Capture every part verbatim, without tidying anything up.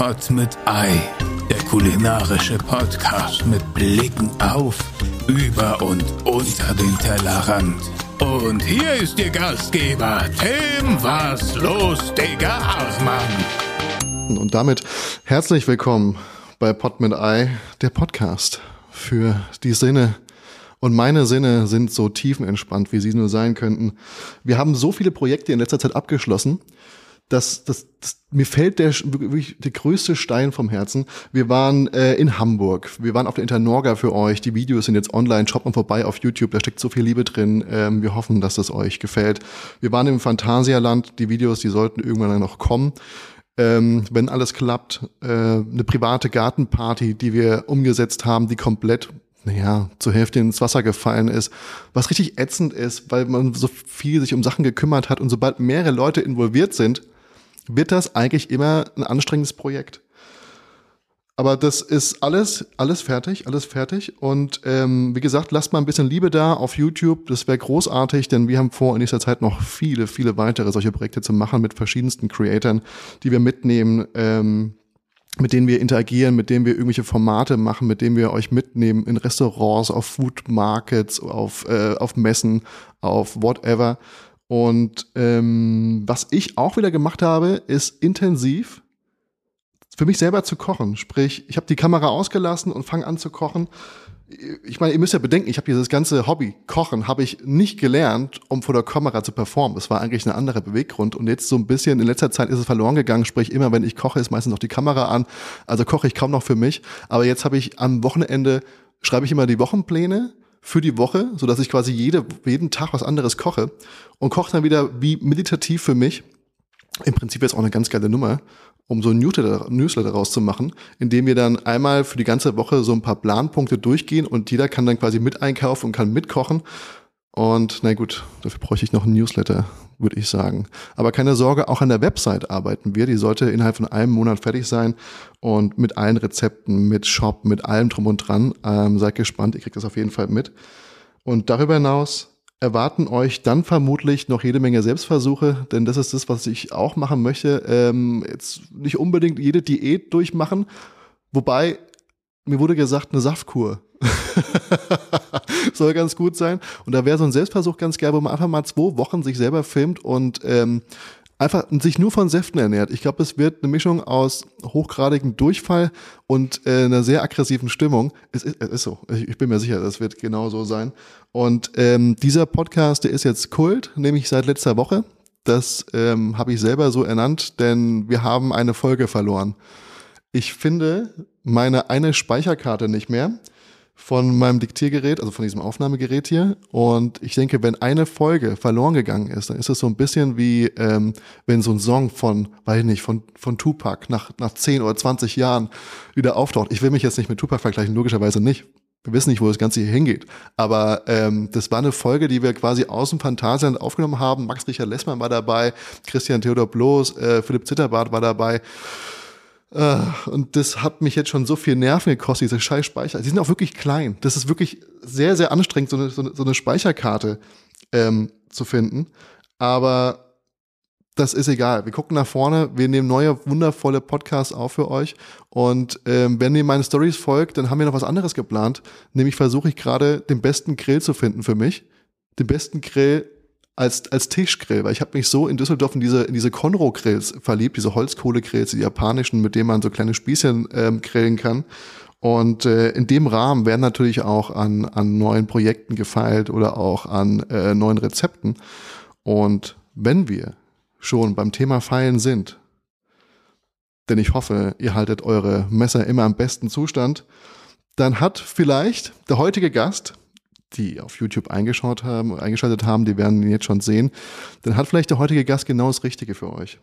Pod mit Ei, der kulinarische Podcast mit Blicken auf, über und unter den Tellerrand. Und hier ist Ihr Gastgeber, Tim Was los, Digga Hartmann. Und damit herzlich willkommen bei Pod mit Ei, der Podcast für die Sinne. Und meine Sinne sind so tiefenentspannt, wie sie nur sein könnten. Wir haben so viele Projekte in letzter Zeit abgeschlossen, dass, dass, dass mir fällt der wirklich der größte Stein vom Herzen. Wir waren äh, in Hamburg, wir waren auf der Internorga für euch. Die Videos sind jetzt online, schaut mal vorbei auf YouTube, da steckt so viel Liebe drin. Ähm, wir hoffen, dass das euch gefällt. Wir waren im Phantasialand, die Videos, die sollten irgendwann noch kommen. Ähm, wenn alles klappt, äh, eine private Gartenparty, die wir umgesetzt haben, die komplett naja, zur Hälfte ins Wasser gefallen ist, was richtig ätzend ist, weil man so viel sich um Sachen gekümmert hat und sobald mehrere Leute involviert sind, wird das eigentlich immer ein anstrengendes Projekt. Aber das ist alles, alles fertig, alles fertig und ähm, wie gesagt, lasst mal ein bisschen Liebe da auf YouTube, das wäre großartig, denn wir haben vor, in nächster Zeit noch viele, viele weitere solche Projekte zu machen mit verschiedensten Creatoren, die wir mitnehmen, ähm, mit denen wir interagieren, mit denen wir irgendwelche Formate machen, mit denen wir euch mitnehmen in Restaurants, auf Food Markets, auf, äh, auf Messen, auf whatever. Und ähm, was ich auch wieder gemacht habe, ist intensiv für mich selber zu kochen. Sprich, ich habe die Kamera ausgelassen und fange an zu kochen. Ich meine, ihr müsst ja bedenken, ich habe dieses ganze Hobby, Kochen, habe ich nicht gelernt, um vor der Kamera zu performen. Das war eigentlich ein anderer Beweggrund. Und jetzt so ein bisschen, in letzter Zeit ist es verloren gegangen. Sprich, immer wenn ich koche, ist meistens noch die Kamera an. Also koche ich kaum noch für mich. Aber jetzt habe ich am Wochenende, schreibe ich immer die Wochenpläne für die Woche, sodass ich quasi jede, jeden Tag was anderes koche. Und koche dann wieder wie meditativ für mich. Im Prinzip jetzt auch eine ganz geile Nummer, um so ein Newsletter, Newsletter rauszumachen, indem wir dann einmal für die ganze Woche so ein paar Planpunkte durchgehen und jeder kann dann quasi mit einkaufen und kann mitkochen. Und na gut, dafür bräuchte ich noch einen Newsletter, würde ich sagen. Aber keine Sorge, auch an der Website arbeiten wir. Die sollte innerhalb von einem Monat fertig sein und mit allen Rezepten, mit Shop, mit allem drum und dran. Ähm, seid gespannt, ihr kriegt das auf jeden Fall mit. Und darüber hinaus erwarten euch dann vermutlich noch jede Menge Selbstversuche, denn das ist das, was ich auch machen möchte. Ähm, jetzt nicht unbedingt jede Diät durchmachen, wobei mir wurde gesagt, eine Saftkur soll ganz gut sein. Und da wäre so ein Selbstversuch ganz geil, wo man einfach mal zwei Wochen sich selber filmt und ähm, einfach sich nur von Säften ernährt. Ich glaube, es wird eine Mischung aus hochgradigem Durchfall und äh, einer sehr aggressiven Stimmung. Es ist, es ist so. Ich, ich bin mir sicher, das wird genau so sein. Und ähm, dieser Podcast, der ist jetzt Kult, nämlich seit letzter Woche. Das ähm, habe ich selber so ernannt, denn wir haben eine Folge verloren. Ich finde meine eine Speicherkarte nicht mehr von meinem Diktiergerät, also von diesem Aufnahmegerät hier. Und ich denke, wenn eine Folge verloren gegangen ist, dann ist es so ein bisschen wie, ähm, wenn so ein Song von, weiß ich nicht, von, von Tupac nach, nach zehn oder zwanzig Jahren wieder auftaucht. Ich will mich jetzt nicht mit Tupac vergleichen, logischerweise nicht. Wir wissen nicht, wo das Ganze hier hingeht. Aber ähm, das war eine Folge, die wir quasi aus dem Phantasialand aufgenommen haben. Max Richard Lessmann war dabei, Christian Theodor Bloß, äh, Philipp Zitterbart war dabei. Und das hat mich jetzt schon so viel Nerven gekostet, diese scheiß Speicher. Die sind auch wirklich klein. Das ist wirklich sehr, sehr anstrengend, so eine, so eine, so eine Speicherkarte ähm, zu finden. Aber das ist egal. Wir gucken nach vorne. Wir nehmen neue, wundervolle Podcasts auf für euch. Und ähm, wenn ihr meine Stories folgt, dann haben wir noch was anderes geplant. Nämlich versuche ich gerade, den besten Grill zu finden für mich. Den besten Grill als als Tischgrill, weil ich habe mich so in Düsseldorf in diese in diese Conro-Grills verliebt, diese Holzkohle-Grills, die japanischen, mit denen man so kleine Spießchen ähm, grillen kann. Und äh, in dem Rahmen werden natürlich auch an an neuen Projekten gefeilt oder auch an äh, neuen Rezepten. Und wenn wir schon beim Thema Feilen sind, denn ich hoffe, ihr haltet eure Messer immer im besten Zustand, dann hat vielleicht der heutige Gast, die auf YouTube eingeschaut haben, eingeschaltet haben, die werden ihn jetzt schon sehen, dann hat vielleicht der heutige Gast genau das Richtige für euch.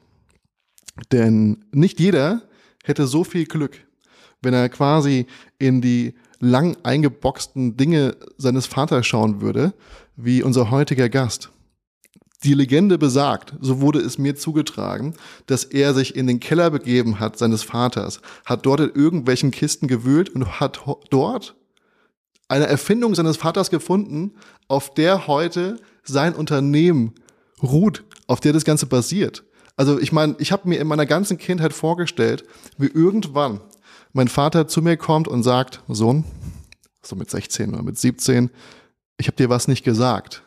Denn nicht jeder hätte so viel Glück, wenn er quasi in die lang eingeboxten Dinge seines Vaters schauen würde, wie unser heutiger Gast. Die Legende besagt, so wurde es mir zugetragen, dass er sich in den Keller begeben hat seines Vaters, hat dort in irgendwelchen Kisten gewühlt und hat ho- dort eine Erfindung seines Vaters gefunden, auf der heute sein Unternehmen ruht, auf der das Ganze basiert. Also ich meine, ich habe mir in meiner ganzen Kindheit vorgestellt, wie irgendwann mein Vater zu mir kommt und sagt, Sohn, so mit sechzehn oder mit siebzehn, ich habe dir was nicht gesagt.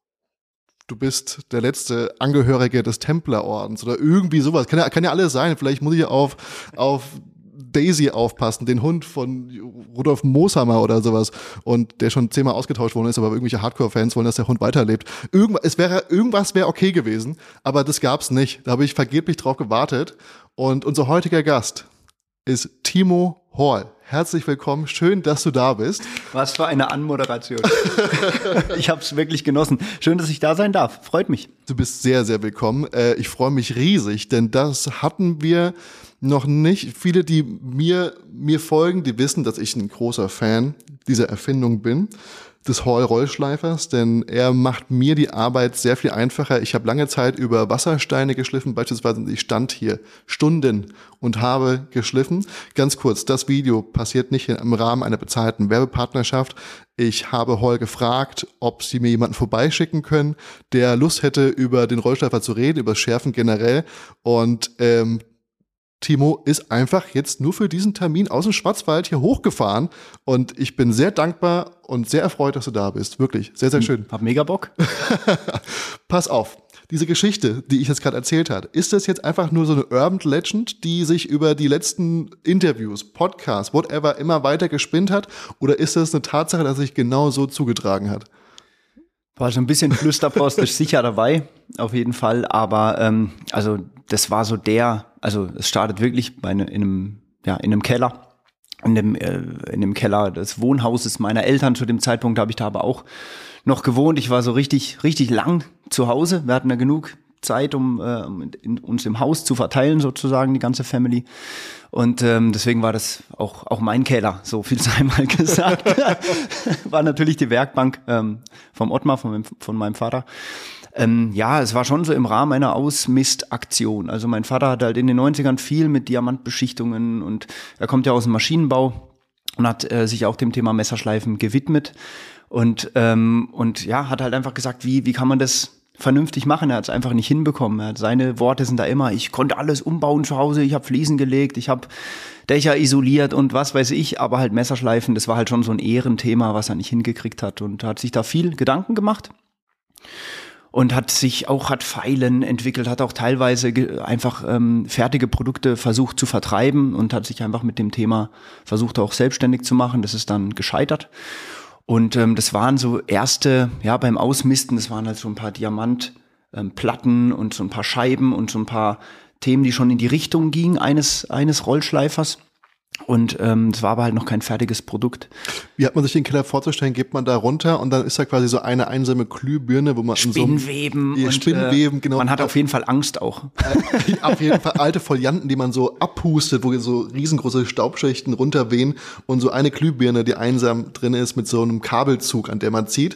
Du bist der letzte Angehörige des Templerordens oder irgendwie sowas. Kann ja, kann ja alles sein. Vielleicht muss ich auf, auf Daisy aufpassen, den Hund von Rudolf Mooshammer oder sowas. Und der schon zehnmal ausgetauscht worden ist, aber irgendwelche Hardcore-Fans wollen, dass der Hund weiterlebt. Irgendwas, es wäre, irgendwas wäre okay gewesen, aber das gab's nicht. Da habe ich vergeblich drauf gewartet. Und unser heutiger Gast ist Timo Horl. Herzlich willkommen, schön, dass du da bist. Was für eine Anmoderation. Ich habe es wirklich genossen. Schön, dass ich da sein darf. Freut mich. Du bist sehr, sehr willkommen. Ich freue mich riesig, denn das hatten wir noch nicht. Viele, die mir, mir folgen, die wissen, dass ich ein großer Fan dieser Erfindung bin, des Horl-Rollschleifers, denn er macht mir die Arbeit sehr viel einfacher. Ich habe lange Zeit über Wassersteine geschliffen, beispielsweise ich stand hier Stunden und habe geschliffen. Ganz kurz, das Video passiert nicht im Rahmen einer bezahlten Werbepartnerschaft. Ich habe Horl gefragt, ob sie mir jemanden vorbeischicken können, der Lust hätte, über den Rollschleifer zu reden, über das Schärfen generell. Und ähm, Timo ist einfach jetzt nur für diesen Termin aus dem Schwarzwald hier hochgefahren und ich bin sehr dankbar und sehr erfreut, dass du da bist. Wirklich, sehr, sehr schön. Hab mega Bock. Pass auf, diese Geschichte, die ich jetzt gerade erzählt habe, ist das jetzt einfach nur so eine Urban Legend, die sich über die letzten Interviews, Podcasts, whatever immer weiter gespinnt hat, oder ist das eine Tatsache, dass sich genau so zugetragen hat? War schon ein bisschen Flüsterpost, ist sicher dabei, auf jeden Fall. Aber ähm, also das war so der, also es startet wirklich bei ne, in einem, ja, in einem Keller, in dem, äh, in dem Keller des Wohnhauses meiner Eltern. Zu dem Zeitpunkt habe ich da aber auch noch gewohnt. Ich war so richtig, richtig lang zu Hause. Wir hatten ja genug Zeit, um äh, in, uns im Haus zu verteilen, sozusagen, die ganze Family. Und ähm, deswegen war das auch auch mein Keller, so viel sei mal gesagt. War natürlich die Werkbank ähm, vom Ottmar, von meinem, von meinem Vater. Ähm, ja, es war schon so im Rahmen einer Ausmistaktion. Also mein Vater hat halt in den neunzigern viel mit Diamantbeschichtungen und er kommt ja aus dem Maschinenbau und hat äh, sich auch dem Thema Messerschleifen gewidmet. Und ähm, und ja, hat halt einfach gesagt, wie wie kann man das vernünftig machen, er hat es einfach nicht hinbekommen. Er hat, seine Worte sind da immer, ich konnte alles umbauen zu Hause, ich habe Fliesen gelegt, ich habe Dächer isoliert und was weiß ich, aber halt Messerschleifen, das war halt schon so ein Ehrenthema, was er nicht hingekriegt hat und hat sich da viel Gedanken gemacht und hat sich auch, hat Feilen entwickelt, hat auch teilweise ge- einfach ähm, fertige Produkte versucht zu vertreiben und hat sich einfach mit dem Thema versucht auch selbstständig zu machen, das ist dann gescheitert. Und ähm, das waren so erste, ja, beim Ausmisten, das waren halt so ein paar Diamantplatten ähm, und so ein paar Scheiben und so ein paar Themen, die schon in die Richtung gingen eines eines Rollschleifers. Und ähm, es war aber halt noch kein fertiges Produkt. Wie hat man sich den Keller vorzustellen? Geht man da runter und dann ist da quasi so eine einsame Glühbirne, wo man Spinnweben. So, und, Spinnweben, äh, genau. Man hat auf jeden Fall Angst auch. Auf jeden Fall alte Folianten, die man so abpustet, wo so riesengroße Staubschichten runterwehen und so eine Glühbirne, die einsam drin ist mit so einem Kabelzug, an der man zieht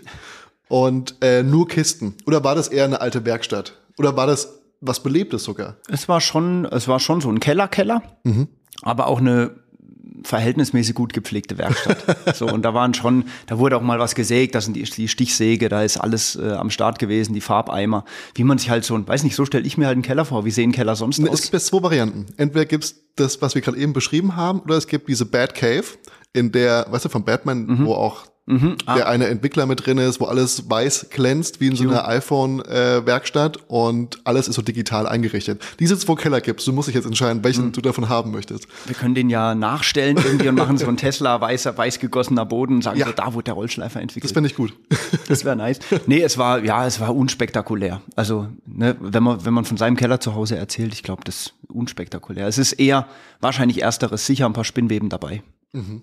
und äh, nur Kisten. Oder war das eher eine alte Werkstatt? Oder war das was Belebtes sogar? Es war schon, es war schon so ein Keller-Keller, mhm. aber auch eine verhältnismäßig gut gepflegte Werkstatt. So, und da waren schon, da wurde auch mal was gesägt, da sind die, die Stichsäge, da ist alles äh, am Start gewesen, die Farbeimer, wie man sich halt so, weiß nicht, so stelle ich mir halt einen Keller vor. Wie sehen Keller sonst es aus? Es gibt zwei Varianten. Entweder gibt's das, was wir gerade eben beschrieben haben, oder es gibt diese Bad Cave, in der, weißt du, von Batman, mhm. wo auch mhm. ah. der eine Entwickler mit drin ist, wo alles weiß glänzt, wie in so einer iPhone-Werkstatt äh, und alles ist so digital eingerichtet. Diese zwei Keller gibt's, du musst dich jetzt entscheiden, welchen mhm. du davon haben möchtest. Wir können den ja nachstellen irgendwie und machen so einen Tesla, weißer, weiß gegossener Boden und sagen ja. so, da wurde der Rollschleifer entwickelt. Das fände ich gut. Das wäre nice. Nee, es war, ja, es war unspektakulär. Also, ne, wenn man, wenn man von seinem Keller zu Hause erzählt, ich glaube, das ist unspektakulär. Es ist eher wahrscheinlich ersteres, sicher ein paar Spinnweben dabei. Mhm.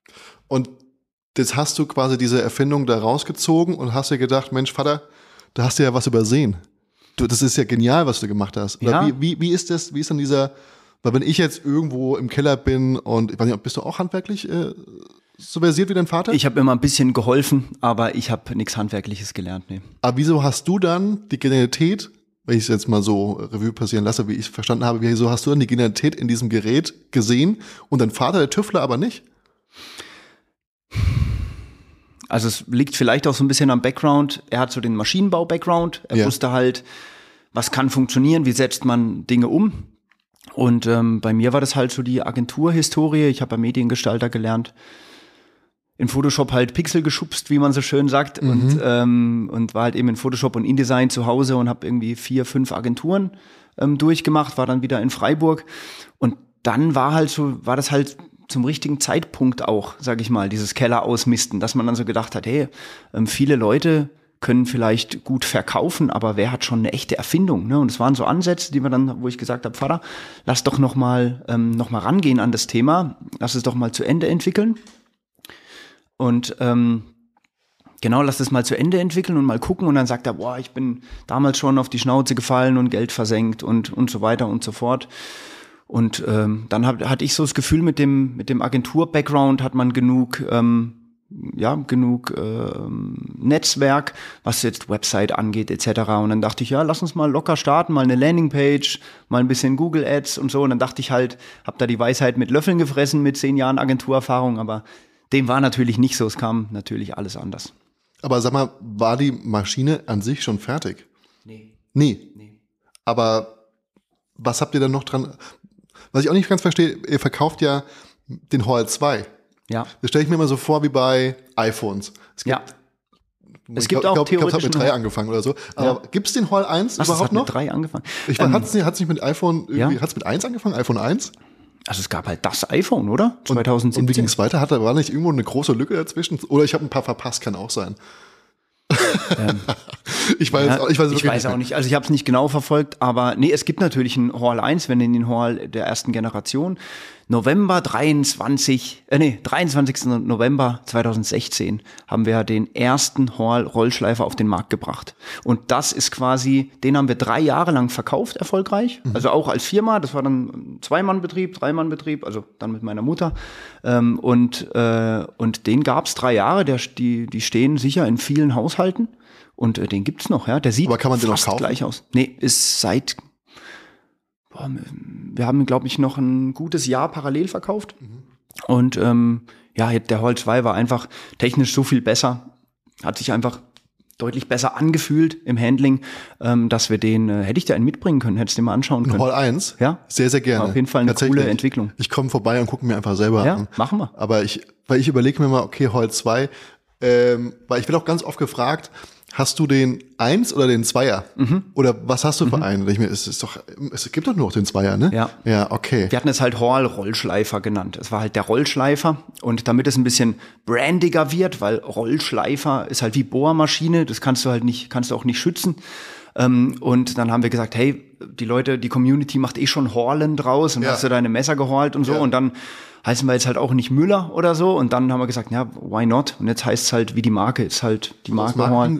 Und jetzt hast du quasi diese Erfindung da rausgezogen und hast dir gedacht, Mensch, Vater, da hast du ja was übersehen. Du, das ist ja genial, was du gemacht hast. Oder ja. wie, wie, wie ist das, wie ist dann dieser, weil wenn ich jetzt irgendwo im Keller bin und, ich weiß nicht, bist du auch handwerklich äh, so versiert wie dein Vater? Ich habe immer ein bisschen geholfen, aber ich habe nichts Handwerkliches gelernt, nee. Aber wieso hast du dann die Genialität, wenn ich es jetzt mal so Revue passieren lasse, wie ich es verstanden habe, wieso hast du dann die Genialität in diesem Gerät gesehen und dein Vater, der Tüftler, aber nicht? Also es liegt vielleicht auch so ein bisschen am Background. Er hat so den Maschinenbau-Background. Er ja. wusste halt, was kann funktionieren, wie setzt man Dinge um. Und ähm, bei mir war das halt so die Agenturhistorie. Ich habe ja Mediengestalter gelernt, in Photoshop halt Pixel geschubst, wie man so schön sagt, mhm. und ähm, und war halt eben in Photoshop und InDesign zu Hause und habe irgendwie vier, fünf Agenturen ähm, durchgemacht, war dann wieder in Freiburg und dann war halt so, war das halt zum richtigen Zeitpunkt auch, sag ich mal, dieses Keller ausmisten, dass man dann so gedacht hat, hey, ähm, viele Leute können vielleicht gut verkaufen, aber wer hat schon eine echte Erfindung, ne? Und es waren so Ansätze, die wir dann, wo ich gesagt habe, Vater, lass doch noch mal ähm, noch mal rangehen an das Thema, lass es doch mal zu Ende entwickeln. Und ähm, genau, lass das mal zu Ende entwickeln und mal gucken. Und dann sagt er, boah, ich bin damals schon auf die Schnauze gefallen und Geld versenkt und und so weiter und so fort. Und ähm, dann hab, hatte ich so das Gefühl, mit dem mit dem Agentur-Background hat man genug ähm, ja genug ähm, Netzwerk, was jetzt Website angeht et cetera. Und dann dachte ich, ja, lass uns mal locker starten, mal eine Landingpage, mal ein bisschen Google Ads und so. Und dann dachte ich halt, hab da die Weisheit mit Löffeln gefressen mit zehn Jahren Agenturerfahrung, aber dem war natürlich nicht so, es kam natürlich alles anders. Aber sag mal, war die Maschine an sich schon fertig? Nee. Nee. nee. Aber was habt ihr dann noch dran? Was ich auch nicht ganz verstehe, ihr verkauft ja den Hall zwei. Ja. Das stelle ich mir immer so vor wie bei iPhones. Es gibt, ja. Es gibt glaub, auch glaub, theoretisch. Ich glaube, es hat mit drei Hall. angefangen oder so. Aber ja. Gibt es den Hall eins Was, überhaupt hat noch? mit drei angefangen? Ich meine, ähm, hat es nicht, nicht mit iPhone, ja. hat es mit eins angefangen? iPhone eins? Also es gab halt das iPhone, oder? Und, zwanzig siebzehn. Und wie ging es weiter? Hat da war nicht irgendwo eine große Lücke dazwischen? Oder ich habe ein paar verpasst, kann auch sein. Ähm, ich weiß, ja, auch, ich weiß, ich weiß auch nicht. Also ich habe es nicht genau verfolgt, aber nee, es gibt natürlich einen Hall eins, wenn in den Hall der ersten Generation. November dreiundzwanzig, äh nee, dreiundzwanzigsten November zweitausendsechzehn haben wir den ersten Hall Rollschleifer auf den Markt gebracht. Und das ist quasi, den haben wir drei Jahre lang verkauft, erfolgreich. Mhm. Also auch als Firma, das war dann ein Zwei-Mann-Betrieb, Drei-Mann-Betrieb, also dann mit meiner Mutter. Ähm, und, äh, und den gab's drei Jahre, der, die, die stehen sicher in vielen Haushalten. Und äh, den gibt's noch, ja. Der sieht Aber kann man den fast noch kaufen? Gleich aus. Nee, ist seit boah, wir haben, glaube ich, noch ein gutes Jahr parallel verkauft. Mhm. Und ähm, ja, der Hall zwei war einfach technisch so viel besser, hat sich einfach deutlich besser angefühlt im Handling, ähm, dass wir den, äh, hätte ich dir einen mitbringen können, hättest du dir mal anschauen können. Hall eins? Ja. Sehr, sehr gerne. War auf jeden Fall eine coole Entwicklung. Ich komme vorbei und gucke mir einfach selber ja, an. Machen wir. Aber ich, weil ich überlege mir mal, okay, Hall zwei, ähm, weil ich werde auch ganz oft gefragt, hast du den Eins oder den Zweier? Mhm. Oder was hast du für mhm. einen? Ich mir, es ist doch, es gibt doch nur noch den Zweier, ne? Ja. Ja, okay. Wir hatten es halt Hall Rollschleifer genannt. Es war halt der Rollschleifer. Und damit es ein bisschen brandiger wird, weil Rollschleifer ist halt wie Bohrmaschine, das kannst du halt nicht, kannst du auch nicht schützen. Ähm, und dann haben wir gesagt, hey, die Leute, die Community macht eh schon Horlen draus und ja. hast du deine Messer gehorlt und so. Ja. Und dann heißen wir jetzt halt auch nicht Müller oder so. Und dann haben wir gesagt, ja, why not? Und jetzt heißt es halt, wie die Marke ist halt die Marke Horlen.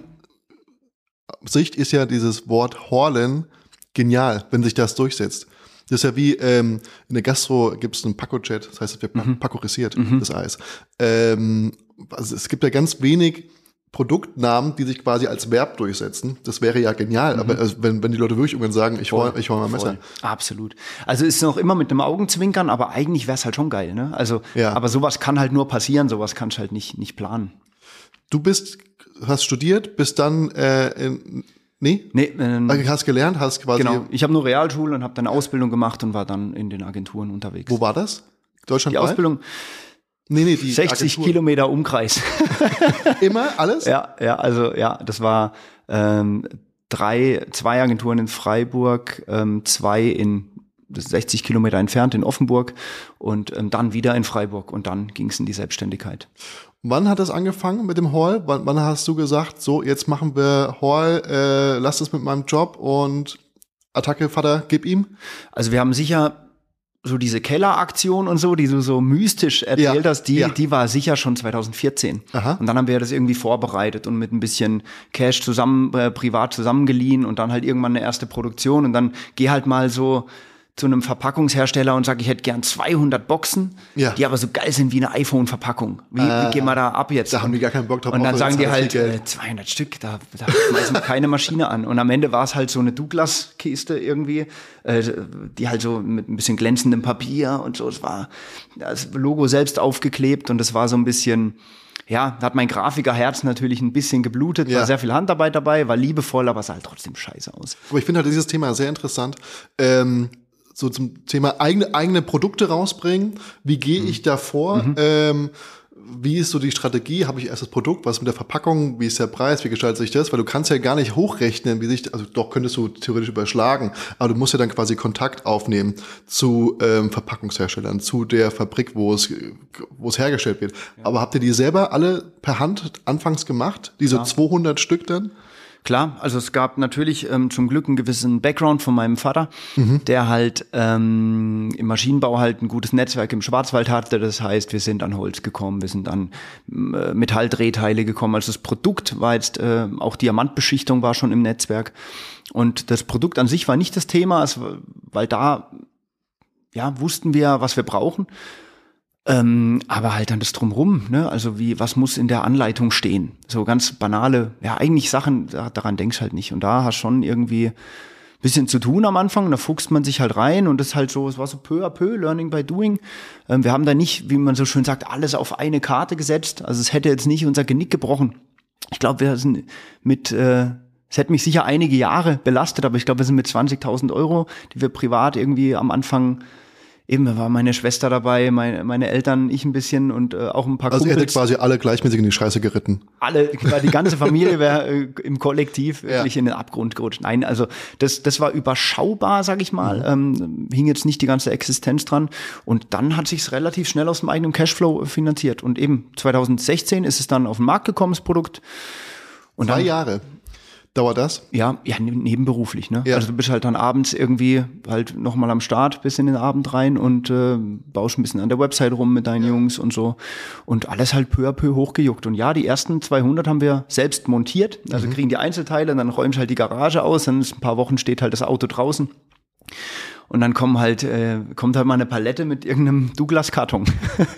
Sicht ist ja dieses Wort Horlen genial, wenn sich das durchsetzt. Das ist ja wie ähm, in der Gastro gibt es einen Paco-Chat, das heißt, es wird mhm. pakorisiert, mhm. das Eis. Ähm, also es gibt ja ganz wenig Produktnamen, die sich quasi als Verb durchsetzen. Das wäre ja genial, mhm. aber also, wenn, wenn die Leute wirklich irgendwann sagen, ich hol, ich hol mal ein Messer. Absolut. Also ist noch immer mit einem Augenzwinkern, aber eigentlich wäre es halt schon geil, ne? Also, ja. aber sowas kann halt nur passieren, sowas kannst du halt nicht, nicht planen. Du bist hast studiert, bist dann äh, in, nee? Nee, ähm, hast gelernt, hast quasi genau. Ich habe nur Realschule und habe dann Ausbildung gemacht und war dann in den Agenturen unterwegs. Wo war das? Deutschland? Die Ausbildung. Nee, nee, die sechzig Agentur. Kilometer Umkreis. Immer alles? Ja, ja, also ja, das war ähm, drei, zwei Agenturen in Freiburg, ähm, zwei in das ist sechzig Kilometer entfernt in Offenburg und ähm, dann wieder in Freiburg und dann ging es in die Selbstständigkeit. Wann hat das angefangen mit dem Hall? Wann, wann hast du gesagt, so jetzt machen wir Hall, äh, lass das mit meinem Job und Attacke, Vater, gib ihm? Also wir haben sicher so diese Kelleraktion und so, die du so mystisch erzählt ja, hast, die, ja. die war sicher schon zwanzig vierzehn. Aha. Und dann haben wir das irgendwie vorbereitet und mit ein bisschen Cash zusammen, äh, privat zusammengeliehen und dann halt irgendwann eine erste Produktion und dann geh halt mal so zu einem Verpackungshersteller und sag, ich hätte gern zweihundert Boxen, ja. die aber so geil sind wie eine iPhone-Verpackung. Wie, äh, wie gehen wir da ab jetzt? Da haben die gar keinen Bock drauf. Und dann sagen die halt, äh, zweihundert Stück, da, da schmeißen wir keine Maschine an. Und am Ende war es halt so eine Douglas-Kiste irgendwie, äh, die halt so mit ein bisschen glänzendem Papier und so. Es war das Logo selbst aufgeklebt und es war so ein bisschen, ja, da hat mein Grafikerherz natürlich ein bisschen geblutet, Ja. war sehr viel Handarbeit dabei, war liebevoll, aber es sah halt trotzdem scheiße aus. Aber ich finde halt dieses Thema sehr interessant. Ähm, so zum Thema eigene, eigene Produkte rausbringen. Wie gehe ich da vor? Mhm. Ähm, wie ist so die Strategie? Habe ich erst das Produkt? Was mit der Verpackung? Wie ist der Preis? Wie gestaltet sich das? Weil du kannst ja gar nicht hochrechnen, wie sich, also doch könntest du theoretisch überschlagen, aber du musst ja dann quasi Kontakt aufnehmen zu ähm, Verpackungsherstellern, zu der Fabrik, wo es, wo es hergestellt wird. Ja. Aber habt ihr die selber alle per Hand anfangs gemacht? Diese ja. zweihundert Stück dann? Klar, also es gab natürlich ähm, zum Glück einen gewissen Background von meinem Vater, mhm. der halt ähm, im Maschinenbau halt ein gutes Netzwerk im Schwarzwald hatte. Das heißt, wir sind an Holz gekommen, wir sind an äh, Metalldrehteile gekommen. Also das Produkt war jetzt, äh, auch Diamantbeschichtung war schon im Netzwerk. Und das Produkt an sich war nicht das Thema, es, weil da ja wussten wir, was wir brauchen. Ähm, aber halt dann das Drumrum, ne? Also wie, was muss in der Anleitung stehen? So ganz banale, ja eigentlich Sachen, daran denkst halt nicht. Und da hast schon irgendwie ein bisschen zu tun am Anfang. Und da fuchst man sich halt rein und das ist halt so, es war so peu à peu, Learning by Doing. Ähm, wir haben da nicht, wie man so schön sagt, alles auf eine Karte gesetzt. Also es hätte jetzt nicht unser Genick gebrochen. Ich glaube, wir sind mit, äh, es hätte mich sicher einige Jahre belastet, aber ich glaube, wir sind mit zwanzigtausend Euro, die wir privat irgendwie am Anfang eben, da war meine Schwester dabei, meine, meine Eltern, ich ein bisschen und äh, auch ein paar also Kumpels. Also ihr hättet quasi alle gleichmäßig in die Scheiße geritten. Alle, die ganze Familie wäre äh, im Kollektiv wirklich ja. in den Abgrund gerutscht. Nein, also das, das war überschaubar, sag ich mal. Mhm. Ähm, hing jetzt nicht die ganze Existenz dran. Und dann hat sich's relativ schnell aus dem eigenen Cashflow finanziert. Und eben zwanzig sechzehn ist es dann auf den Markt gekommen, das Produkt. Und Zwei dann, Jahre. Dauert das? Ja, ja, nebenberuflich, ne? Ja. Also du bist halt dann abends irgendwie halt nochmal am Start bis in den Abend rein und äh, baust ein bisschen an der Website rum mit deinen ja. Jungs und so. Und alles halt peu à peu hochgejuckt. Und ja, die ersten zweihundert haben wir selbst montiert. Also mhm. kriegen die Einzelteile, dann räumst halt die Garage aus, dann ist ein paar Wochen steht halt das Auto draußen. Und dann kommen halt, äh, kommt halt mal eine Palette mit irgendeinem Douglas-Karton.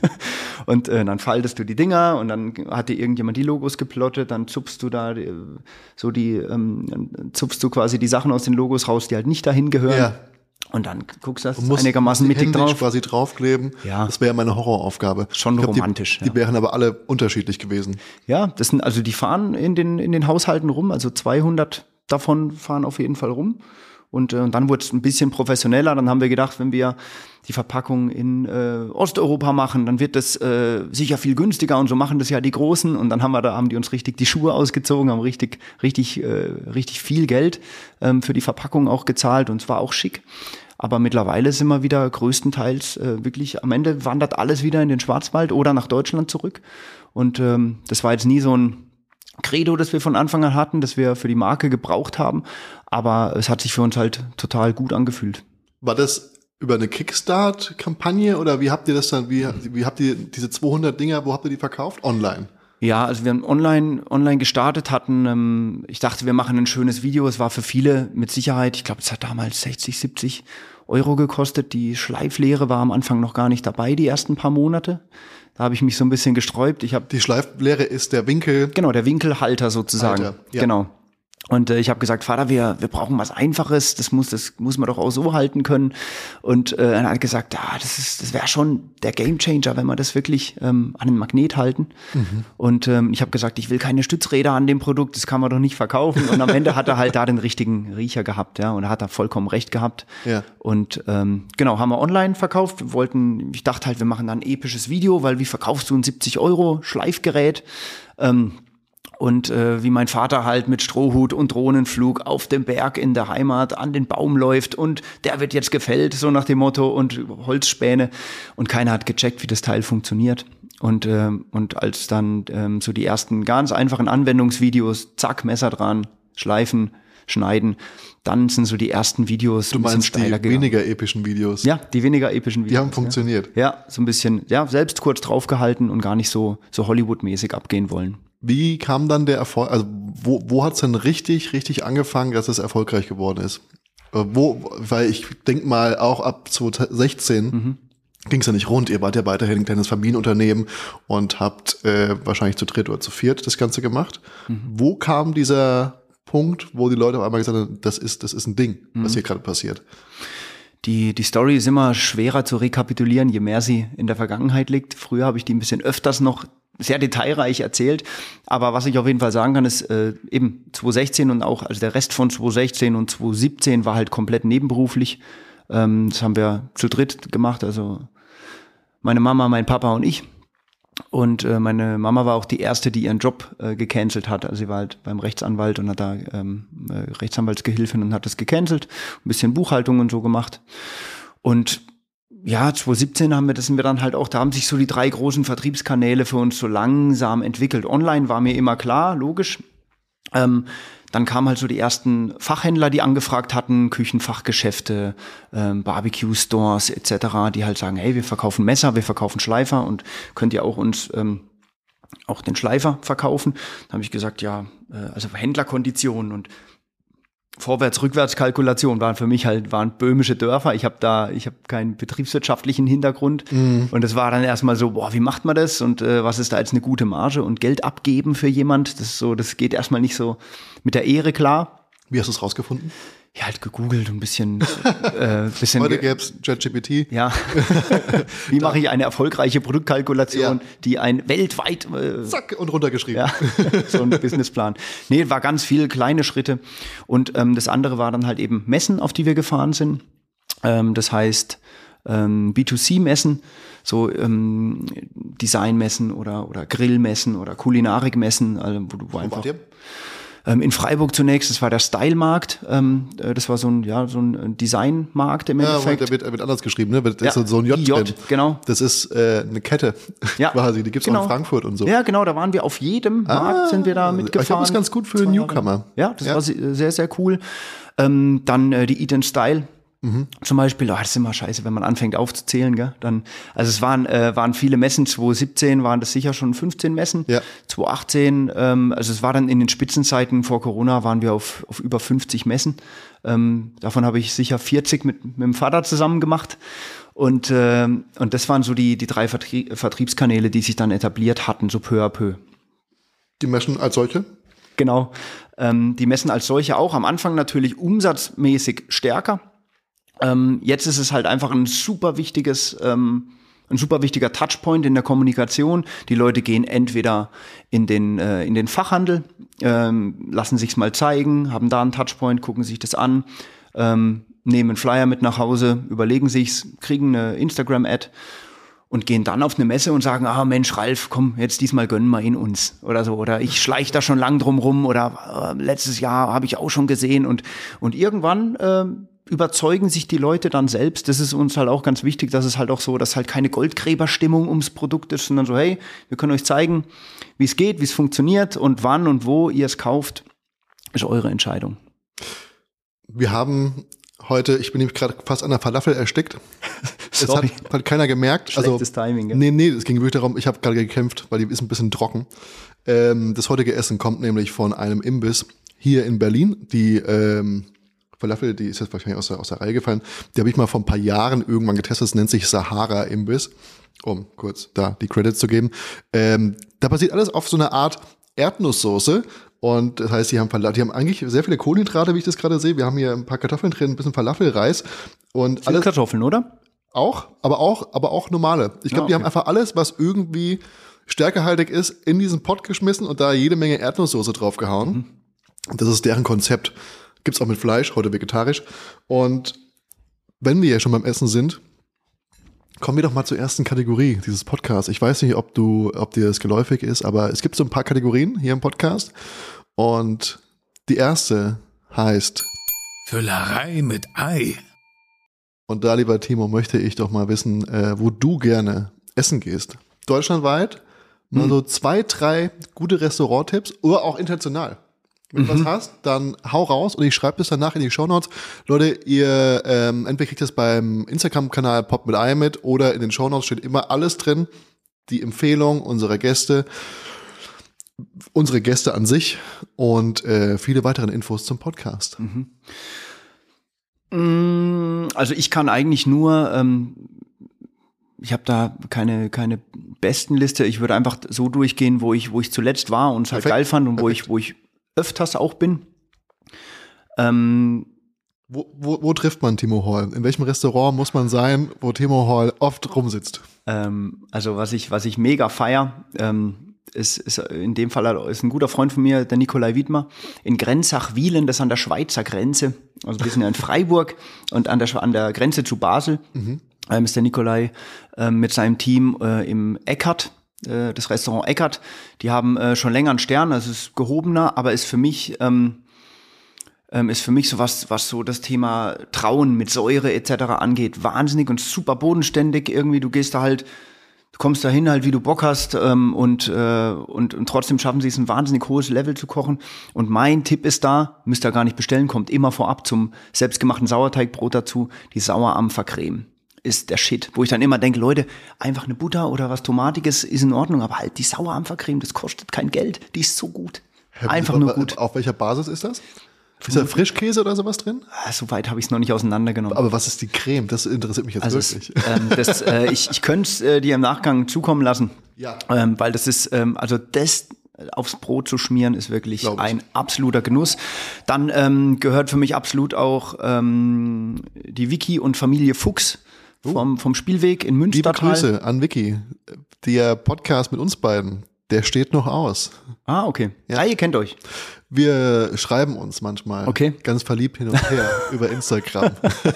Und äh, dann faltest du die Dinger und dann hat dir irgendjemand die Logos geplottet, dann zupfst du da die, so die, ähm, zupfst du quasi die Sachen aus den Logos raus, die halt nicht dahin gehören. Ja. Und dann guckst du das einigermaßen mittig drauf. Quasi draufkleben. Ja. Das wäre meine Horroraufgabe. Schon glaub, romantisch. Die, ja. die wären aber alle unterschiedlich gewesen. Ja, das sind, also die fahren in den, in den Haushalten rum, also zweihundert davon fahren auf jeden Fall rum. Und äh, dann wurde es ein bisschen professioneller. Dann haben wir gedacht, wenn wir die Verpackung in äh, Osteuropa machen, dann wird das äh, sicher viel günstiger. Und so machen das ja die Großen. Und dann haben wir da haben die uns richtig die Schuhe ausgezogen, haben richtig richtig äh, richtig viel Geld ähm, für die Verpackung auch gezahlt. Und zwar auch schick. Aber mittlerweile sind wir wieder größtenteils äh, wirklich, am Ende wandert alles wieder in den Schwarzwald oder nach Deutschland zurück. Und ähm, das war jetzt nie so ein Credo, das wir von Anfang an hatten, das wir für die Marke gebraucht haben, aber es hat sich für uns halt total gut angefühlt. War das über eine Kickstart-Kampagne oder wie habt ihr das dann, wie, wie habt ihr diese zweihundert Dinger, wo habt ihr die verkauft? Online? Ja, also wir haben online online gestartet, hatten, ähm, ich dachte, wir machen ein schönes Video, es war für viele mit Sicherheit, ich glaube, es hat damals sechzig, siebzig Euro gekostet, die Schleiflehre war am Anfang noch gar nicht dabei, die ersten paar Monate. Da habe ich mich so ein bisschen gesträubt. Ich habe die Schleiflehre ist der Winkel. Genau, der Winkelhalter sozusagen. Halter, ja. Genau. Und äh, ich habe gesagt, Vater, wir wir brauchen was Einfaches. Das muss das muss man doch auch so halten können. Und äh, er hat gesagt, ja, das ist das wäre schon der Gamechanger, wenn wir das wirklich ähm, an den Magnet halten. Mhm. Und ähm, ich habe gesagt, ich will keine Stützräder an dem Produkt. Das kann man doch nicht verkaufen. Und am Ende hat er halt da den richtigen Riecher gehabt, ja. Und er hat da vollkommen recht gehabt. Ja. Und ähm, genau, haben wir online verkauft. Wir wollten, ich dachte halt, wir machen da ein episches Video, weil wie verkaufst du ein siebzig Euro Schleifgerät? Ähm, Und äh, wie mein Vater halt mit Strohhut und Drohnenflug auf dem Berg in der Heimat an den Baum läuft und der wird jetzt gefällt, so nach dem Motto, und Holzspäne. Und keiner hat gecheckt, wie das Teil funktioniert. Und äh, und als dann ähm, so die ersten ganz einfachen Anwendungsvideos, zack, Messer dran, schleifen, schneiden, dann sind so die ersten Videos du ein bisschen steiler die gegangen. Weniger epischen Videos? Ja, die weniger epischen Videos. Die haben funktioniert? Ja, ja, so ein bisschen, ja, selbst kurz draufgehalten und gar nicht so so Hollywood-mäßig abgehen wollen. Wie kam dann der Erfolg, also wo, wo hat es denn richtig, richtig angefangen, dass es erfolgreich geworden ist? Wo, weil ich denke mal, auch ab zwanzig sechzehn mhm. ging es ja nicht rund. Ihr wart ja weiterhin ein kleines Familienunternehmen und habt äh, wahrscheinlich zu dritt oder zu viert das Ganze gemacht. Mhm. Wo kam dieser Punkt, wo die Leute auf einmal gesagt haben, das ist, das ist ein Ding, mhm. was hier gerade passiert? Die, die Story ist immer schwerer zu rekapitulieren, je mehr sie in der Vergangenheit liegt. Früher habe ich die ein bisschen öfters noch sehr detailreich erzählt. Aber was ich auf jeden Fall sagen kann, ist äh, eben zwanzig sechzehn und auch, also der Rest von zwanzig sechzehn und zwanzig siebzehn war halt komplett nebenberuflich. Ähm, das haben wir zu dritt gemacht, also meine Mama, mein Papa und ich. Und äh, meine Mama war auch die erste, die ihren Job äh, gecancelt hat. Also sie war halt beim Rechtsanwalt und hat da ähm, äh, Rechtsanwaltsgehilfin und hat das gecancelt, ein bisschen Buchhaltung und so gemacht. Und ja, zwanzig siebzehn haben wir, das sind wir dann halt auch, da haben sich so die drei großen Vertriebskanäle für uns so langsam entwickelt. Online war mir immer klar, logisch. Ähm, Dann kamen halt so die ersten Fachhändler, die angefragt hatten, Küchenfachgeschäfte, ähm, Barbecue-Stores et cetera, die halt sagen, hey, wir verkaufen Messer, wir verkaufen Schleifer und könnt ihr auch uns ähm, auch den Schleifer verkaufen. Da habe ich gesagt, ja, äh, also Händlerkonditionen und Vorwärts-Rückwärts-Kalkulation waren für mich halt, waren böhmische Dörfer. Ich habe da, ich habe keinen betriebswirtschaftlichen Hintergrund. Mhm. Und es war dann erstmal so, boah, wie macht man das? Und äh, was ist da jetzt eine gute Marge? Und Geld abgeben für jemand, das ist so, das geht erstmal nicht so mit der Ehre klar. Wie hast du es rausgefunden? Ja, halt gegoogelt, ein bisschen. äh, bisschen Heute gäbe es ChatGPT. Ja. Wie mache ich eine erfolgreiche Produktkalkulation, ja. die ein weltweit. Äh, Zack, und runtergeschrieben. Ja, so ein Businessplan. Nee, war ganz viel kleine Schritte. Und ähm, das andere war dann halt eben Messen, auf die wir gefahren sind. Ähm, das heißt ähm, B zwei C Messen, so ähm, Designmessen oder, oder Grillmessen oder Kulinarikmessen, also wo du wo einfach. In Freiburg zunächst, das war der Style-Markt, ähm, das war so ein, ja, so ein Designmarkt im Endeffekt. Ja, der wird, der wird anders geschrieben, ne? Das ja, ist so ein J, J genau. Das ist äh, eine Kette ja, quasi, die gibt's genau. auch in Frankfurt und so. Ja, genau, da waren wir auf jedem ah, Markt, sind wir da mitgefahren. Ich glaube, das ist ganz gut für Newcomer. Ja, das ja. war sehr, sehr cool. Ähm, dann äh, die Eat and Style. Mhm. Zum Beispiel, oh, das ist immer scheiße, wenn man anfängt aufzuzählen, gell? Dann, also es waren, äh, waren viele Messen, zwanzig siebzehn waren das sicher schon fünfzehn Messen, ja. zwanzig achtzehn, ähm, also es war dann in den Spitzenzeiten vor Corona, waren wir auf, auf über fünfzig Messen, ähm, davon habe ich sicher vierzig mit, mit dem Vater zusammen gemacht und, äh, und das waren so die, die drei Vertrie- Vertriebskanäle, die sich dann etabliert hatten, so peu à peu. Die Messen als solche? Genau, ähm, die Messen als solche auch, am Anfang natürlich umsatzmäßig stärker. Ähm, jetzt ist es halt einfach ein super wichtiges, ähm, ein super wichtiger Touchpoint in der Kommunikation. Die Leute gehen entweder in den äh, in den Fachhandel, ähm, lassen sich's mal zeigen, haben da einen Touchpoint, gucken sich das an, ähm, nehmen einen Flyer mit nach Hause, überlegen sich's, kriegen eine Instagram-Ad und gehen dann auf eine Messe und sagen, ah Mensch, Ralf, komm, jetzt diesmal gönnen wir ihn uns oder so. Oder ich schleich da schon lang drum rum oder äh, letztes Jahr habe ich auch schon gesehen und und irgendwann äh, überzeugen sich die Leute dann selbst. Das ist uns halt auch ganz wichtig, dass es halt auch so, dass halt keine Goldgräberstimmung ums Produkt ist, sondern so, hey, wir können euch zeigen, wie es geht, wie es funktioniert und wann und wo ihr es kauft, ist eure Entscheidung. Wir haben heute, ich bin nämlich gerade fast an der Falafel erstickt. Es hat, hat keiner gemerkt. Schlechtes also, Timing, gell? Nee, nee, es ging wirklich darum, ich habe gerade gekämpft, weil die ist ein bisschen trocken. Ähm, das heutige Essen kommt nämlich von einem Imbiss hier in Berlin, die ähm, Falafel, die ist jetzt wahrscheinlich aus der, aus der Reihe gefallen. Die habe ich mal vor ein paar Jahren irgendwann getestet. Das nennt sich Sahara-Imbiss, um kurz da die Credits zu geben. Ähm, da basiert alles auf so einer Art Erdnusssoße. Und das heißt, die haben, die haben eigentlich sehr viele Kohlenhydrate, wie ich das gerade sehe. Wir haben hier ein paar Kartoffeln drin, ein bisschen Falafelreis. Und Viele alles Kartoffeln, oder? Auch, aber auch, aber auch normale. Ich glaube, ja, okay. Die haben einfach alles, was irgendwie stärkehaltig ist, in diesen Pott geschmissen und da jede Menge Erdnusssoße draufgehauen. Mhm. Das ist deren Konzept. Gibt's auch mit Fleisch, heute vegetarisch. Und wenn wir ja schon beim Essen sind, kommen wir doch mal zur ersten Kategorie dieses Podcasts. Ich weiß nicht, ob du, ob dir das geläufig ist, aber es gibt so ein paar Kategorien hier im Podcast. Und die erste heißt Füllerei mit Ei. Und da, lieber Timo, möchte ich doch mal wissen, äh, wo du gerne essen gehst. Deutschlandweit, mal hm. so zwei, drei gute Restauranttipps oder auch international. Wenn du mhm. was hast, dann hau raus und ich schreibe das danach in die Shownotes. Leute, ihr ähm, entweder kriegt das beim Instagram-Kanal Pop mit Ei mit oder in den Shownotes steht immer alles drin. Die Empfehlung unserer Gäste, unsere Gäste an sich und äh, viele weitere Infos zum Podcast. Mhm. Also ich kann eigentlich nur, ähm, ich habe da keine keine Bestenliste. Ich würde einfach so durchgehen, wo ich wo ich zuletzt war und es halt geil fand und wo Perfekt. ich wo ich öfters auch bin. Ähm, wo, wo, wo trifft man Timo Hall? In welchem Restaurant muss man sein, wo Timo Hall oft rumsitzt? Ähm, also was ich, was ich mega feier, ähm, ist, ist in dem Fall ist ein guter Freund von mir, der Nikolai Wiedmer, in Grenzach-Wielen, das ist an der Schweizer Grenze. Also wir sind ja in Freiburg und an der, an der Grenze zu Basel. Mhm. Ähm, ist der Nikolai äh, mit seinem Team äh, im Eckart, äh, das Restaurant Eckart. Die haben äh, schon länger einen Stern, also es ist gehobener, aber ist für mich ähm, ähm, ist für mich so was, was so das Thema Trauen mit Säure et cetera angeht, wahnsinnig und super bodenständig. Irgendwie, du gehst da halt, du kommst da hin halt, wie du Bock hast ähm, und, äh, und und trotzdem schaffen sie es, ein wahnsinnig hohes Level zu kochen. Und mein Tipp ist da, müsst ihr gar nicht bestellen, kommt immer vorab zum selbstgemachten Sauerteigbrot dazu, die Sauerampfercreme. Ist der Shit, wo ich dann immer denke, Leute, einfach eine Butter oder was Tomatiges ist in Ordnung, aber halt die Sauerampfercreme, das kostet kein Geld, die ist so gut. Einfach nur gut. Auf welcher Basis ist das? Ist da Frischkäse oder sowas drin? Ah, so weit habe ich es noch nicht auseinandergenommen. Aber was ist die Creme? Das interessiert mich jetzt also wirklich. Es, ähm, das, äh, ich ich könnte es äh, dir im Nachgang zukommen lassen. Ja. Ähm, weil das ist, ähm, also das aufs Brot zu schmieren, ist wirklich ein absoluter Genuss. Dann ähm, gehört für mich absolut auch ähm, die Vicky und Familie Fuchs vom, vom Spielweg in Münstertal. Liebe Grüße an Vicky. Der Podcast mit uns beiden, der steht noch aus. Ah, okay. Ja, ihr kennt euch. Wir schreiben uns manchmal okay. ganz verliebt hin und her über Instagram.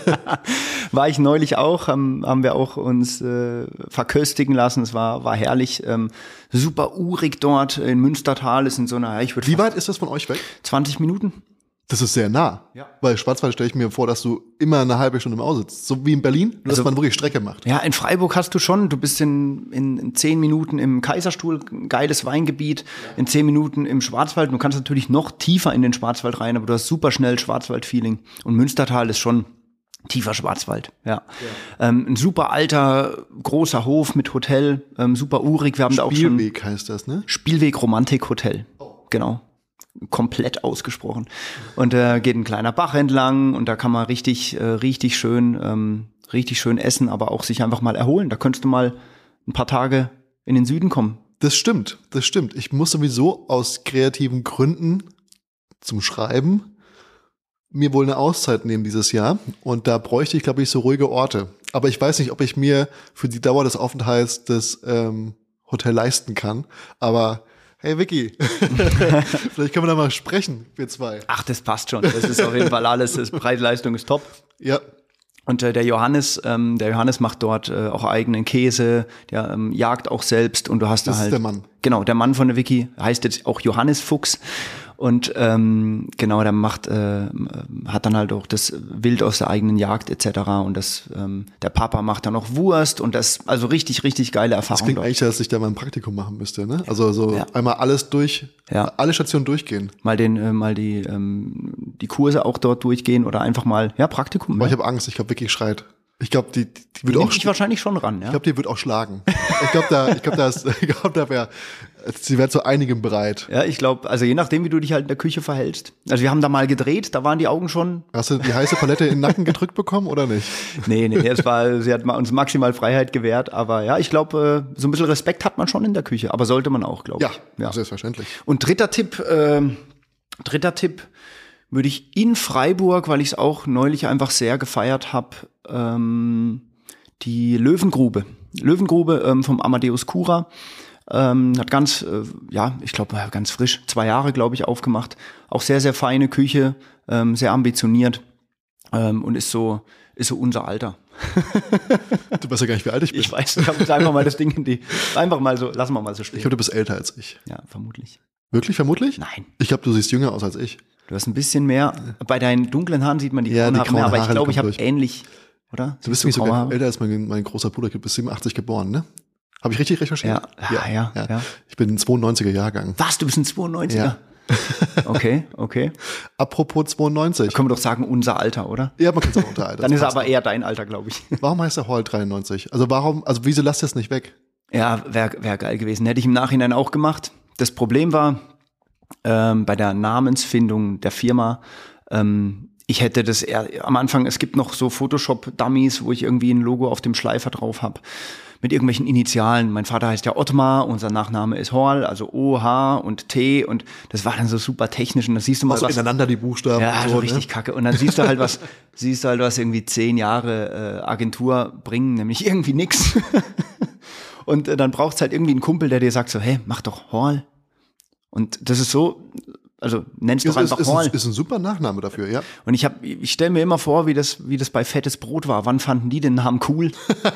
War ich neulich auch, haben, haben wir auch uns äh, verköstigen lassen. Es war, war herrlich. Ähm, super urig dort in Münstertal. Ist in so einer, ich würde Wie weit ist das von euch weg? zwanzig Minuten. Das ist sehr nah. Ja. Weil Schwarzwald stelle ich mir vor, dass du immer eine halbe Stunde im Auto sitzt. So wie in Berlin, nur also, dass man wirklich Strecke macht. Ja, in Freiburg hast du schon, du bist in, in, in zehn Minuten im Kaiserstuhl, geiles Weingebiet, ja. In zehn Minuten im Schwarzwald. Du kannst natürlich noch tiefer in den Schwarzwald rein, aber du hast super schnell Schwarzwald-Feeling. Und Münstertal ist schon tiefer Schwarzwald, ja. ja. Ähm, ein super alter, großer Hof mit Hotel, ähm, super urig. Wir haben da auch schon Spielweg heißt das, ne? Spielweg Romantik Hotel, oh. Genau. Komplett ausgesprochen. Und da äh, geht ein kleiner Bach entlang und da kann man richtig, äh, richtig schön, ähm, richtig schön essen, aber auch sich einfach mal erholen. Da könntest du mal ein paar Tage in den Süden kommen. Das stimmt, das stimmt. Ich muss sowieso aus kreativen Gründen zum Schreiben mir wohl eine Auszeit nehmen dieses Jahr. Und da bräuchte ich, glaube ich, so ruhige Orte. Aber ich weiß nicht, ob ich mir für die Dauer des Aufenthalts das ähm, Hotel leisten kann. Aber hey Vicky, vielleicht können wir da mal sprechen, wir zwei. Ach, das passt schon. Das ist auf jeden Fall alles. Das Preis-Leistung ist top. Ja. Und äh, der Johannes, ähm, der Johannes macht dort äh, auch eigenen Käse, der ähm, jagt auch selbst und du hast das da halt. Das ist der Mann. Genau, der Mann von der Vicky heißt jetzt auch Johannes Fuchs. Und ähm, genau, der macht, äh, hat dann halt auch das Wild aus der eigenen Jagd et cetera. Und das, ähm, der Papa macht dann auch Wurst und das, also richtig, richtig geile Erfahrung. Das klingt dort. eigentlich, dass ich da mal ein Praktikum machen müsste, ne? Also so ja. einmal alles durch, ja. alle Stationen durchgehen. Mal den, äh, mal die, ähm, die Kurse auch dort durchgehen oder einfach mal, ja, Praktikum. Boah, ja. ich habe Angst, ich glaube, Vicky schreit. Ich glaube, die, die, die wird die auch ich wahrscheinlich schon ran, ja. Ich glaube, die wird auch schlagen. Ich glaube, da, ich glaube, da ist, ich glaube, da wäre, sie wäre zu einigem bereit. Ja, ich glaube, also je nachdem, wie du dich halt in der Küche verhältst. Also wir haben da mal gedreht, da waren die Augen schon. Hast du die heiße Palette in den Nacken gedrückt bekommen oder nicht? Nee, nee, es war, sie hat uns maximal Freiheit gewährt, aber ja, ich glaube, so ein bisschen Respekt hat man schon in der Küche, aber sollte man auch, glaube ja, ich. Ja, selbstverständlich. Und dritter Tipp, äh, dritter Tipp würde ich in Freiburg, weil ich es auch neulich einfach sehr gefeiert habe, ähm, die Löwengrube. Löwengrube ähm, vom Amadeus Kura. Ähm, hat ganz, äh, ja, ich glaube, ganz frisch, zwei Jahre, glaube ich, aufgemacht. Auch sehr, sehr feine Küche, ähm, sehr ambitioniert ähm, und ist so, ist so unser Alter. Du weißt ja gar nicht, wie alt ich bin. Ich weiß, ich habe jetzt einfach mal das Ding in die, einfach mal so, lassen wir mal so stehen. Ich glaube, du bist älter als ich. Ja, vermutlich. Wirklich, vermutlich? Nein. Ich glaube, du siehst jünger aus als ich. Du hast ein bisschen mehr, bei deinen dunklen Haaren sieht man die ja, grauen die Haare grauen mehr, aber Haare ich glaube, ich habe durch. ähnlich, oder? Du bist nämlich sogar älter als mein, mein großer Bruder, du bist siebenundachtzig geboren, ne? Habe ich richtig recherchiert? Ja, ja, ja, ja, ja. Ich bin ein zweiundneunziger Jahrgang. Was, du bist ein zweiundneunziger? Ja. Okay, okay. Apropos zweiundneunzig. Da können wir doch sagen, unser Alter, oder? Ja, man kann es auch unter Alter. Dann ist er aber eher dein Alter, glaube ich. Warum heißt er Hall dreiundneunzig? Also warum, also wieso lasst ihr es nicht weg? Ja, wäre wär geil gewesen. Hätte ich im Nachhinein auch gemacht. Das Problem war, ähm, bei der Namensfindung der Firma, ähm, ich hätte das eher, am Anfang, es gibt noch so Photoshop-Dummies, wo ich irgendwie ein Logo auf dem Schleifer drauf habe. Mit irgendwelchen Initialen. Mein Vater heißt ja Ottmar, unser Nachname ist Horl, also O, H und T und das war dann so super technisch und da siehst du mal also was. ineinander die Buchstaben. Ja, und so so, richtig ne? kacke. Und dann siehst du halt was, siehst du halt was irgendwie zehn Jahre äh, Agentur bringen, nämlich irgendwie nix. Und äh, dann braucht es halt irgendwie einen Kumpel, der dir sagt so, hey, mach doch Hall. Und das ist so, also nenn's doch Ist, einfach ist, Hall. ist, ist ein super Nachname dafür, ja. Und ich hab, ich stelle mir immer vor, wie das, wie das bei Fettes Brot war. Wann fanden die den Namen cool?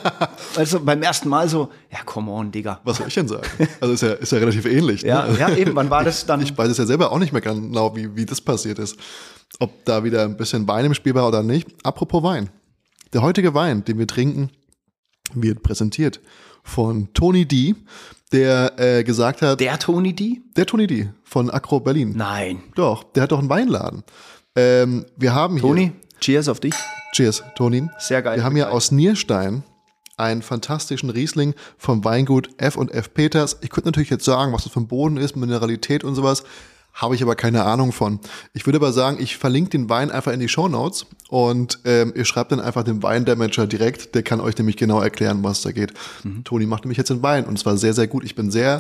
Also beim ersten Mal so, ja, come on, Digga. Was soll ich denn sagen? Also ist ja, ist ja relativ ähnlich. Ja, ne? ja, eben, wann war das dann? Ich weiß es ja selber auch nicht mehr genau, wie, wie das passiert ist. Ob da wieder ein bisschen Wein im Spiel war oder nicht. Apropos Wein. Der heutige Wein, den wir trinken, wird präsentiert von Tony D., der äh, gesagt hat, Der Tony D? der Tony D. von Acro Berlin. Nein. Doch, der hat doch einen Weinladen. Ähm, wir haben Tony, hier, cheers auf dich. cheers, Tony. Sehr geil. Wir haben hier aus Nierstein einen fantastischen Riesling vom Weingut F und F Peters. Ich könnte natürlich jetzt sagen, was das für ein Boden ist, Mineralität und sowas. Habe ich aber keine Ahnung von. Ich würde aber sagen, ich verlinke den Wein einfach in die Shownotes und ähm, ihr schreibt dann einfach dem Weindamager direkt. Der kann euch nämlich genau erklären, was da geht. Mhm. Toni macht nämlich jetzt den Wein und es war sehr, sehr gut. Ich bin sehr,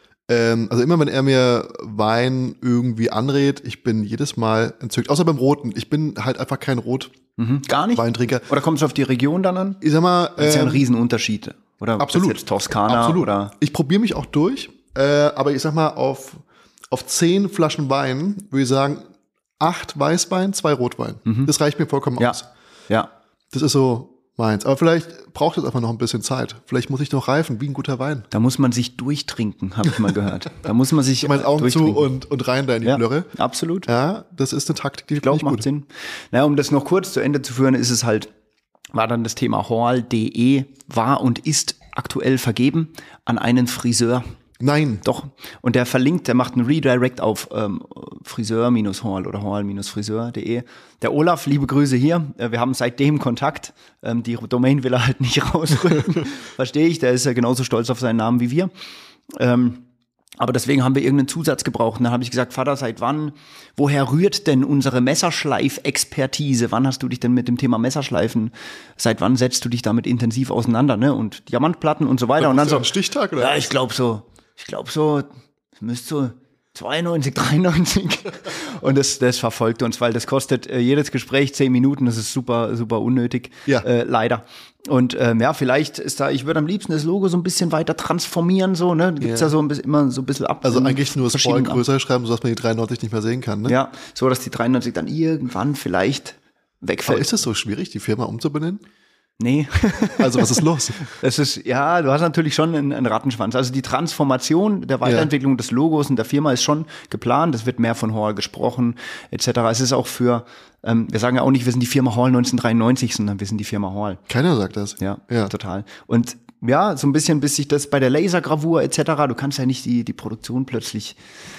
ähm, also immer wenn er mir Wein irgendwie anrät, ich bin jedes Mal entzückt. Außer beim Roten. Ich bin halt einfach kein Rot. Mhm. Gar nicht? Weintrinker. Oder kommt es auf die Region dann an? Ich sag mal, Das ist ja ein ähm, Riesenunterschied. Oder absolut. ist jetzt Toskana Absolut. oder? Ich probiere mich auch durch, äh, aber ich sag mal, auf, auf zehn Flaschen Wein würde ich sagen, acht Weißwein, zwei Rotwein. Mhm. Das reicht mir vollkommen Ja. aus. Ja. Das ist so meins. Aber vielleicht braucht es einfach noch ein bisschen Zeit. Vielleicht muss ich noch reifen, wie ein guter Wein. Da muss man sich durchtrinken, habe ich mal gehört. Da muss man sich Meine Augen zu durchtrinken. und, und rein da in die Ja, Blöre. absolut. Ja, das ist eine Taktik, die Ich glaube, finde macht Sinn. Naja, um das noch kurz zu Ende zu führen, ist es halt, war dann das Thema Hall punkt de, war und ist aktuell vergeben an einen Friseur. Nein. Doch. Und der verlinkt, der macht einen Redirect auf ähm, Friseur-Hall oder Hall-Friseur punkt de. Der Olaf, liebe Grüße hier. Äh, wir haben seitdem Kontakt. Ähm, die Domain will er halt nicht rausrücken. Verstehe ich. Der ist ja genauso stolz auf seinen Namen wie wir. Ähm, aber deswegen haben wir irgendeinen Zusatz gebraucht. Und dann habe ich gesagt, Vater, seit wann, woher rührt denn unsere Messerschleif-Expertise? Wann hast du dich denn mit dem Thema Messerschleifen, seit wann setzt du dich damit intensiv auseinander, ne? Und Diamantplatten und so weiter. Und dann so, ein Stichtag, oder? ja, ich glaube so, ich glaube so, es müsste so zweiundneunzig, dreiundneunzig. Und das, das verfolgt uns, weil das kostet äh, jedes Gespräch zehn Minuten. Das ist super, super unnötig. Ja. Äh, leider. Und ähm, ja, vielleicht ist da, ich würde am liebsten das Logo so ein bisschen weiter transformieren, so, ne? Gibt's ja, Ja. so ein bisschen, immer so ein bisschen ab. Also eigentlich nur das Spoil verschiedenen ab- größer schreiben, sodass man die dreiundneunzig nicht mehr sehen kann, ne? Ja, so dass die dreiundneunzig dann irgendwann vielleicht Aber wegfällt. ist es so schwierig, die Firma umzubenennen? Nee. Also was ist los? Das ist, ja, du hast natürlich schon einen, einen Rattenschwanz. Also die Transformation der Weiterentwicklung ja. des Logos und der Firma ist schon geplant. Es wird mehr von Hall gesprochen, et cetera. Es ist auch für, ähm, wir sagen ja auch nicht, wir sind die Firma Hall neunzehnhundertdreiundneunzig, sondern wir sind die Firma Hall. Keiner sagt das. Ja, Ja. total. Und ja, so ein bisschen, bis sich das bei der Lasergravur et cetera, du kannst ja nicht die, die Produktion plötzlich,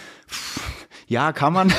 ja, kann man.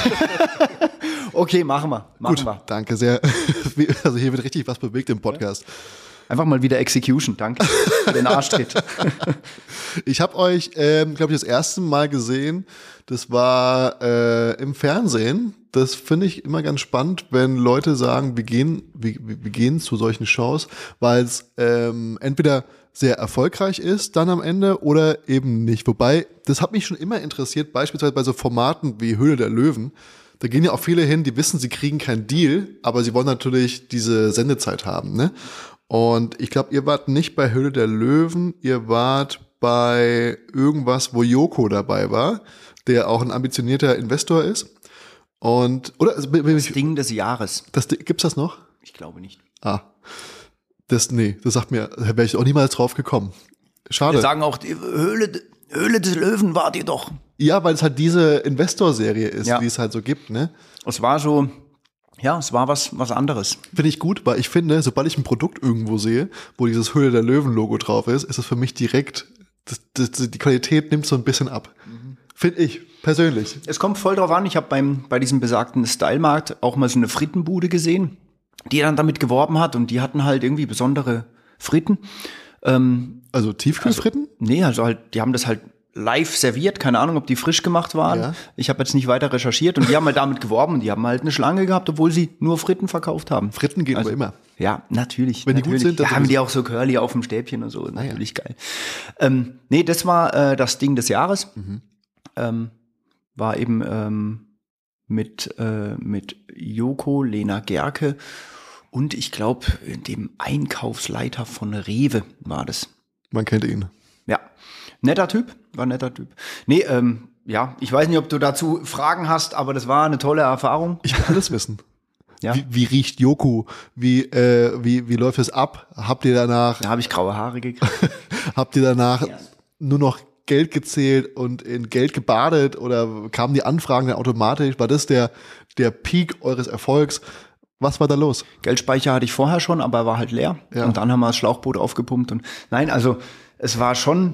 Okay, machen wir, machen Gut, wir. danke sehr. Also hier wird richtig was bewegt im Podcast. Einfach mal wieder Execution, danke für den Arschtritt. Ich habe euch, ähm, glaube ich, das erste Mal gesehen. Das war äh, im Fernsehen. Das finde ich immer ganz spannend, wenn Leute sagen, wir gehen, wir, wir gehen zu solchen Shows, weil es ähm, entweder sehr erfolgreich ist dann am Ende oder eben nicht. Wobei, das hat mich schon immer interessiert, beispielsweise bei so Formaten wie Höhle der Löwen. Da gehen ja auch viele hin, die wissen, sie kriegen keinen Deal, aber sie wollen natürlich diese Sendezeit haben, ne? Und ich glaube, ihr wart nicht bei Höhle der Löwen, ihr wart bei irgendwas, wo Joko dabei war, der auch ein ambitionierter Investor ist. Und, oder, also, Das Ding des Jahres. das, gibt's das noch? Ich glaube nicht. Ah. Das, nee, das sagt mir, da wäre ich auch niemals drauf gekommen. Schade. Wir sagen auch, die Höhle, Höhle des Löwen wart ihr doch. Ja, weil es halt diese Investor-Serie ist, Ja. die es halt so gibt, ne? Es war so, ja, es war was, was anderes. Finde ich gut, weil ich finde, sobald ich ein Produkt irgendwo sehe, wo dieses Höhle der Löwen-Logo drauf ist, ist es für mich direkt, das, das, die Qualität nimmt so ein bisschen ab. Mhm. Finde ich, persönlich. Es kommt voll drauf an, ich habe beim bei diesem besagten Stylemarkt auch mal so eine Frittenbude gesehen, die dann damit geworben hat und die hatten halt irgendwie besondere Fritten. Ähm, Also Tiefkühlfritten? nee, also halt, die haben das halt live serviert, keine Ahnung, ob die frisch gemacht waren. Ja. Ich habe jetzt nicht weiter recherchiert und die haben halt damit geworben und die haben halt eine Schlange gehabt, obwohl sie nur Fritten verkauft haben. Fritten gehen Also, aber immer. Ja, natürlich. Wenn die gut natürlich. sind, dann ja, haben sowieso. die auch so Curly auf dem Stäbchen und so. Natürlich geil. Ähm, nee, das war äh, das Ding des Jahres. Mhm. Ähm, war eben ähm, mit, äh, mit Joko, Lena Gerke und ich glaube, dem Einkaufsleiter von Rewe war das. Man kennt ihn. Ja, netter Typ, war ein netter Typ. Nee, ähm, ja, ich weiß nicht, ob du dazu Fragen hast, aber das war eine tolle Erfahrung. Ich will alles wissen. Ja. Wie, wie riecht Joko? Wie, äh, wie, wie läuft es ab? Habt ihr danach, Da habe ich graue Haare gekriegt. habt ihr danach Ja. nur noch Geld gezählt und in Geld gebadet oder kamen die Anfragen dann automatisch? War das der, der Peak eures Erfolgs? Was war da los? Geldspeicher hatte ich vorher schon, aber er war halt leer. Ja. Und dann haben wir das Schlauchboot aufgepumpt. Und nein, also es war schon,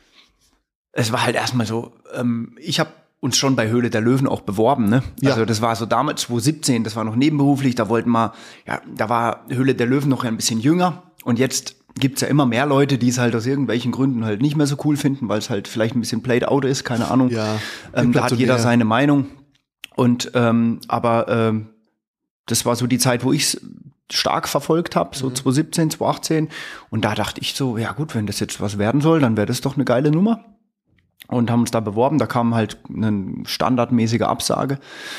es war halt erstmal so, ähm, ich habe uns schon bei Höhle der Löwen auch beworben, ne? Ja. Also das war so damals zwanzig siebzehn, das war noch nebenberuflich, da wollten wir, ja, da war Höhle der Löwen noch ein bisschen jünger und jetzt gibt's ja immer mehr Leute, die es halt aus irgendwelchen Gründen halt nicht mehr so cool finden, weil es halt vielleicht ein bisschen played out ist, keine Ahnung. Ja, ähm, da hat jeder inflationär. seine Meinung und ähm, aber ähm, das war so die Zeit, wo ich es stark verfolgt habe, so zwanzig siebzehn, zwanzig achtzehn und da dachte ich so, ja gut, wenn das jetzt was werden soll, dann wäre das doch eine geile Nummer. Und haben uns da beworben, da kam halt eine standardmäßige Absage.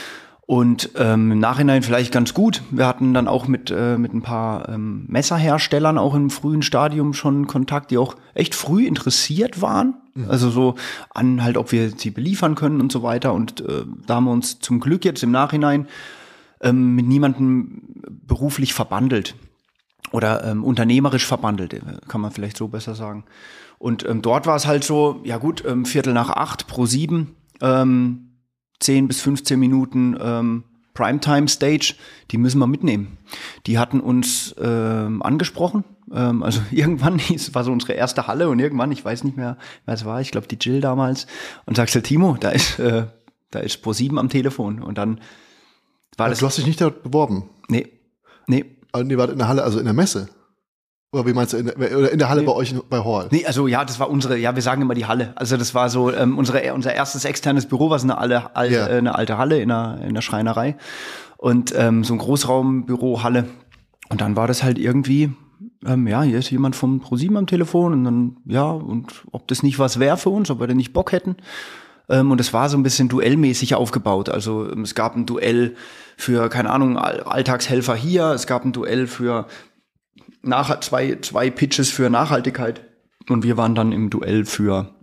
Und ähm, im Nachhinein vielleicht ganz gut. Wir hatten dann auch mit, äh, mit ein paar ähm, Messerherstellern auch im frühen Stadium schon Kontakt, die auch echt früh interessiert waren. Mhm. Also so an halt, ob wir sie beliefern können und so weiter. Und äh, da haben wir uns zum Glück jetzt im Nachhinein ähm, mit niemandem beruflich verbandelt. Oder ähm, unternehmerisch verbandelt, kann man vielleicht so besser sagen. Und ähm, dort war es halt so, ja gut, ähm, Viertel nach acht, pro sieben, ähm, zehn bis fünfzehn Minuten ähm, Primetime-Stage, die müssen wir mitnehmen. Die hatten uns ähm, angesprochen, ähm, also irgendwann, es war so unsere erste Halle und irgendwann, ich weiß nicht mehr, wer es war, ich glaube die Jill damals, und sagst halt, Timo, da ist, äh, da ist pro sieben am Telefon. Und dann war das... Du hast dich nicht dort beworben? Nee, nee. Also, ihr wart in der Halle, also in der Messe? Oder wie meinst du, in der, oder in der Halle Nee. bei euch bei Hall? Nee, also ja, das war unsere, ja, wir sagen immer die Halle. Also das war so ähm, unsere, unser erstes externes Büro, was eine, alte, alte, Ja. äh, eine alte Halle in der, in der Schreinerei. Und ähm, so ein Großraumbüro, Halle. Und dann war das halt irgendwie, ähm, ja, hier ist jemand vom ProSieben am Telefon und dann, ja, und ob das nicht was wäre für uns, ob wir denn nicht Bock hätten. Ähm, und es war so ein bisschen duellmäßig aufgebaut. Also ähm, es gab ein Duell für, keine Ahnung, All- Alltagshelfer hier, es gab ein Duell für Nach zwei, zwei Pitches für Nachhaltigkeit und wir waren dann im Duell für,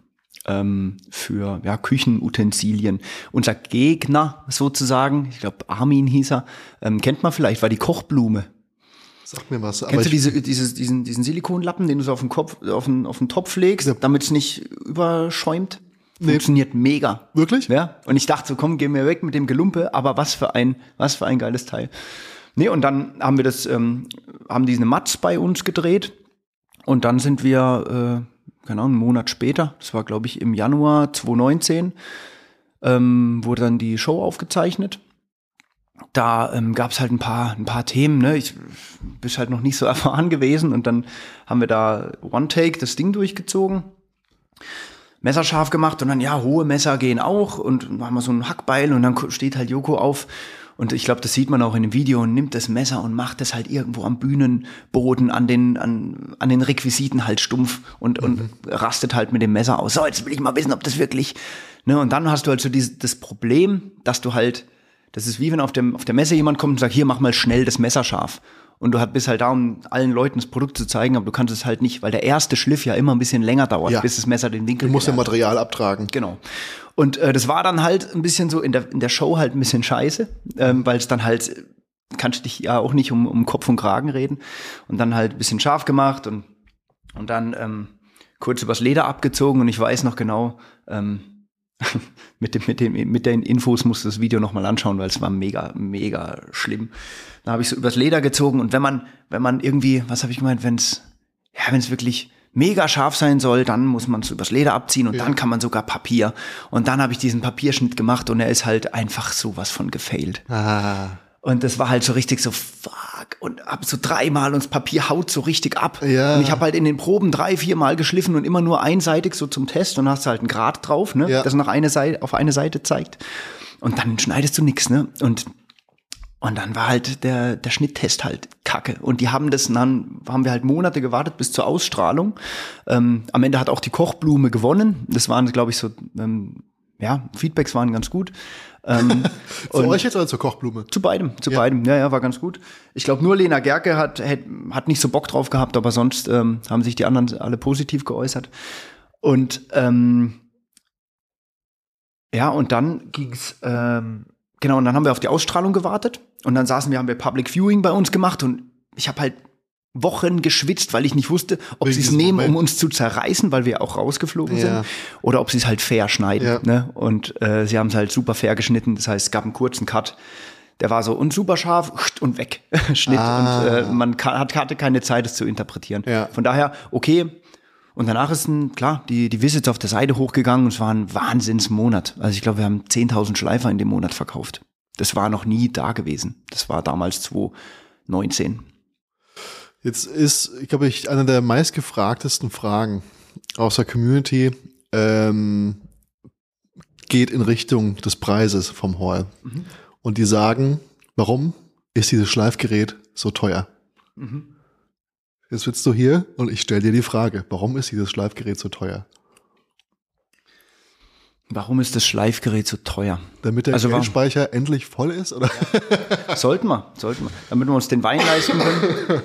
ähm, für ja, Küchenutensilien. Unser Gegner sozusagen, ich glaube Armin hieß er, ähm, kennt man vielleicht, war die Kochblume. Sag mir was. Aber Kennst du ich, diese, dieses, diesen, diesen Silikonlappen, den du so auf den Kopf, auf den, auf den Topf legst, Ja. damit es nicht überschäumt? Nee. Funktioniert mega. Wirklich? Ja. Und ich dachte so, komm, geh mir weg mit dem Gelumpe, aber was für ein, was für ein geiles Teil. Nee, und dann haben wir das, ähm, haben diese Mats bei uns gedreht und dann sind wir, äh, keine Ahnung, einen Monat später, das war glaube ich im Januar zwanzig neunzehn, ähm, wurde dann die Show aufgezeichnet. Da ähm, gab es halt ein paar, ein paar Themen, ne? Ich bin halt noch nicht so erfahren gewesen und dann haben wir da One Take das Ding durchgezogen, messerscharf gemacht und dann, ja, hohe Messer gehen auch und dann haben wir so ein Hackbeil und dann steht halt Joko auf. Und ich glaube, das sieht man auch in dem Video und nimmt das Messer und macht das halt irgendwo am Bühnenboden an den, an, an den Requisiten halt stumpf und, mhm. und rastet halt mit dem Messer aus. So, jetzt will ich mal wissen, ob das wirklich, ne, und dann hast du halt so dieses, das Problem, dass du halt, das ist wie wenn auf dem, auf der Messe jemand kommt und sagt, hier, mach mal schnell das Messer scharf. Und du bist halt da, um allen Leuten das Produkt zu zeigen, aber du kannst es halt nicht, weil der erste Schliff ja immer ein bisschen länger dauert, Ja. bis das Messer den Winkel du musst ja gelernt hat. Material abtragen. Genau. Und äh, das war dann halt ein bisschen so in der, in der Show halt ein bisschen scheiße, ähm, weil es dann halt, kannst du dich ja auch nicht um, um Kopf und Kragen reden. Und dann halt ein bisschen scharf gemacht und, und dann ähm, kurz übers Leder abgezogen und ich weiß noch genau, ähm, mit, dem, mit, dem, mit den Infos musst du das Video nochmal anschauen, weil es war mega, mega schlimm. Da habe ich so übers Leder gezogen und wenn man, wenn man irgendwie, was habe ich gemeint, wenn es, ja, wenn es wirklich mega scharf sein soll, dann muss man es übers Leder abziehen und Ja. dann kann man sogar Papier. Und dann habe ich diesen Papierschnitt gemacht und er ist halt einfach sowas von gefailt. Ah. Und das war halt so richtig so, fuck, und hab so dreimal und das Papier haut so richtig ab. Ja. Und ich habe halt in den Proben drei, vier Mal geschliffen und immer nur einseitig so zum Test und dann hast du halt einen Grad drauf, ne, Ja. das nach eine Seite, auf eine Seite zeigt. Und dann schneidest du nix, ne, und Und dann war halt der, der Schnitttest halt kacke. Und die haben das, dann haben wir halt Monate gewartet bis zur Ausstrahlung. Ähm, am Ende hat auch die Kochblume gewonnen. Das waren, glaube ich, so, ähm, ja, Feedbacks waren ganz gut. Ähm, zu euch jetzt oder zur Kochblume? Zu beidem, zu Ja. beidem. Ja, ja, war ganz gut. Ich glaube, nur Lena Gerke hat, hat, hat nicht so Bock drauf gehabt, aber sonst ähm, haben sich die anderen alle positiv geäußert. Und ähm, ja, und dann ging's, ähm, genau, und dann haben wir auf die Ausstrahlung gewartet und dann saßen wir, haben wir Public Viewing bei uns gemacht und ich habe halt Wochen geschwitzt, weil ich nicht wusste, ob Wegen sie es diesem nehmen, Moment. um uns zu zerreißen, weil wir auch rausgeflogen Ja. sind, oder ob sie es halt fair schneiden. Ja. Ne? Und äh, sie haben es halt super fair geschnitten. Das heißt, es gab einen kurzen Cut. Der war so und super scharf und weg. Schnitt. Ah. Und äh, man kann, hat, hatte keine Zeit, es zu interpretieren. Ja. Von daher, okay. Und danach ist ein, klar, die, die Visits auf der Seite hochgegangen und es war ein Wahnsinnsmonat. Also ich glaube, wir haben zehntausend Schleifer in dem Monat verkauft. Das war noch nie da gewesen. Das war damals zwanzig neunzehn. Jetzt ist, ich glaube, ich eine der meistgefragtesten Fragen aus der Community ähm, geht in Richtung des Preises vom Hall. Mhm. Und die sagen, warum ist dieses Schleifgerät so teuer? Mhm. Jetzt sitzt du hier und ich stelle dir die Frage, warum ist dieses Schleifgerät so teuer? Warum ist das Schleifgerät so teuer? Damit der Also warum- Geldspeicher endlich voll ist? Oder? Sollten wir, sollten wir. Damit wir uns den Wein leisten können.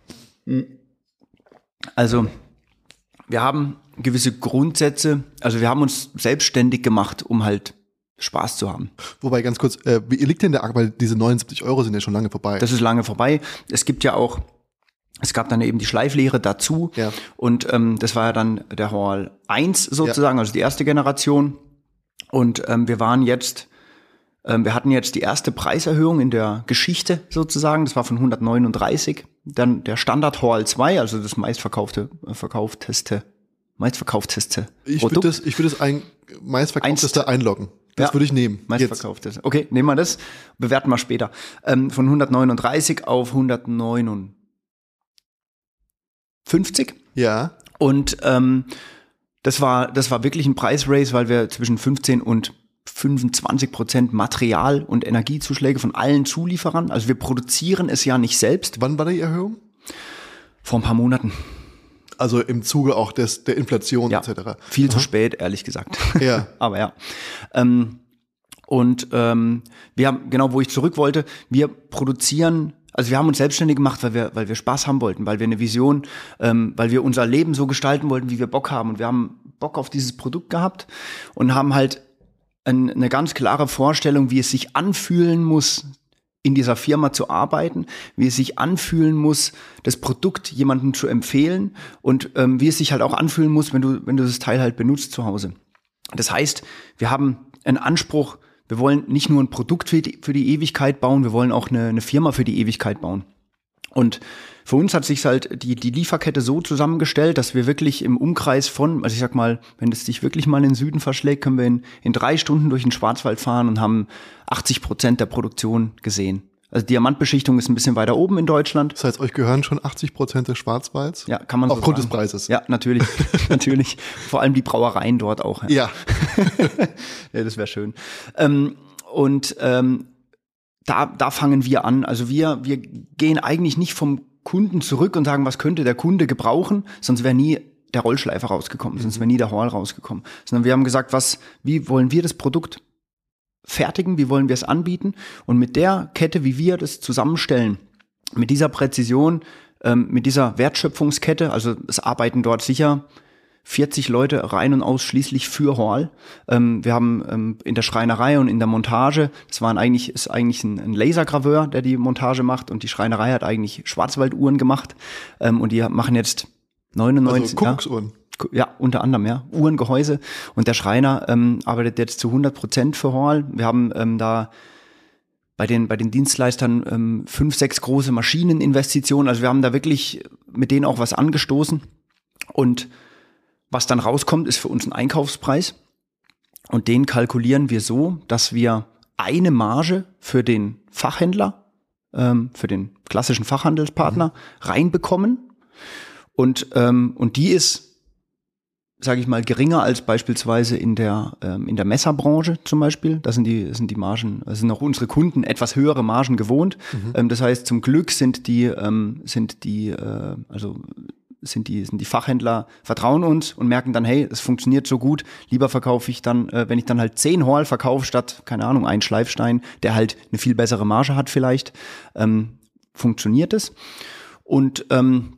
Also, wir haben gewisse Grundsätze, also wir haben uns selbstständig gemacht, um halt Spaß zu haben. Wobei ganz kurz, äh, wie liegt denn der Akku? Weil diese neunundsiebzig Euro sind ja schon lange vorbei. Das ist lange vorbei. Es gibt ja auch, es gab dann eben die Schleiflehre dazu. Ja. Und ähm, das war ja dann der Hall eins sozusagen, also die erste Generation. Und ähm, wir waren jetzt, ähm, wir hatten jetzt die erste Preiserhöhung in der Geschichte sozusagen. Das war von hundertneununddreißig. Dann der Standard Hall zwei, also das meistverkaufte, äh, verkaufteste, meistverkaufteste ich würde Produkt. das, ich würde das ein meistverkaufteste einloggen. Das Ja. würde ich nehmen. Jetzt. Meistverkauftes. Okay, nehmen wir das. Bewerten wir später. Ähm, von hundertneununddreißig auf hundertneunundfünfzig. Ja. Und ähm, das war das war wirklich ein Preisrace, weil wir zwischen fünfzehn und fünfundzwanzig Prozent Material- und Energiezuschläge von allen Zulieferern, also wir produzieren es ja nicht selbst, Wann war die Erhöhung? vor ein paar Monaten. Also im Zuge auch des, der Inflation Ja, et cetera. viel zu spät, ehrlich gesagt. Ja. Aber ja. Ähm, und ähm, wir haben, genau wo ich zurück wollte, wir produzieren, also wir haben uns selbstständig gemacht, weil wir, weil wir Spaß haben wollten, weil wir eine Vision, ähm, weil wir unser Leben so gestalten wollten, wie wir Bock haben. Und wir haben Bock auf dieses Produkt gehabt und haben halt ein, eine ganz klare Vorstellung, wie es sich anfühlen muss, in dieser Firma zu arbeiten, wie es sich anfühlen muss, das Produkt jemandem zu empfehlen und ähm, wie es sich halt auch anfühlen muss, wenn du, wenn du das Teil halt benutzt zu Hause. Das heißt, wir haben einen Anspruch, wir wollen nicht nur ein Produkt für die, für die Ewigkeit bauen, wir wollen auch eine, eine Firma für die Ewigkeit bauen. Und für uns hat sich halt die, die Lieferkette so zusammengestellt, dass wir wirklich im Umkreis von, also ich sag mal, wenn es dich wirklich mal in den Süden verschlägt, können wir in, in drei Stunden durch den Schwarzwald fahren und haben achtzig Prozent der Produktion gesehen. Also Diamantbeschichtung ist ein bisschen weiter oben in Deutschland. Das heißt, euch gehören schon achtzig Prozent des Schwarzwalds? Ja, kann man so Aufgrund sagen. des Preises? Ja, natürlich, natürlich. Vor allem die Brauereien dort auch. Ja. Ja, das wäre schön. Ähm, und ähm, da, da fangen wir an. Also wir, wir gehen eigentlich nicht vom Kunden zurück und sagen, was könnte der Kunde gebrauchen, sonst wäre nie der Rollschleifer rausgekommen, sonst wäre nie der Hall rausgekommen. Sondern wir haben gesagt, was, wie wollen wir das Produkt fertigen, wie wollen wir es anbieten? Und mit der Kette, wie wir das zusammenstellen, mit dieser Präzision, ähm, mit dieser Wertschöpfungskette, also es arbeiten dort sicher vierzig Leute rein und ausschließlich für Hall. Ähm, wir haben ähm, in der Schreinerei und in der Montage, das waren eigentlich, ist eigentlich ein, ein Lasergraveur, der die Montage macht, und die Schreinerei hat eigentlich Schwarzwalduhren gemacht, ähm, und die machen jetzt neunundneunzig, Also Kuckucksuhren. ja, ja, unter anderem, ja, Uhrengehäuse, und der Schreiner ähm, arbeitet jetzt zu hundert Prozent für Hall. Wir haben ähm, da bei den, bei den Dienstleistern ähm, fünf, sechs große Maschineninvestitionen, also wir haben da wirklich mit denen auch was angestoßen, und was dann rauskommt, ist für uns ein Einkaufspreis, und den kalkulieren wir so, dass wir eine Marge für den Fachhändler, ähm, für den klassischen Fachhandelspartner mhm. reinbekommen, und ähm, und die ist, sage ich mal, geringer als beispielsweise in der ähm, in der Messerbranche zum Beispiel. Da sind die sind die Margen, das sind auch unsere Kunden etwas höhere Margen gewohnt. Mhm. Ähm, das heißt, zum Glück sind die ähm, sind die äh, also sind die, sind die Fachhändler, vertrauen uns und merken dann, hey, es funktioniert so gut, lieber verkaufe ich dann, äh, wenn ich dann halt zehn Horl verkaufe statt, keine Ahnung, einen Schleifstein, der halt eine viel bessere Marge hat vielleicht, ähm, funktioniert es. Und, ähm,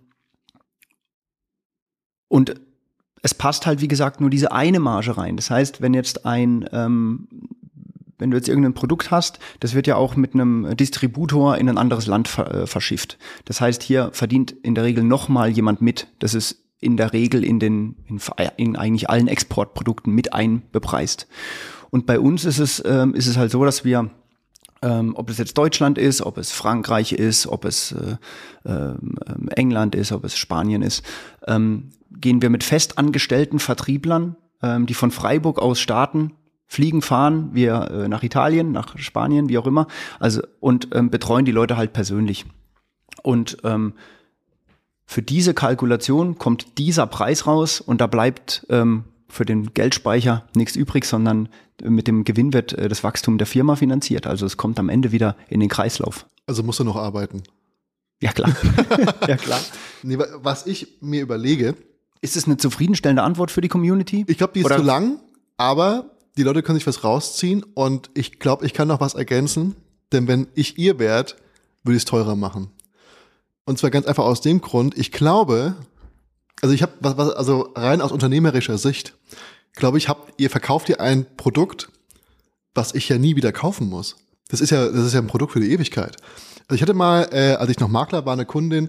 und es passt halt, wie gesagt, nur diese eine Marge rein. Das heißt, wenn jetzt ein, ähm, wenn du jetzt irgendein Produkt hast, das wird ja auch mit einem Distributor in ein anderes Land ver- äh, verschifft. Das heißt, hier verdient in der Regel nochmal jemand mit. Das ist in der Regel in den, in, in eigentlich allen Exportprodukten mit einbepreist. Und bei uns ist es, ähm, ist es halt so, dass wir, Ähm, ob es jetzt Deutschland ist, ob es Frankreich ist, ob es äh, äh, England ist, ob es Spanien ist, ähm, gehen wir mit festangestellten Vertrieblern, ähm, die von Freiburg aus starten, fliegen, fahren wir äh, nach Italien, nach Spanien, wie auch immer, also und ähm, betreuen die Leute halt persönlich. Und ähm, für diese Kalkulation kommt dieser Preis raus und da bleibt ähm, für den Geldspeicher nichts übrig, sondern mit dem Gewinn wird äh, das Wachstum der Firma finanziert. Also es kommt am Ende wieder in den Kreislauf. Also musst du noch arbeiten. Ja, klar. ja, klar. Nee, was ich mir überlege. Ist es eine zufriedenstellende Antwort für die Community? Ich glaube, die ist Oder? zu lang, aber die Leute können sich was rausziehen und ich glaube, ich kann noch was ergänzen, denn wenn ich ihr wärt, würde ich es teurer machen. Und zwar ganz einfach aus dem Grund, ich glaube, also ich habe was, was, also rein aus unternehmerischer Sicht, glaube ich, habt ihr verkauft ihr ein Produkt, was ich ja nie wieder kaufen muss. Das ist ja, das ist ja ein Produkt für die Ewigkeit. Also ich hatte mal, äh, als ich noch Makler war, eine Kundin,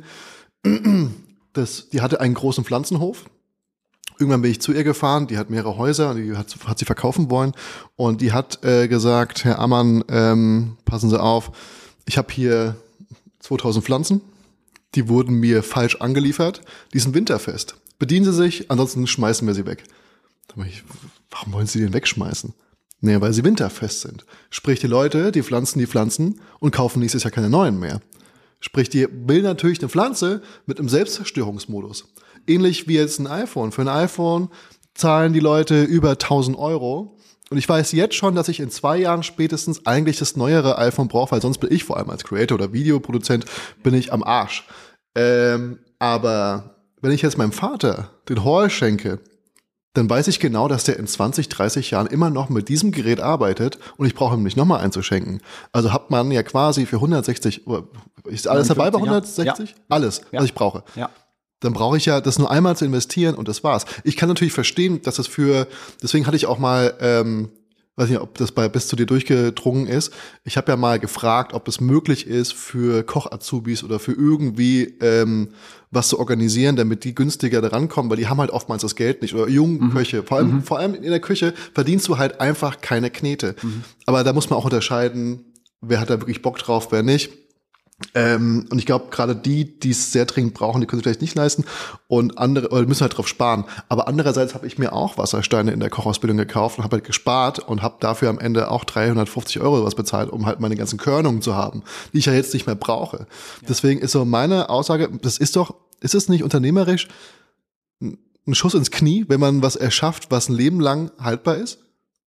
das, die hatte einen großen Pflanzenhof. Irgendwann bin ich zu ihr gefahren, die hat mehrere Häuser und die hat, hat sie verkaufen wollen. Und die hat äh, gesagt, Herr Ammann, ähm, passen Sie auf, ich habe hier zweitausend Pflanzen, die wurden mir falsch angeliefert, die sind winterfest. Bedienen Sie sich, ansonsten schmeißen wir sie weg. Da ich, warum wollen Sie den wegschmeißen? Nee, weil sie winterfest sind. Sprich, die Leute, die pflanzen die Pflanzen und kaufen nächstes Jahr keine neuen mehr. Sprich, die will natürlich eine Pflanze mit einem Selbstzerstörungsmodus. Ähnlich wie jetzt ein iPhone. Für ein iPhone zahlen die Leute über tausend Euro. Und ich weiß jetzt schon, dass ich in zwei Jahren spätestens eigentlich das neuere iPhone brauche, weil sonst bin ich vor allem als Creator oder Videoproduzent bin ich am Arsch. Ähm, aber wenn ich jetzt meinem Vater den Haul schenke, dann weiß ich genau, dass der in zwanzig, dreißig Jahren immer noch mit diesem Gerät arbeitet und ich brauche ihm nicht nochmal einzuschenken. Also hat man ja quasi für hundertsechzig, ist alles dabei bei hundertsechzig? Ja. Alles, ja. Was ich brauche. Ja. Dann brauche ich ja das nur einmal zu investieren und das war's. Ich kann natürlich verstehen, dass das für, deswegen hatte ich auch mal, ähm, weiß nicht, ob das bei bis zu dir durchgedrungen ist. Ich habe ja mal gefragt, ob es möglich ist, für Koch-Azubis oder für irgendwie ähm, was zu organisieren, damit die günstiger da rankommen, weil die haben halt oftmals das Geld nicht. Oder jungen mhm. Köche. Vor allem, mhm. vor allem in der Küche verdienst du halt einfach keine Knete. Mhm. Aber da muss man auch unterscheiden, wer hat da wirklich Bock drauf, wer nicht. Ähm, und ich glaube, gerade die, die es sehr dringend brauchen, die können es vielleicht nicht leisten und andere oder müssen halt drauf sparen. Aber andererseits habe ich mir auch Wassersteine in der Kochausbildung gekauft und habe halt gespart und habe dafür am Ende auch dreihundertfünfzig Euro was bezahlt, um halt meine ganzen Körnungen zu haben, die ich ja jetzt nicht mehr brauche. Ja. Deswegen ist so meine Aussage, das ist doch, ist es nicht unternehmerisch ein Schuss ins Knie, wenn man was erschafft, was ein Leben lang haltbar ist?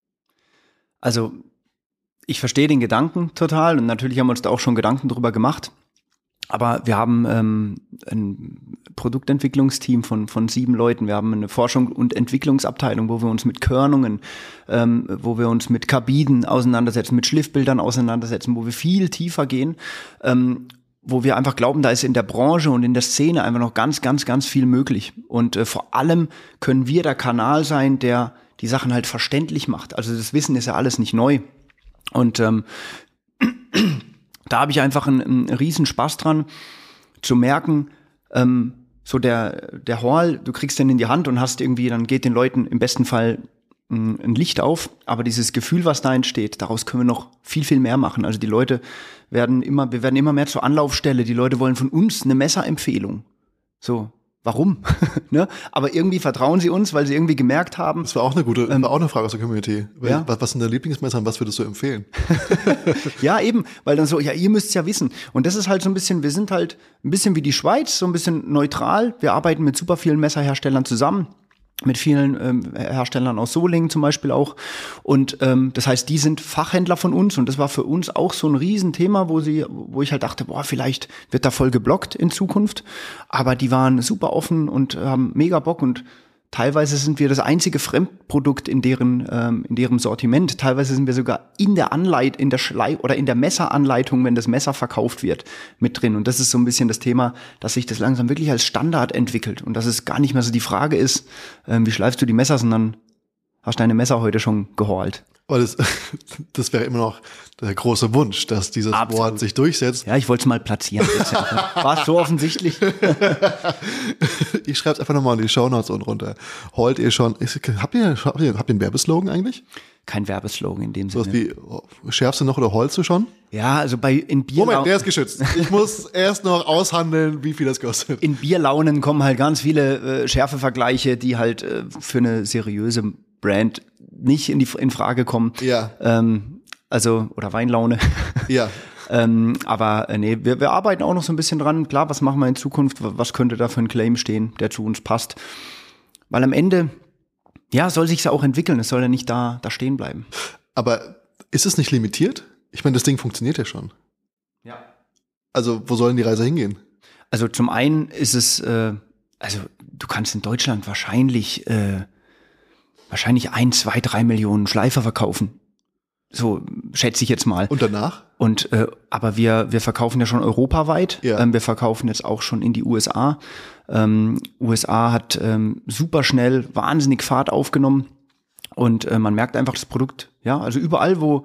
Also ich verstehe den Gedanken total und natürlich haben wir uns da auch schon Gedanken drüber gemacht. Aber wir haben ähm, ein Produktentwicklungsteam von von sieben Leuten. Wir haben eine Forschung- und Entwicklungsabteilung, wo wir uns mit Körnungen, ähm, wo wir uns mit Kabiden auseinandersetzen, mit Schliffbildern auseinandersetzen, wo wir viel tiefer gehen, ähm, wo wir einfach glauben, da ist in der Branche und in der Szene einfach noch ganz, ganz, ganz viel möglich. Und äh, vor allem können wir der Kanal sein, der die Sachen halt verständlich macht. Also das Wissen ist ja alles nicht neu. Und ähm, da habe ich einfach einen, einen riesen Spaß dran, zu merken, ähm, so der der Haul, du kriegst den in die Hand und hast irgendwie, dann geht den Leuten im besten Fall ein, ein Licht auf, aber dieses Gefühl, was da entsteht, daraus können wir noch viel, viel mehr machen. Also die Leute werden immer, wir werden immer mehr zur Anlaufstelle, die Leute wollen von uns eine Messerempfehlung. So. Warum? ne? Aber irgendwie vertrauen sie uns, weil sie irgendwie gemerkt haben. Das war auch eine gute, ähm, war auch eine Frage aus der Community. Ja? Was, was sind deine Lieblingsmesser und was würdest du empfehlen? ja, eben, weil dann so, ja, ihr müsst es ja wissen. Und das ist halt so ein bisschen, wir sind halt ein bisschen wie die Schweiz, so ein bisschen neutral. Wir arbeiten mit super vielen Messerherstellern zusammen. mit vielen ähm, Herstellern aus Solingen zum Beispiel auch. Und ähm, das heißt, die sind Fachhändler von uns und das war für uns auch so ein Riesenthema, wo sie, wo ich halt dachte, boah, vielleicht wird da voll geblockt in Zukunft. Aber die waren super offen und haben mega Bock und teilweise sind wir das einzige Fremdprodukt in deren ähm, in deren Sortiment. Teilweise sind wir sogar in der Anleit in der Schlei oder in der Messeranleitung, wenn das Messer verkauft wird, mit drin. Und das ist so ein bisschen das Thema, dass sich das langsam wirklich als Standard entwickelt und dass es gar nicht mehr so die Frage ist, ähm, wie schleifst du die Messer, sondern hast deine Messer heute schon gehorlt. Aber das, das wäre immer noch der große Wunsch, dass dieses Absolut. Wort sich durchsetzt. Ja, ich wollte es mal platzieren. War es so offensichtlich? Ich schreibe es einfach nochmal in die Shownotes unten runter. Holt ihr schon, ist, habt ihr, habt ihr, habt ihr einen Werbeslogan eigentlich? Kein Werbeslogan in dem So was Sinne. wie, schärfst du noch oder holst du schon? Ja, also bei in Bier Moment, der ist geschützt. Ich muss erst noch aushandeln, wie viel das kostet. in Bierlaunen kommen halt ganz viele äh, Schärfevergleiche, die halt äh, für eine seriöse Brand nicht in die in Frage kommen. Ja. Ähm, also, oder Weinlaune. Ja. ähm, aber äh, nee, wir, wir arbeiten auch noch so ein bisschen dran. Klar, was machen wir in Zukunft? Was könnte da für ein Claim stehen, der zu uns passt? Weil am Ende, ja, soll sich's ja auch entwickeln. Es soll ja nicht da, da stehen bleiben. Aber ist es nicht limitiert? Ich meine, das Ding funktioniert ja schon. Ja. Also, wo soll denn die Reise hingehen? Also zum einen ist es, äh, also du kannst in Deutschland wahrscheinlich äh, wahrscheinlich ein, zwei, drei Millionen Schleifer verkaufen. So schätze ich jetzt mal. Und danach? Und äh, aber wir wir verkaufen ja schon europaweit. Ja. Ähm, wir verkaufen jetzt auch schon in die U S A. Ähm, U S A hat ähm, super schnell wahnsinnig Fahrt aufgenommen und äh, man merkt einfach das Produkt. Ja, also überall, wo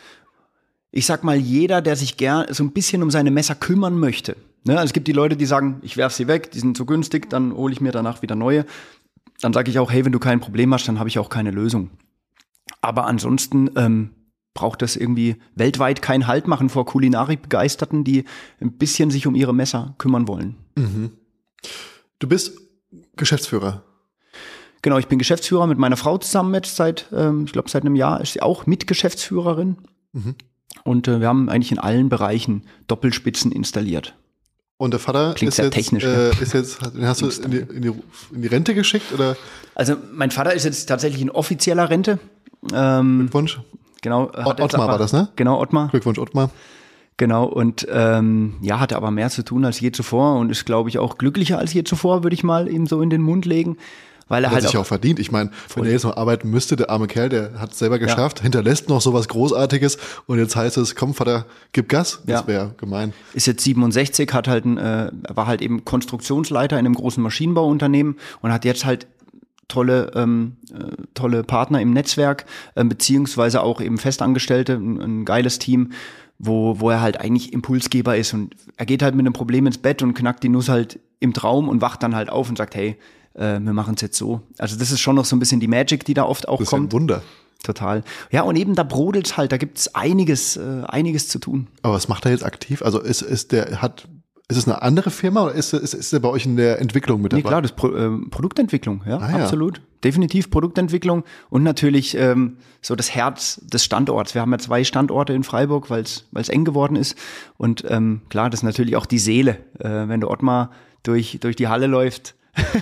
ich sag mal, jeder, der sich gern so ein bisschen um seine Messer kümmern möchte. Ne? Also es gibt die Leute, die sagen, ich werf sie weg, die sind zu günstig, dann hole ich mir danach wieder neue. Dann sage ich auch, hey, wenn du kein Problem hast, dann habe ich auch keine Lösung. Aber ansonsten ähm, braucht das irgendwie weltweit keinen Halt machen vor Kulinarik-Begeisterten, die ein bisschen sich um ihre Messer kümmern wollen. Mhm. Du bist Geschäftsführer. Genau, ich bin Geschäftsführer mit meiner Frau zusammen jetzt seit, ähm, ich glaube seit einem Jahr ist sie auch Mitgeschäftsführerin. Mhm. Und äh, wir haben eigentlich in allen Bereichen Doppelspitzen installiert. Und der Vater Klingt ist sehr jetzt, technisch, äh, ne? ist jetzt, den hast du in die, in, die, in die Rente geschickt oder Also mein Vater ist jetzt tatsächlich in offizieller Rente. Ähm, Glückwunsch? genau. hat Ott- jetzt Ottmar aber- war das, ne? Genau, Ottmar. Glückwunsch, Ottmar. Genau, und ähm, ja, hatte aber mehr zu tun als je zuvor und ist, glaube ich, auch glücklicher als je zuvor, würde ich mal ihm so in den Mund legen. Weil er Hat halt sich auch, auch verdient. Ich meine, wenn er jetzt noch arbeiten müsste, der arme Kerl, der hat es selber geschafft, hinterlässt noch sowas Großartiges und jetzt heißt es, komm Vater, gib Gas. Das Ja. wäre gemein. ist jetzt siebenundsechzig, hat halt ein, äh, war halt eben Konstruktionsleiter in einem großen Maschinenbauunternehmen und hat jetzt halt tolle ähm, äh, tolle Partner im Netzwerk, äh, beziehungsweise auch eben Festangestellte, ein, ein geiles Team, wo wo er halt eigentlich Impulsgeber ist und er geht halt mit einem Problem ins Bett und knackt die Nuss halt im Traum und wacht dann halt auf und sagt, hey, äh, wir machen es jetzt so. Also das ist schon noch so ein bisschen die Magic, die da oft auch Das ist ja ein kommt. Wunder. Total. Ja, und eben da brodelt's halt, da gibt's einiges, äh, einiges zu tun. Aber was macht er jetzt aktiv? Also ist, ist der, hat, ist es eine andere Firma oder ist, ist, ist er bei euch in der Entwicklung mit dabei? Nee, klar, das Pro, ähm, Produktentwicklung, ja, Ah, ja. absolut. Definitiv Produktentwicklung und natürlich ähm, so das Herz des Standorts. Wir haben ja zwei Standorte in Freiburg, weil es eng geworden ist. Und ähm, klar, das ist natürlich auch die Seele. Äh, wenn der Ottmar durch, durch die Halle läuft,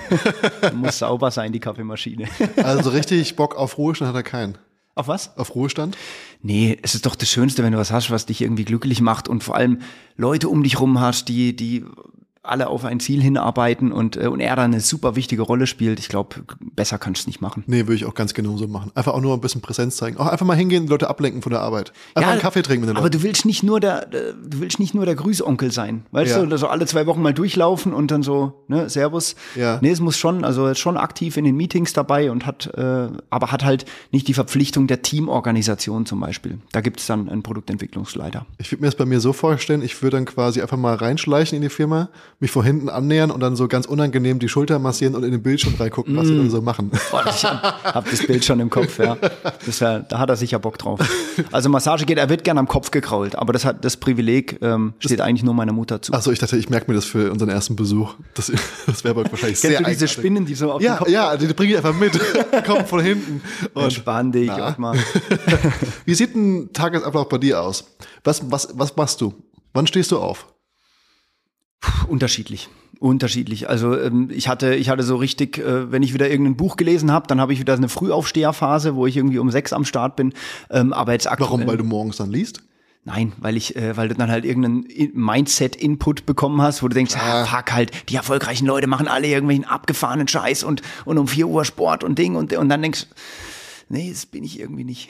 muss sauber sein, die Kaffeemaschine. Also richtig Bock auf Ruhestand hat er keinen. Auf was? Auf Ruhestand? Nee, es ist doch das Schönste, wenn du was hast, was dich irgendwie glücklich macht und vor allem Leute um dich rum hast, die, die alle auf ein Ziel hinarbeiten und, äh, und er da eine super wichtige Rolle spielt. Ich glaube, besser kannst du es nicht machen. Nee, würde ich auch ganz genau so machen. Einfach auch nur ein bisschen Präsenz zeigen. Auch einfach mal hingehen, die Leute ablenken von der Arbeit. Einfach einen Kaffee trinken mit den aber Leuten. du willst nicht nur der, der- du willst nicht nur der Grüßonkel sein, weißt Ja. du, oder so alle zwei Wochen mal durchlaufen und dann so, ne, Servus. Ja. Nee, es muss schon, also er ist schon aktiv in den Meetings dabei und hat, äh, aber hat halt nicht die Verpflichtung der Teamorganisation zum Beispiel. Da gibt es dann einen Produktentwicklungsleiter. Ich würde mir das bei mir so vorstellen, ich würde dann quasi einfach mal reinschleichen in die Firma, mich von hinten annähern und dann so ganz unangenehm die Schulter massieren und in den Bildschirm reingucken, was Mm. sie dann so machen. Boah, ich hab das Bild schon im Kopf, ja. Das ist ja. Da hat er sicher Bock drauf. Also Massage geht, er wird gern am Kopf gekrault, aber das hat das Privileg ähm, steht eigentlich nur meiner Mutter zu. Achso, ich dachte, ich merke mir das für unseren ersten Besuch. Das, das wäre wahrscheinlich Kennst sehr du diese eigenartig. Spinnen, die so auf den Ja, Kopf ja, die bringe ich einfach mit. Kommt von hinten. Und Entspann dich, Na. Ottmar. wie sieht ein Tagesablauf bei dir aus? Was, was, was machst du? Wann stehst du auf? Unterschiedlich. Unterschiedlich. Also ähm, ich hatte, ich hatte so richtig, äh, wenn ich wieder irgendein Buch gelesen habe, dann habe ich wieder eine Frühaufsteherphase, wo ich irgendwie um sechs am Start bin. Ähm, aber jetzt aktuell. Warum? Weil du morgens dann liest? Nein, weil ich, äh, weil du dann halt irgendeinen Mindset-Input bekommen hast, wo du denkst, ah, fuck halt, die erfolgreichen Leute machen alle irgendwelchen abgefahrenen Scheiß und und um vier Uhr Sport und Ding und und dann denkst nee, das bin ich irgendwie nicht.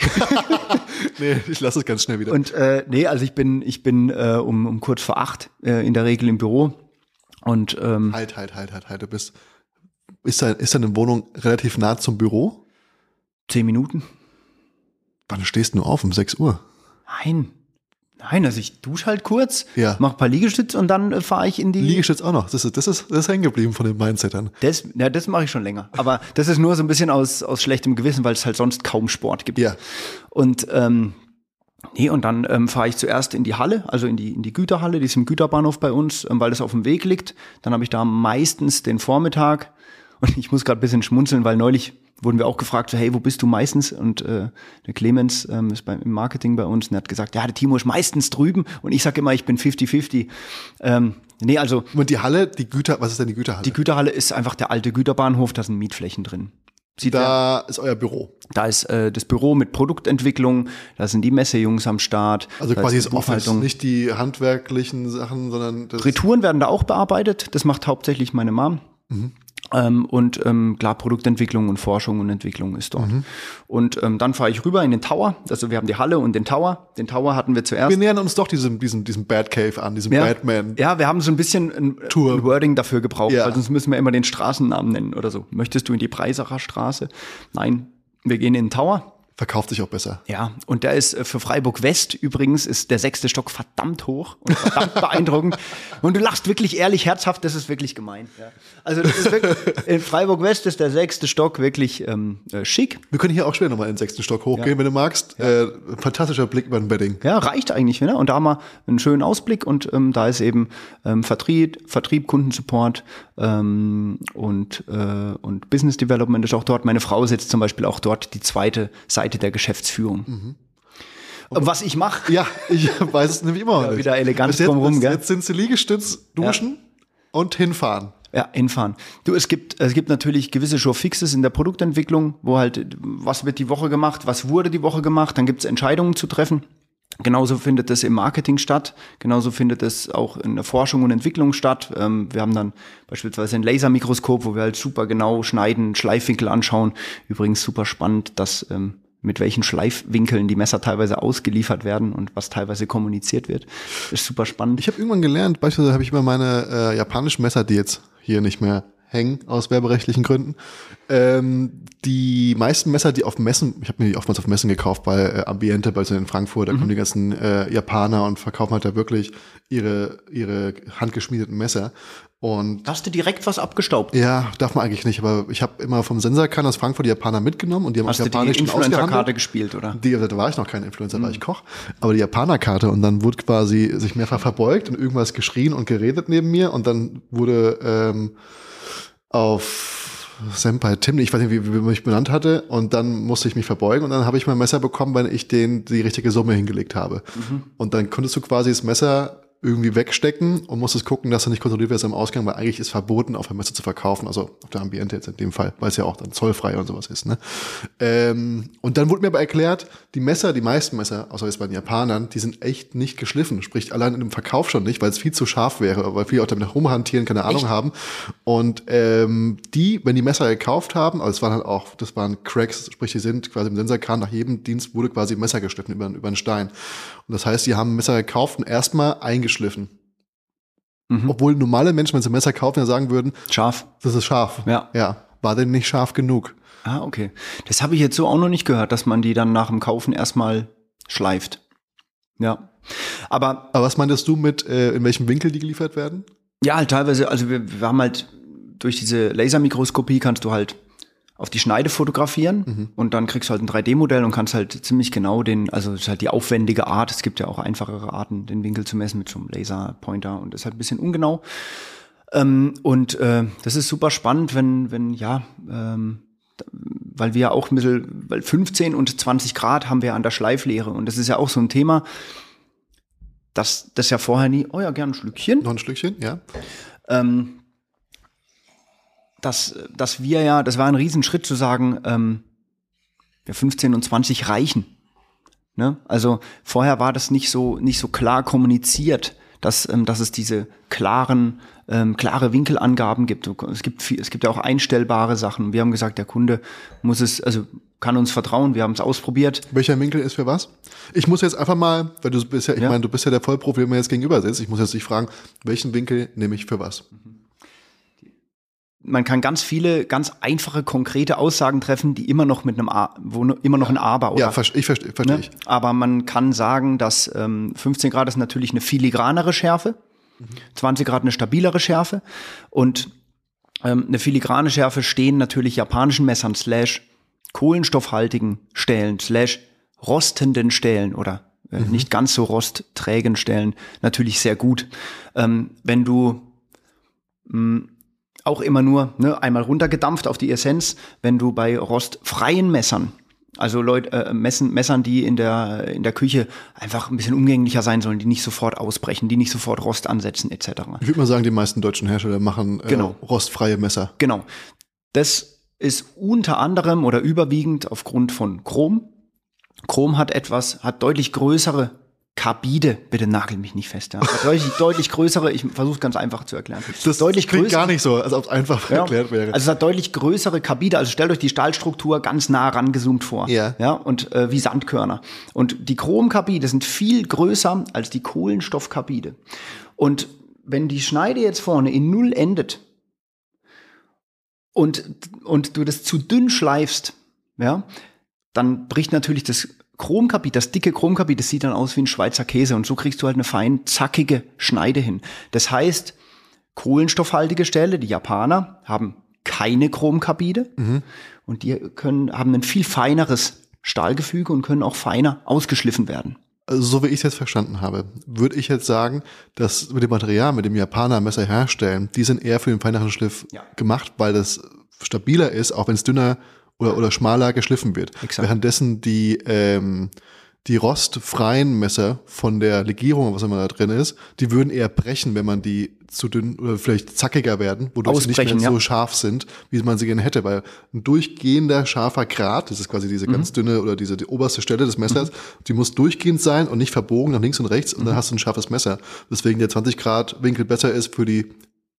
Nee, ich lasse es ganz schnell wieder. Und äh, nee, also ich bin, ich bin äh, um, um kurz vor acht äh, in der Regel im Büro. Und ähm, halt, halt, halt, halt, halt. Du bist. Ist, da, ist deine Wohnung relativ nah zum Büro? Zehn Minuten. Wann stehst du auf? Um sechs Uhr? Nein. Nein, also ich dusche halt kurz, ja. mache ein paar Liegestütze und dann äh, fahre ich in die... Liegestütz auch noch. Das ist, das ist, das ist hängen geblieben von den Mindsettern. Das, ja, das mache ich schon länger. Aber das ist nur so ein bisschen aus, aus schlechtem Gewissen, weil es halt sonst kaum Sport gibt. Ja. Und ähm, nee, und dann ähm, fahre ich zuerst in die Halle, also in die, in die Güterhalle, die ist im Güterbahnhof bei uns, ähm, weil das auf dem Weg liegt. Dann habe ich da meistens den Vormittag und ich muss gerade ein bisschen schmunzeln, weil neulich wurden wir auch gefragt, so, hey, wo bist du meistens? Und äh, der Clemens ähm, ist beim, im Marketing bei uns und er hat gesagt, ja, der Timo ist meistens drüben und ich sage immer, ich bin fifty fifty. Ähm, nee, also und die Halle, die Güter, was ist denn die Güterhalle? Die Güterhalle ist einfach der alte Güterbahnhof, da sind Mietflächen drin. Sieht da der, ist euer Büro. Da ist äh, das Büro mit Produktentwicklung, da sind die Messejungs am Start. Also quasi das Office, nicht die handwerklichen Sachen, sondern das Retouren werden da auch bearbeitet, das macht hauptsächlich meine Mom. Mhm. Ähm, und ähm, klar, Produktentwicklung und Forschung und Entwicklung ist dort. Mhm. Und ähm, dann fahre ich rüber in den Tower. Also wir haben die Halle und den Tower. Den Tower hatten wir zuerst. Wir nähern uns doch diesem, diesem, diesem Batcave an, diesem ja. Batman. Ja, wir haben so ein bisschen ein, ein Wording dafür gebraucht, ja. Weil sonst müssen wir immer den Straßennamen nennen oder so. Möchtest du in die Preisacher Straße? Nein, wir gehen in den Tower. Verkauft sich auch besser. Ja, und der ist für Freiburg West übrigens, ist der sechste Stock verdammt hoch und verdammt beeindruckend. Und du lachst wirklich ehrlich, herzhaft, das ist wirklich gemein. Ja. Also das ist wirklich, in Freiburg West ist der sechste Stock wirklich ähm, äh, schick. Wir können hier auch später nochmal in den sechsten Stock hochgehen, ja. Wenn du magst. Ja. Äh, fantastischer Blick über den Bedding. Ja, reicht eigentlich. Ne? Und da haben wir einen schönen Ausblick und ähm, da ist eben ähm, Vertrieb, Vertrieb, Kundensupport ähm, und, äh, und Business Development ist auch dort. Meine Frau sitzt zum Beispiel auch dort, die zweite Seite der Geschäftsführung. Mhm. Was ich mache? Ja, ich weiß es nämlich immer noch ja, nicht. Wieder elegant jetzt, drumherum, jetzt, gell? Jetzt sind sie Liegestütz, duschen ja. und hinfahren. Ja, hinfahren. Du, es gibt, es gibt natürlich gewisse Showfixes in der Produktentwicklung, wo halt, was wird die Woche gemacht, was wurde die Woche gemacht, dann gibt es Entscheidungen zu treffen. Genauso findet es im Marketing statt, genauso findet es auch in der Forschung und Entwicklung statt. Ähm, wir haben dann beispielsweise ein Lasermikroskop, wo wir halt super genau schneiden, Schleifwinkel anschauen. Übrigens super spannend, dass ähm, mit welchen Schleifwinkeln die Messer teilweise ausgeliefert werden und was teilweise kommuniziert wird. Ist super spannend. Ich habe irgendwann gelernt, beispielsweise habe ich immer meine äh, japanischen Messer, die jetzt hier nicht mehr hängen, aus werberechtlichen Gründen. Ähm, die meisten Messer, die auf Messen, ich habe mir die oftmals auf Messen gekauft, bei äh, Ambiente, bei so in Frankfurt, da mhm. kommen die ganzen äh, Japaner und verkaufen halt da wirklich ihre ihre handgeschmiedeten Messer. Und hast du direkt was abgestaubt? Ja, darf man eigentlich nicht, aber ich habe immer vom Sensakan aus Frankfurt die Japaner mitgenommen und die haben hast auf Japanisch ausgehandelt. Hast du die Influencer-Karte gespielt, oder? Die, da war ich noch kein Influencer, mhm. war ich Koch, aber die Japaner-Karte und dann wurde quasi sich mehrfach verbeugt und irgendwas geschrien und geredet neben mir und dann wurde ähm, auf Senpai Tim, ich weiß nicht, wie, wie man mich benannt hatte, und dann musste ich mich verbeugen und dann habe ich mein Messer bekommen, weil ich denen die richtige Summe hingelegt habe. Mhm. Und dann konntest du quasi das Messer irgendwie wegstecken und musstest gucken, dass du nicht kontrolliert wirst am Ausgang, weil eigentlich ist verboten, auf der Messe zu verkaufen, also auf der Ambiente jetzt in dem Fall, weil es ja auch dann zollfrei und sowas ist. Ne? Ähm, und dann wurde mir aber erklärt, die Messer, die meisten Messer, außer jetzt bei den Japanern, die sind echt nicht geschliffen, sprich allein in dem Verkauf schon nicht, weil es viel zu scharf wäre, weil viele auch damit rumhantieren, keine Ahnung echt? haben. Und ähm, die, wenn die Messer gekauft haben, also es waren halt auch, das waren Cracks, sprich die sind quasi im Sensakan, nach jedem Dienst wurde quasi ein Messer geschliffen über, über einen Stein. Und das heißt, die haben Messer gekauft und erstmal eingeschliffen. Mhm. Obwohl normale Menschen, wenn sie ein Messer kaufen, ja sagen würden, scharf. Das ist scharf. Ja. Ja. War denn nicht scharf genug? Ah, okay. Das habe ich jetzt so auch noch nicht gehört, dass man die dann nach dem Kaufen erstmal schleift. Ja. Aber, Aber was meintest du mit, äh, in welchem Winkel die geliefert werden? Ja, halt teilweise, also wir, wir haben halt durch diese Lasermikroskopie kannst du halt auf die Schneide fotografieren mhm. und dann kriegst du halt ein drei D Modell und kannst halt ziemlich genau den, also das ist halt die aufwendige Art, es gibt ja auch einfachere Arten, den Winkel zu messen mit so einem Laserpointer und das ist halt ein bisschen ungenau. Ähm, und äh, das ist super spannend, wenn, wenn ja, ähm, weil wir ja auch ein bisschen, weil fünfzehn und zwanzig Grad haben wir an der Schleiflehre und das ist ja auch so ein Thema, dass das ja vorher nie, oh ja, gern ein Schlückchen. Noch ein Schlückchen, ja. Ähm, dass, dass wir ja, das war ein Riesenschritt zu sagen, ähm, ja, fünfzehn und zwanzig reichen. Ne? Also vorher war das nicht so, nicht so klar kommuniziert, dass, ähm, dass es diese klaren, ähm, klare Winkelangaben gibt. Es gibt viel, es gibt ja auch einstellbare Sachen. Wir haben gesagt, der Kunde muss es, also kann uns vertrauen. Wir haben es ausprobiert. Welcher Winkel ist für was? Ich muss jetzt einfach mal, weil du bist ja, ich ja. meine, du bist ja der Vollprofi, der mir jetzt gegenüber sitzt. Ich muss jetzt dich fragen, welchen Winkel nehme ich für was? Man kann ganz viele, ganz einfache, konkrete Aussagen treffen, die immer noch mit einem A, wo immer noch ein Aber, oder? Ja, ich verstehe, verstehe ne? ich. Aber man kann sagen, dass ähm, fünfzehn Grad ist natürlich eine filigranere Schärfe, mhm. zwanzig Grad eine stabilere Schärfe und ähm, eine filigrane Schärfe stehen natürlich japanischen Messern slash kohlenstoffhaltigen Stählen slash rostenden Stählen oder äh, mhm. nicht ganz so rostträgen Stählen natürlich sehr gut. Ähm, wenn du mh, auch immer nur ne, einmal runtergedampft auf die Essenz, wenn du bei rostfreien Messern, also Leute, äh, Messen, Messern, die in der in der Küche einfach ein bisschen umgänglicher sein sollen, die nicht sofort ausbrechen, die nicht sofort Rost ansetzen et cetera. Ich würde mal sagen, die meisten deutschen Hersteller machen äh, genau. rostfreie Messer. Genau. Das ist unter anderem oder überwiegend aufgrund von Chrom. Chrom hat etwas, hat deutlich größere Karbide, bitte nagel mich nicht fest, ja. Deutlich, deutlich größere, ich versuche es ganz einfach zu erklären. Das deutlich klingt größere, gar nicht so, als ob es einfach ja, erklärt wäre. Also es hat deutlich größere Karbide, also stellt euch die Stahlstruktur ganz nah rangezoomt vor. Ja. Ja, und äh, wie Sandkörner. Und die Chromkarbide sind viel größer als die Kohlenstoffkarbide. Und wenn die Schneide jetzt vorne in Null endet und, und du das zu dünn schleifst, ja, dann bricht natürlich das Chromkarbid, das dicke Chromkarbid, das sieht dann aus wie ein Schweizer Käse und so kriegst du halt eine fein zackige Schneide hin. Das heißt, kohlenstoffhaltige Stähle, die Japaner, haben keine Chromkarbide mhm. und die können, haben ein viel feineres Stahlgefüge und können auch feiner ausgeschliffen werden. Also so wie ich es jetzt verstanden habe, würde ich jetzt sagen, dass mit dem Material, mit dem Japaner Messer herstellen, die sind eher für den feineren Schliff ja. gemacht, weil das stabiler ist, auch wenn es dünner oder, oder schmaler geschliffen wird. Exakt. Währenddessen die, ähm, die rostfreien Messer von der Legierung, was immer da drin ist, die würden eher brechen, wenn man die zu dünn oder vielleicht zackiger werden, wodurch sie nicht mehr ja. so scharf sind, wie man sie gerne hätte. Weil ein durchgehender, scharfer Grat, das ist quasi diese mhm. ganz dünne oder diese die oberste Stelle des Messers, mhm. die muss durchgehend sein und nicht verbogen nach links und rechts und mhm. dann hast du ein scharfes Messer. Deswegen der zwanzig Grad Winkel besser ist für die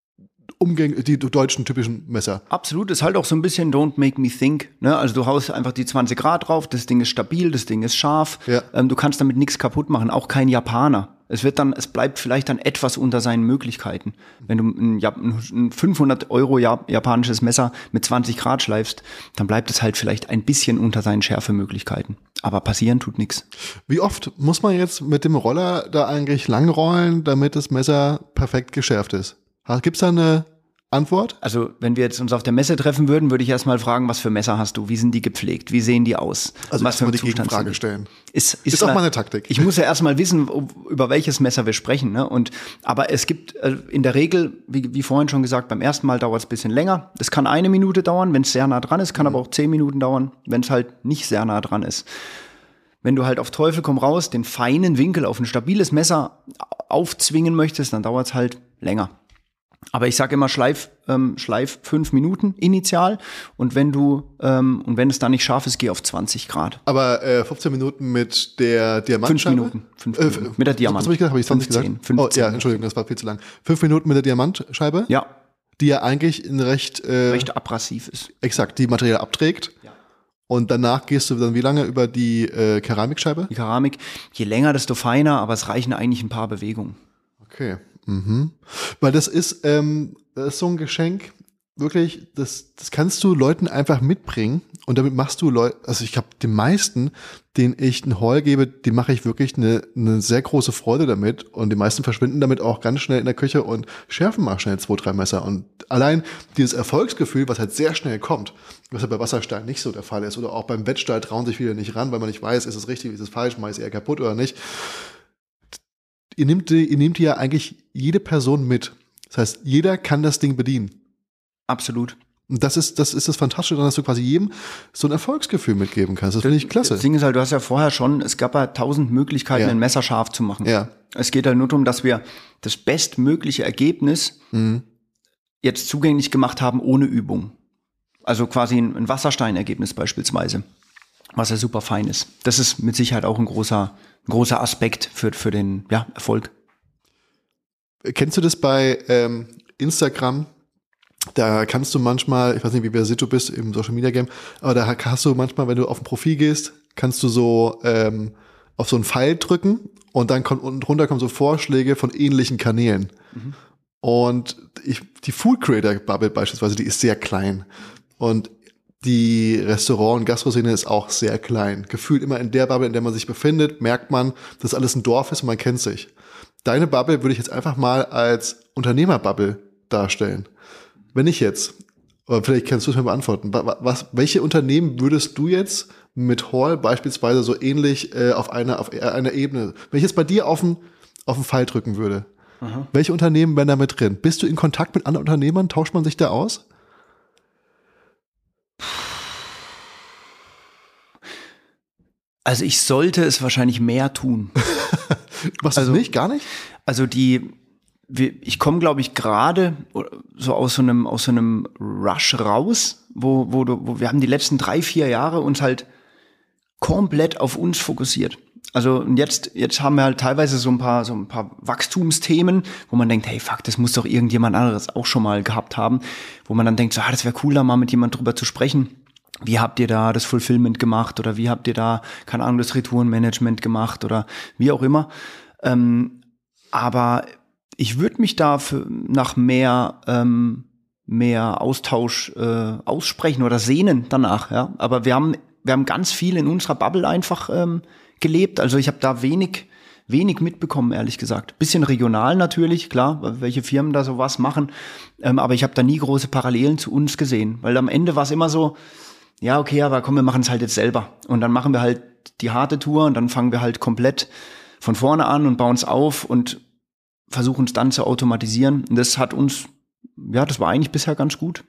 Umgänge, die deutschen typischen Messer. Absolut, ist halt auch so ein bisschen don't make me think, ne? Also du haust einfach die zwanzig Grad drauf, das Ding ist stabil, das Ding ist scharf, ja. ähm, du kannst damit nichts kaputt machen, auch kein Japaner. Es wird dann, es bleibt vielleicht dann etwas unter seinen Möglichkeiten. Wenn du ein, ein fünfhundert Euro japanisches Messer mit zwanzig Grad schleifst, dann bleibt es halt vielleicht ein bisschen unter seinen Schärfemöglichkeiten. Aber passieren tut nichts. Wie oft muss man jetzt mit dem Roller da eigentlich langrollen, damit das Messer perfekt geschärft ist? Gibt's da eine Antwort? Also, wenn wir jetzt uns auf der Messe treffen würden, würde ich erstmal fragen, was für Messer hast du? Wie sind die gepflegt? Wie sehen die aus? Also, was für mal eine die Gegenfrage stellen. Ist, ist, ist auch mal eine Taktik. Ich muss ja erstmal wissen, über welches Messer wir sprechen, ne? Und, aber es gibt in der Regel, wie, wie vorhin schon gesagt, beim ersten Mal dauert es ein bisschen länger. Das kann eine Minute dauern, wenn es sehr nah dran ist, kann mhm. aber auch zehn Minuten dauern, wenn es halt nicht sehr nah dran ist. Wenn du halt auf Teufel komm raus den feinen Winkel auf ein stabiles Messer aufzwingen möchtest, dann dauert es halt länger. Aber ich sage immer, schleif, ähm, schleif fünf Minuten initial und wenn du ähm, und wenn es dann nicht scharf ist, geh auf zwanzig Grad. Aber äh, fünfzehn Minuten mit der Diamantscheibe? Fünf Minuten. Fünf Minuten. Äh, mit der Diamant. Was habe ich gesagt? Habe ich zwanzig fünfzehn, gesagt? fünfzehn. Oh ja, Entschuldigung, das war viel zu lang. Fünf Minuten mit der Diamantscheibe? Ja. Die ja eigentlich in recht äh, recht abrasiv ist. Exakt, die Material abträgt. Ja. Und danach gehst du dann wie lange über die äh, Keramikscheibe? Die Keramik, je länger, desto feiner, aber es reichen eigentlich ein paar Bewegungen. Okay. Mhm. Weil das ist, ähm, das ist so ein Geschenk, wirklich, das, das kannst du Leuten einfach mitbringen und damit machst du Leute, also ich habe den meisten, denen ich einen Haul gebe, die mache ich wirklich eine, eine sehr große Freude damit und die meisten verschwinden damit auch ganz schnell in der Küche und schärfen mal schnell zwei, drei Messer und allein dieses Erfolgsgefühl, was halt sehr schnell kommt, was ja bei Wasserstahl nicht so der Fall ist oder auch beim Wettstahl trauen sich viele nicht ran, weil man nicht weiß, ist es richtig, ist es falsch, mache ich es eher kaputt oder nicht. Ihr nehmt, ihr nehmt ja eigentlich jede Person mit. Das heißt, jeder kann das Ding bedienen. Absolut. Und das ist, das ist das Fantastische daran, dass du quasi jedem so ein Erfolgsgefühl mitgeben kannst. Das finde ich klasse. Das Ding ist halt, du hast ja vorher schon, es gab ja tausend Möglichkeiten, ja. ein Messer scharf zu machen. Ja. Es geht halt nur darum, dass wir das bestmögliche Ergebnis mhm. jetzt zugänglich gemacht haben ohne Übung. Also quasi ein, ein Wassersteinergebnis beispielsweise, was ja super fein ist. Das ist mit Sicherheit auch ein großer, ein großer Aspekt für, für den ja, Erfolg. Kennst du das bei ähm, Instagram? Da kannst du manchmal, ich weiß nicht, wie versiert du bist im Social Media Game, aber da hast du manchmal, wenn du auf ein Profil gehst, kannst du so ähm, auf so einen Pfeil drücken und dann kommt unten drunter kommen so Vorschläge von ähnlichen Kanälen. Mhm. Und ich, die Food Creator Bubble beispielsweise, die ist sehr klein. Und die Restaurant- und Gastro-Szene ist auch sehr klein. Gefühlt immer in der Bubble, in der man sich befindet, merkt man, dass alles ein Dorf ist und man kennt sich. Deine Bubble würde ich jetzt einfach mal als Unternehmer-Bubble darstellen. Wenn ich jetzt, oder vielleicht kannst du es mir beantworten, was, welche Unternehmen würdest du jetzt mit Hall beispielsweise so ähnlich äh, auf einer auf einer Ebene, wenn ich jetzt bei dir auf den, auf den Pfeil drücken würde, aha, welche Unternehmen wären da mit drin? Bist du in Kontakt mit anderen Unternehmern? Tauscht man sich da aus? Also ich sollte es wahrscheinlich mehr tun. Machst du also, es nicht? Gar nicht? Also die, ich komme, glaube ich, gerade so aus so einem aus so einem Rush raus, wo, wo, du, wo wir haben die letzten drei, vier Jahre uns halt komplett auf uns fokussiert. Also und jetzt jetzt haben wir halt teilweise so ein paar so ein paar Wachstumsthemen, wo man denkt, hey fuck, das muss doch irgendjemand anderes auch schon mal gehabt haben, wo man dann denkt, so, ah, das wäre cool, da mal mit jemand drüber zu sprechen. Wie habt ihr da das Fulfillment gemacht oder wie habt ihr da, keine Ahnung, das Retourenmanagement gemacht oder wie auch immer. Ähm, aber ich würde mich da für, nach mehr ähm, mehr Austausch äh, aussprechen oder sehnen danach. Ja, aber wir haben wir haben ganz viel in unserer Bubble einfach ähm, gelebt. Also ich habe da wenig wenig mitbekommen, ehrlich gesagt. Bisschen regional natürlich, klar, welche Firmen da sowas machen. Ähm, aber ich habe da nie große Parallelen zu uns gesehen, weil am Ende war es immer so, ja, okay, aber komm, wir machen es halt jetzt selber. Und dann machen wir halt die harte Tour und dann fangen wir halt komplett von vorne an und bauen es auf und versuchen es dann zu automatisieren. Und das hat uns, ja, das war eigentlich bisher ganz gut.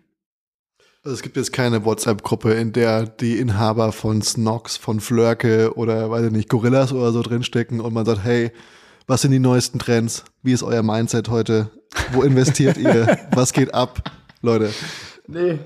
Also es gibt jetzt keine WhatsApp-Gruppe, in der die Inhaber von Snox, von Flörke oder, weiß ich nicht, Gorillas oder so drinstecken und man sagt, hey, was sind die neuesten Trends? Wie ist euer Mindset heute? Wo investiert ihr? Was geht ab? Leute. Nee,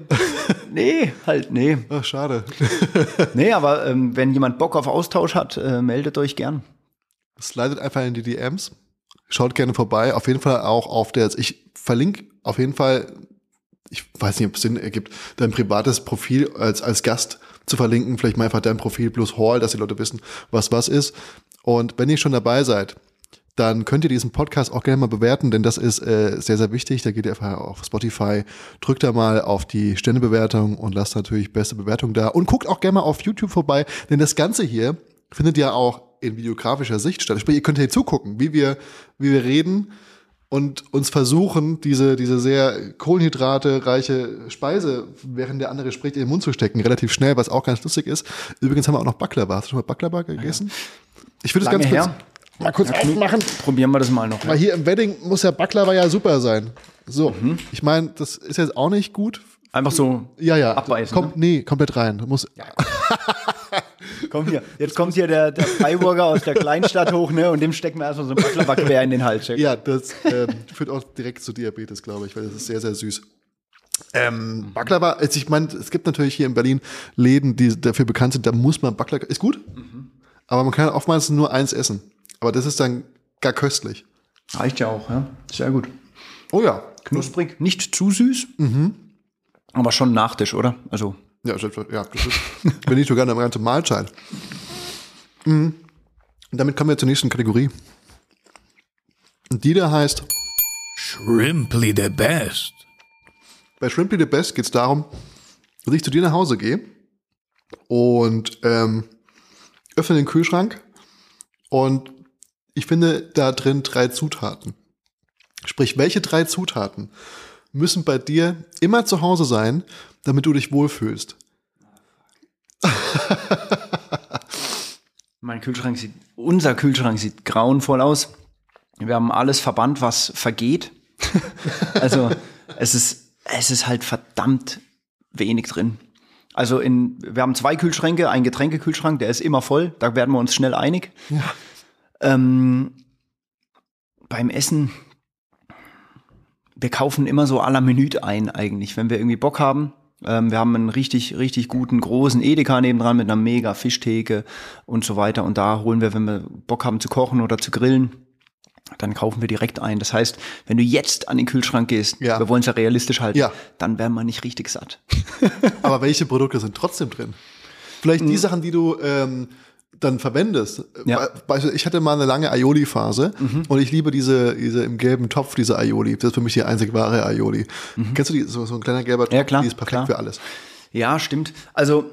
nee, halt, nee. Ach, schade. Nee, aber ähm, wenn jemand Bock auf Austausch hat, äh, meldet euch gern. Slidet einfach in die D Ms. Schaut gerne vorbei. Auf jeden Fall auch auf der, ich verlinke auf jeden Fall, ich weiß nicht, ob es Sinn ergibt, dein privates Profil als, als Gast zu verlinken. Vielleicht mal einfach dein Profil plus Hall, dass die Leute wissen, was was ist. Und wenn ihr schon dabei seid, dann könnt ihr diesen Podcast auch gerne mal bewerten, denn das ist äh, sehr, sehr wichtig. Da geht ihr einfach auf Spotify, drückt da mal auf die Sternebewertung und lasst natürlich beste Bewertung da. Und guckt auch gerne mal auf YouTube vorbei, denn das Ganze hier findet ja auch in videografischer Sicht statt. Sprich, ihr könnt hier zugucken, wie wir, wie wir reden und uns versuchen, diese, diese sehr kohlenhydrate-reiche Speise, während der andere spricht, in den Mund zu stecken, relativ schnell, was auch ganz lustig ist. Übrigens haben wir auch noch Baklava. Hast du schon mal Baklava gegessen? Ich würde es ganz kurz... her. Mal kurz ja, aufmachen. Probieren wir das mal noch. Weil hier im Wedding muss ja Baklava ja super sein. So, mhm. Ich meine, das ist jetzt auch nicht gut. Einfach so ja, ja. abbeißen. Komm, ne? Nee, komplett rein. Du musst ja, komm hier, jetzt kommt hier der, der Freiburger aus der Kleinstadt hoch, ne? Und dem stecken wir erstmal so ein Baklava quer in den Hals. Ja, das ähm, führt auch direkt zu Diabetes, glaube ich, weil das ist sehr, sehr süß. Ähm, Baklava, also ich meine, es gibt natürlich hier in Berlin Läden, die dafür bekannt sind, da muss man Baklava, ist gut, mhm. aber man kann oftmals nur eins essen. Aber das ist dann gar köstlich. Reicht ja auch, ja. Sehr gut. Oh ja. Knusprig. Nicht zu süß, mhm. aber schon Nachtisch, oder? Also. Ja, ja, das ist, wenn nicht sogar eine ganze Mahlzeit. Mhm. Und damit kommen wir zur nächsten Kategorie. Und die da heißt Shrimply the Best. Bei Shrimply the Best geht es darum, dass ich zu dir nach Hause gehe und ähm, öffne den Kühlschrank und ich finde da drin drei Zutaten. Sprich, welche drei Zutaten müssen bei dir immer zu Hause sein, damit du dich wohlfühlst? Mein Kühlschrank sieht, unser Kühlschrank sieht grauenvoll aus. Wir haben alles verbannt, was vergeht. Also es ist, es ist halt verdammt wenig drin. Also in, wir haben zwei Kühlschränke, einen Getränkekühlschrank, der ist immer voll, da werden wir uns schnell einig. Ja. Ähm, beim Essen, wir kaufen immer so à la Minute ein eigentlich, wenn wir irgendwie Bock haben. Ähm, wir haben einen richtig, richtig guten, großen Edeka nebendran mit einer mega Fischtheke und so weiter. Und da holen wir, wenn wir Bock haben zu kochen oder zu grillen, dann kaufen wir direkt ein. Das heißt, wenn du jetzt an den Kühlschrank gehst, ja. wir wollen es ja realistisch halten, ja. dann werden wir nicht richtig satt. Aber welche Produkte sind trotzdem drin? Vielleicht die Sachen, die du ähm, dann verwendest. Ja. Ich hatte mal eine lange Aioli-Phase mhm. und ich liebe diese, diese im gelben Topf, diese Aioli. Das ist für mich die einzig wahre Aioli. Mhm. Kennst du die? So, so ein kleiner gelber Topf, ja, klar, die ist perfekt klar. für alles. Ja, stimmt. Also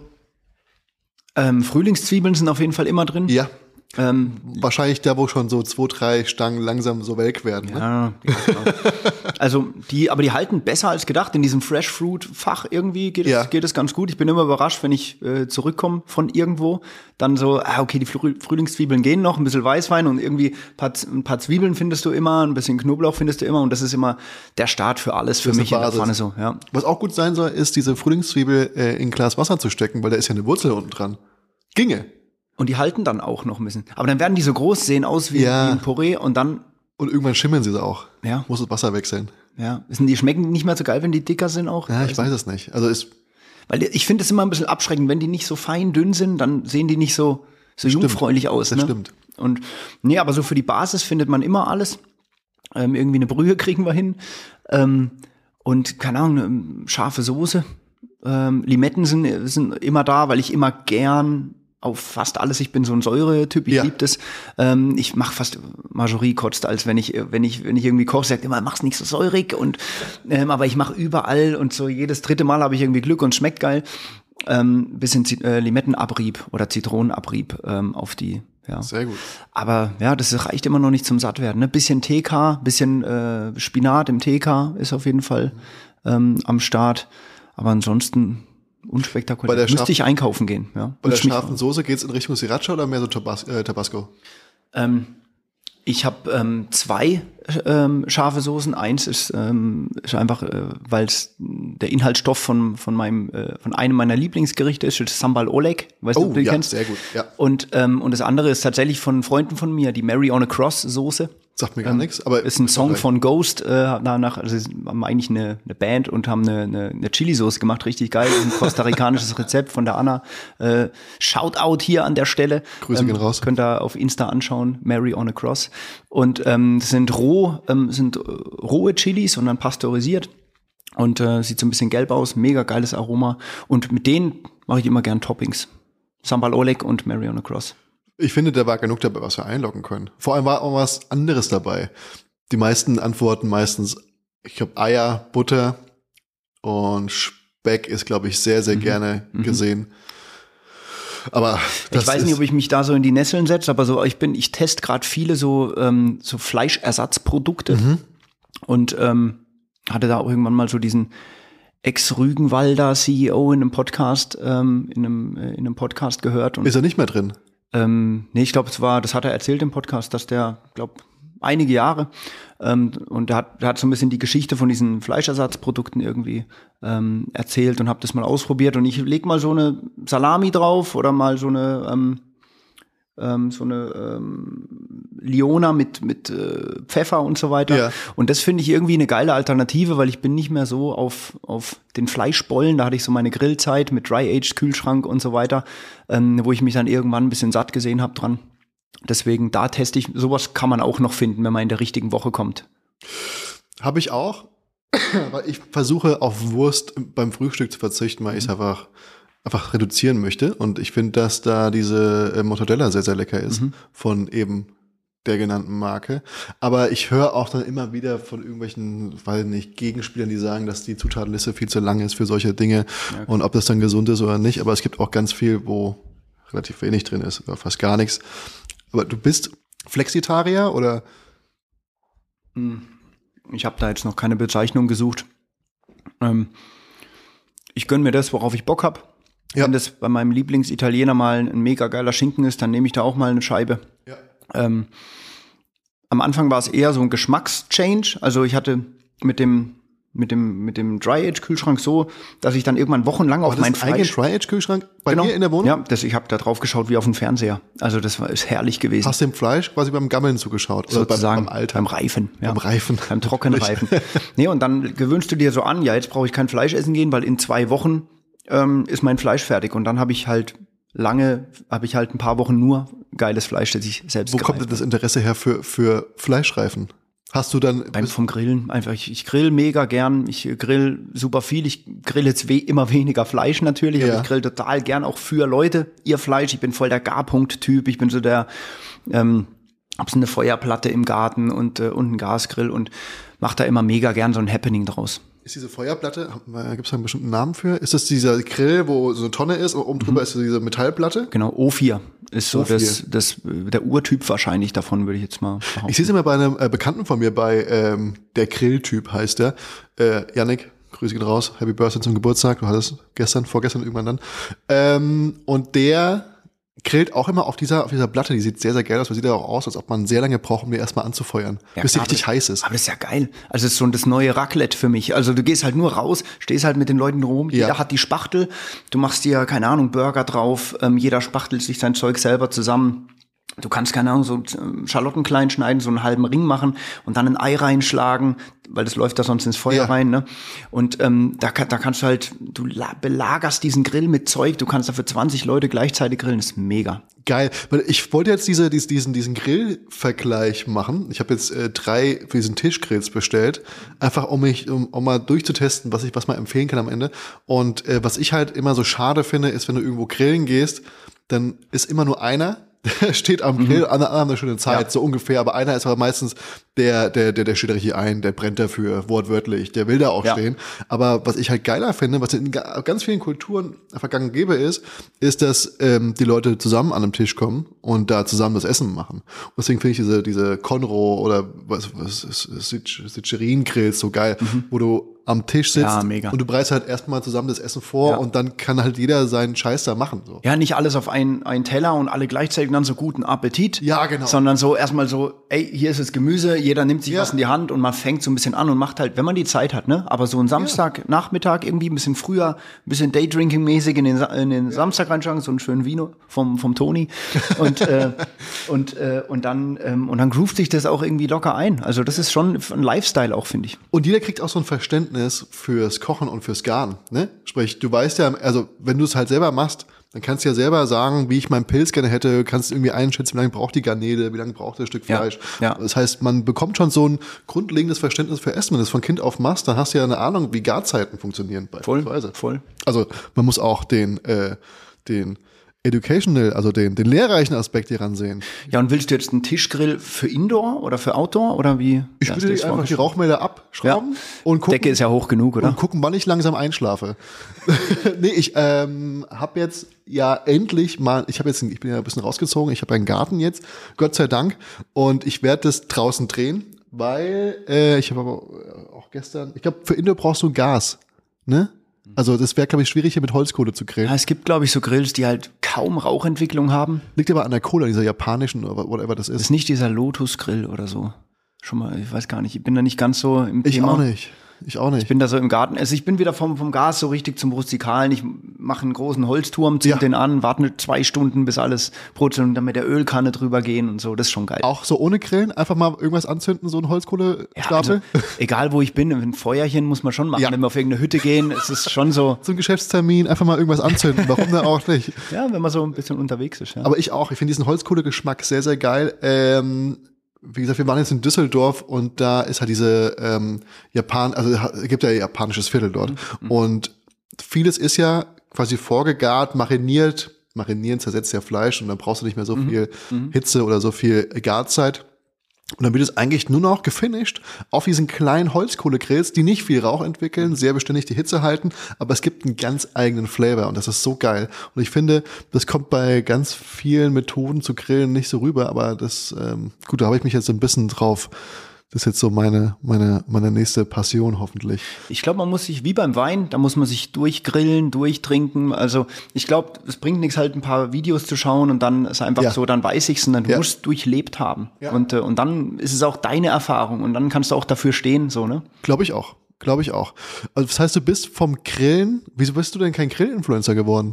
ähm, Frühlingszwiebeln sind auf jeden Fall immer drin. Ja. Ähm, Wahrscheinlich da, wo schon so zwei, drei Stangen langsam so welk werden. Ja, ne? ja genau. Also die, aber die halten besser als gedacht. In diesem Fresh Fruit Fach irgendwie geht es, ja. geht es ganz gut. Ich bin immer überrascht, wenn ich äh, zurückkomme von irgendwo, dann so, ah, okay, die Früh- Frühlingszwiebeln gehen noch, ein bisschen Weißwein und irgendwie ein paar, ein paar Zwiebeln findest du immer, ein bisschen Knoblauch findest du immer und das ist immer der Start für alles für mich in der Pfanne so. Ja. Was auch gut sein soll, ist diese Frühlingszwiebel äh, in ein Glas Wasser zu stecken, weil da ist ja eine Wurzel unten dran. Ginge. Und die halten dann auch noch ein bisschen. Aber dann werden die so groß, sehen aus wie, ja. wie ein Porree und dann. Und irgendwann schimmeln sie auch. Ja. Muss das Wasser wechseln. Ja. Sind die schmecken nicht mehr so geil, wenn die dicker sind auch? Ja, ich weiß es nicht. Also ist. Weil ich finde es immer ein bisschen abschreckend, wenn die nicht so fein dünn sind, dann sehen die nicht so, so jungfräulich aus. Das ne? stimmt. Und nee, aber so für die Basis findet man immer alles. Ähm, irgendwie eine Brühe kriegen wir hin. Ähm, und keine Ahnung, scharfe Soße. Ähm, Limetten sind, sind immer da, weil ich immer gern auf fast alles. Ich bin so ein Säuretyp, ich ja. liebe das. Ähm, ich mache fast Marjorie kotzt, als wenn ich, wenn ich, wenn ich irgendwie koche, sagt immer, mach's nicht so säurig und ähm, aber ich mache überall und so jedes dritte Mal habe ich irgendwie Glück und schmeckt geil. Ähm, bisschen Z- äh, Limettenabrieb oder Zitronenabrieb ähm, auf die. Ja. Sehr gut. Aber ja, das reicht immer noch nicht zum Sattwerden. Ne? Bisschen T K, bisschen äh, Spinat im T K ist auf jeden Fall ähm, am Start. Aber ansonsten unspektakulär. Bei der Müsste ich einkaufen gehen. Ja. Bei der Müsste mich- scharfen Soße geht's in Richtung Sriracha oder mehr so Tabas- äh, Tabasco? Ähm, ich habe ähm, zwei ähm, scharfe Soßen. Eins ist, ähm, ist einfach, äh, weil es der Inhaltsstoff von von meinem äh, von einem meiner Lieblingsgerichte ist, ist Sambal Oleg. Weißt du, Oh ob du die ja, kennst? sehr gut. Ja. Und ähm, und das andere ist tatsächlich von Freunden von mir, die Mary on a Cross Soße. Sagt mir gar nichts. Aber Ist ein Song okay. von Ghost, äh, danach, also sie haben eigentlich eine, eine Band und haben eine, eine, eine Chili-Sauce gemacht, richtig geil. Ein kostarikanisches Rezept von der Anna. Äh, Shoutout hier an der Stelle. Grüße gehen raus. Könnt ihr auf Insta anschauen, Mary on a Cross. Und ähm, das sind roh, ähm, sind äh, rohe Chilis und dann pasteurisiert. Und äh, sieht so ein bisschen gelb aus, mega geiles Aroma. Und mit denen mache ich immer gern Toppings. Sambal Oleg und Mary on a Cross. Ich finde, da war genug dabei, was wir einloggen können. Vor allem war auch was anderes dabei. Die meisten antworten meistens, ich glaube, Eier, Butter und Speck ist, glaube ich, sehr, sehr Mhm. gerne Mhm. gesehen. Aber das Ich weiß ist, nicht, ob ich mich da so in die Nesseln setze, aber so ich bin, ich teste gerade viele so ähm, so Fleischersatzprodukte Mhm. und ähm, hatte da auch irgendwann mal so diesen Ex-Rügenwalder C E O in einem Podcast, ähm, in einem äh, in einem Podcast gehört und ist er nicht mehr drin. ähm, nee, ich glaube, es war, das hat er erzählt im Podcast, dass der, glaube einige Jahre ähm, und der hat, der hat so ein bisschen die Geschichte von diesen Fleischersatzprodukten irgendwie ähm, erzählt und habe das mal ausprobiert und ich leg mal so eine Salami drauf oder mal so eine ähm, ähm, so eine ähm, Liona mit mit äh, Pfeffer und so weiter. Ja. Und das finde ich irgendwie eine geile Alternative, weil ich bin nicht mehr so auf auf den Fleischbollen. Da hatte ich so meine Grillzeit mit Dry-Aged Kühlschrank und so weiter, ähm, wo ich mich dann irgendwann ein bisschen satt gesehen habe dran. Deswegen, da teste ich, sowas kann man auch noch finden, wenn man in der richtigen Woche kommt. Habe ich auch. Aber ich versuche auf Wurst beim Frühstück zu verzichten, weil ich es einfach, einfach reduzieren möchte. Und ich finde, dass da diese äh, Mortadella sehr, sehr lecker ist. Mhm. Von eben der genannten Marke. Aber ich höre auch dann immer wieder von irgendwelchen, weil nicht, Gegenspielern, die sagen, dass die Zutatenliste viel zu lang ist für solche Dinge. Ja, und ob das dann gesund ist oder nicht. Aber es gibt auch ganz viel, wo relativ wenig drin ist oder fast gar nichts. Aber du bist Flexitarier oder? Ich habe da jetzt noch keine Bezeichnung gesucht. Ähm, ich gönne mir das, worauf ich Bock habe. Ja. Wenn das bei meinem Lieblingsitaliener mal ein mega geiler Schinken ist, dann nehme ich da auch mal eine Scheibe. Ja. Ähm, am Anfang war es eher so ein Geschmackschange. Also ich hatte mit dem mit dem mit dem Dry-Age-Kühlschrank so, dass ich dann irgendwann wochenlang auf mein Fleisch... War das ein eigener Dry-Age-Kühlschrank bei genau. dir in der Wohnung? Ja, das, ich habe da drauf geschaut wie auf dem Fernseher. Also das war ist herrlich gewesen. Hast du dem Fleisch quasi beim Gammeln zugeschaut? Oder sozusagen beim, beim Alter? Beim Reifen. Ja. Beim Reifen. Beim trockenen Reifen. Nee, und dann gewöhnst du dir so an, ja, jetzt brauche ich kein Fleisch essen gehen, weil in zwei Wochen ähm, ist mein Fleisch fertig. Und dann habe ich halt lange, habe ich halt ein paar Wochen nur geiles Fleisch, das ich selbst Wo gereift kommt denn das Interesse her für, für Fleischreifen? Hast du dann... Beim vom Grillen einfach, ich, ich grill mega gern, ich grill super viel, ich grill jetzt we immer weniger Fleisch natürlich, Ja. aber ich grill total gern auch für Leute ihr Fleisch, ich bin voll der Garpunkt-Typ, ich bin so der, ähm, hab so eine Feuerplatte im Garten und, äh, und einen Gasgrill und mach da immer mega gern so ein Happening draus. Ist diese Feuerplatte, gibt es da einen bestimmten Namen für? Ist das dieser Grill, wo so eine Tonne ist und oben drüber mhm. ist so diese Metallplatte? Genau, O vier ist so O vier. das, das, der Urtyp wahrscheinlich davon, würde ich jetzt mal behaupten. Ich sehe es immer bei einem äh, Bekannten von mir, bei ähm, der Grilltyp heißt der, äh, Yannick, Grüße gehen raus, Happy Birthday zum Geburtstag, du hattest gestern, vorgestern irgendwann dann. Ähm, und der grillt auch immer auf dieser auf dieser Platte, die sieht sehr, sehr geil aus, weil sieht ja auch aus, als ob man sehr lange braucht, um die erstmal anzufeuern, Ja, bis sie klar, richtig aber, heiß ist. Aber das ist ja geil. Also das ist so das neue Raclette für mich. Also du gehst halt nur raus, stehst halt mit den Leuten rum, Ja. jeder hat die Spachtel, du machst dir, keine Ahnung, Burger drauf, ähm, jeder spachtelt sich sein Zeug selber zusammen. Du kannst, keine Ahnung, so Schalotten klein schneiden, so einen halben Ring machen und dann ein Ei reinschlagen, weil das läuft da sonst ins Feuer Ja. rein, ne? Und ähm, da, da kannst du halt, du la- belagerst diesen Grill mit Zeug, du kannst da für zwanzig Leute gleichzeitig grillen, das ist mega. Geil, weil ich wollte jetzt diese, diesen, diesen, diesen Grillvergleich machen. Ich habe jetzt äh, drei für diesen Tischgrills bestellt, einfach um mich, um, um mal durchzutesten, was ich, was man empfehlen kann am Ende. Und äh, was ich halt immer so schade finde, ist, wenn du irgendwo grillen gehst, dann ist immer nur einer, der steht am Grill, alle anderen haben eine schöne Zeit, Ja. so ungefähr, aber einer ist aber meistens der, der, der, der steht richtig ein, der brennt dafür, wortwörtlich, der will da auch Ja. stehen. Aber was ich halt geiler finde, was in ga- ganz vielen Kulturen vergangen gäbe ist, ist, dass ähm, die Leute zusammen an einem Tisch kommen und da zusammen das Essen machen. Und deswegen finde ich diese, diese Conro oder was, was ist, Sitcherin-Grills so geil, wo du am Tisch sitzt Ja, mega. und du bereitest halt erstmal zusammen das Essen vor Ja. und dann kann halt jeder seinen Scheiß da machen. So. Ja, nicht alles auf einen, einen Teller und alle gleichzeitig und dann so guten Appetit. Ja, genau. Sondern so erstmal so, ey, hier ist das Gemüse, jeder nimmt sich Ja. was in die Hand und man fängt so ein bisschen an und macht halt, wenn man die Zeit hat, ne? Aber so ein Samstag, Nachmittag irgendwie ein bisschen früher, ein bisschen Daydrinking-mäßig in den, Sa- in den Samstag reinschauen, so einen schönen Vino vom, vom Toni. Und, äh, und, äh, und dann, ähm, und dann groovt sich das auch irgendwie locker ein. Also das ist schon ein Lifestyle auch, finde ich. Und jeder kriegt auch so ein Verständnis fürs Kochen und fürs Garen, ne? Sprich, du weißt ja, also wenn du es halt selber machst, dann kannst du ja selber sagen, wie ich meinen Pilz gerne hätte, kannst irgendwie einschätzen, wie lange braucht die Garnele, wie lange braucht das Stück Ja, Fleisch. ja. Das heißt, man bekommt schon so ein grundlegendes Verständnis für Essen. Wenn du es von Kind auf machst, dann hast du ja eine Ahnung, wie Garzeiten funktionieren beispielsweise. voll. Also man muss auch den, äh, den educational, also den, den lehrreichen Aspekt hier ransehen. Ja, und willst du jetzt einen Tischgrill für Indoor oder für Outdoor oder wie? Ich Ja, würde ist das einfach die vorgestellt? Rauchmelder abschrauben und gucken, Decke ist ja hoch genug, oder? und gucken, wann ich langsam einschlafe. Nee, ich ähm, habe jetzt ja endlich mal, ich habe jetzt, ich bin ja ein bisschen rausgezogen, ich habe einen Garten jetzt, Gott sei Dank, und ich werde das draußen drehen, weil äh, ich habe aber auch gestern, ich glaube, für Indoor brauchst du Gas, ne? Also das wäre, glaube ich, schwierig, hier mit Holzkohle zu grillen. Ja, es gibt, glaube ich, so Grills, die halt kaum Rauchentwicklung haben. Liegt aber an der Kohle, an dieser japanischen oder whatever das Das ist. ist nicht dieser Lotus-Grill oder so. Schon mal, ich weiß gar nicht. Ich bin da nicht ganz so im Ich Thema. auch nicht. Ich auch nicht. Ich bin da so im Garten. Also ich bin wieder vom, vom Gas so richtig zum Rustikalen. Ich mache einen großen Holzturm, zünd Ja. den an, warte zwei Stunden, bis alles brutzelt und dann mit der Ölkanne drüber gehen und so. Das ist schon geil. Auch so ohne Grillen, einfach mal irgendwas anzünden, so ein Ja, Holzkohlestapel. also, egal wo ich bin, ein Feuerchen muss man schon machen. Ja. Wenn wir auf irgendeine Hütte gehen, es ist schon so, So ein Geschäftstermin, einfach mal irgendwas anzünden. Warum denn auch nicht? ja, wenn man so ein bisschen unterwegs ist. Ja. Aber ich auch. Ich finde diesen Holzkohlegeschmack sehr, sehr geil. Ähm, wie gesagt, wir waren jetzt in Düsseldorf und da ist halt diese ähm, Japan, also es gibt ja ein japanisches Viertel dort. Mhm. Und vieles ist ja quasi vorgegart, mariniert. Marinieren zersetzt ja Fleisch und dann brauchst du nicht mehr so viel mhm. Hitze oder so viel Garzeit. Und dann wird es eigentlich nur noch gefinisht auf diesen kleinen Holzkohlegrills, die nicht viel Rauch entwickeln, sehr beständig die Hitze halten, aber es gibt einen ganz eigenen Flavor und das ist so geil. Und ich finde, das kommt bei ganz vielen Methoden zu grillen nicht so rüber, aber das, ähm, gut, da habe ich mich jetzt so ein bisschen drauf. Das ist jetzt so meine, meine, meine nächste Passion hoffentlich. Ich glaube, man muss sich, wie beim Wein, da muss man sich durchgrillen, durchtrinken. Also ich glaube, es bringt nichts, halt ein paar Videos zu schauen und dann ist einfach Ja. so, dann weiß ich's, sondern du Ja. musst durchlebt haben. Ja. Und, äh, und dann ist es auch deine Erfahrung und dann kannst du auch dafür stehen, so, ne? Glaube ich auch. glaube ich auch. Also das heißt, du bist vom Grillen, wieso bist du denn kein Grill-Influencer geworden?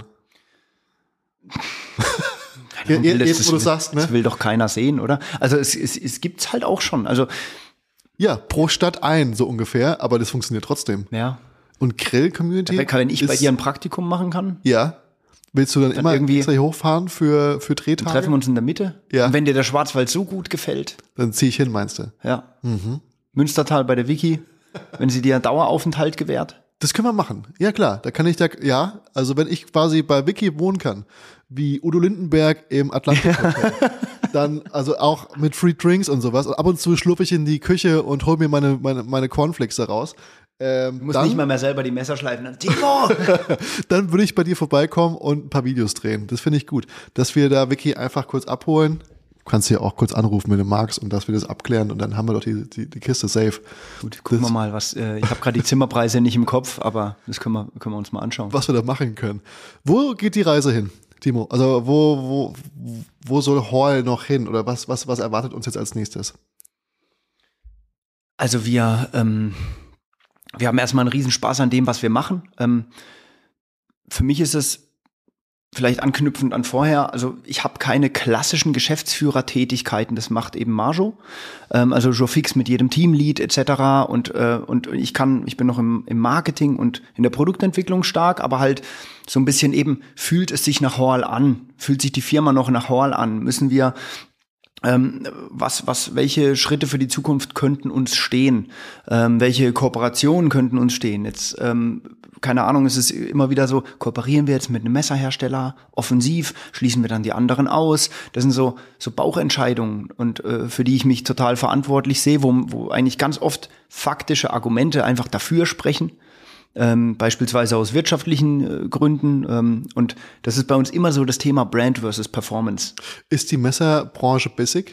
Ja, jetzt, das, jetzt, wo du das, sagst, ne? Das will doch keiner sehen, oder? Also es, es, es gibt's halt auch schon. Also ja, pro Stadt ein, so ungefähr, aber das funktioniert trotzdem. ja. Und Grill-Community Wenn ich ist, bei dir ein Praktikum machen kann, ja, willst du dann, Dann immer irgendwie- extra hier hochfahren für, für Drehtage? treffen wir uns in der Mitte. Ja. Und wenn dir der Schwarzwald so gut gefällt, Dann ziehe ich hin, meinst du? ja. Münstertal bei der Vicky, wenn sie dir einen Daueraufenthalt gewährt. Das können wir machen. Ja, klar. Da kann ich da, ja, also wenn ich quasi bei Vicky wohnen kann, wie Udo Lindenberg im Atlantik Hotel, dann, also auch mit Free Drinks und sowas. Und ab und zu schlurfe ich in die Küche und hol mir meine, meine, meine Cornflakes da raus. Ähm, Du musst dann, nicht mal mehr selber die Messer schleifen. Dann, Timo! dann würde ich bei dir vorbeikommen und ein paar Videos drehen. Das finde ich gut. Dass wir da Vicky einfach kurz abholen. Du kannst ja auch kurz anrufen, wenn du magst, und dass wir das abklären und dann haben wir doch die, die, die Kiste safe. Gut, gucken Das- wir mal, was. Äh, ich habe gerade die Zimmerpreise nicht im Kopf, aber das können wir, können wir uns mal anschauen. Was wir da machen können. Wo geht die Reise hin, Timo? Also wo, wo, wo soll Hall noch hin? Oder was, was, was erwartet uns jetzt als nächstes? Also wir, ähm, wir haben erstmal einen Riesenspaß an dem, was wir machen. Ähm, für mich ist es vielleicht anknüpfend an vorher, also ich habe keine klassischen Geschäftsführertätigkeiten, das macht eben Marjo. Ähm, also Joe Fix mit jedem Teamlead et cetera. Und, äh, und ich kann, ich bin noch im, im Marketing und in der Produktentwicklung stark, aber halt so ein bisschen eben, fühlt es sich nach Hall an? Fühlt sich die Firma noch nach Hall an? Müssen wir Ähm, was, was, welche Schritte für die Zukunft könnten uns stehen? Ähm, welche Kooperationen könnten uns stehen? Jetzt, ähm, keine Ahnung, es ist immer wieder so, kooperieren wir jetzt mit einem Messerhersteller offensiv, schließen wir dann die anderen aus? Das sind so, so Bauchentscheidungen und äh, für die ich mich total verantwortlich sehe, wo, wo eigentlich ganz oft faktische Argumente einfach dafür sprechen. Ähm, beispielsweise aus wirtschaftlichen äh, Gründen. Ähm, und das ist bei uns immer so das Thema Brand versus Performance. Ist die Messerbranche bissig?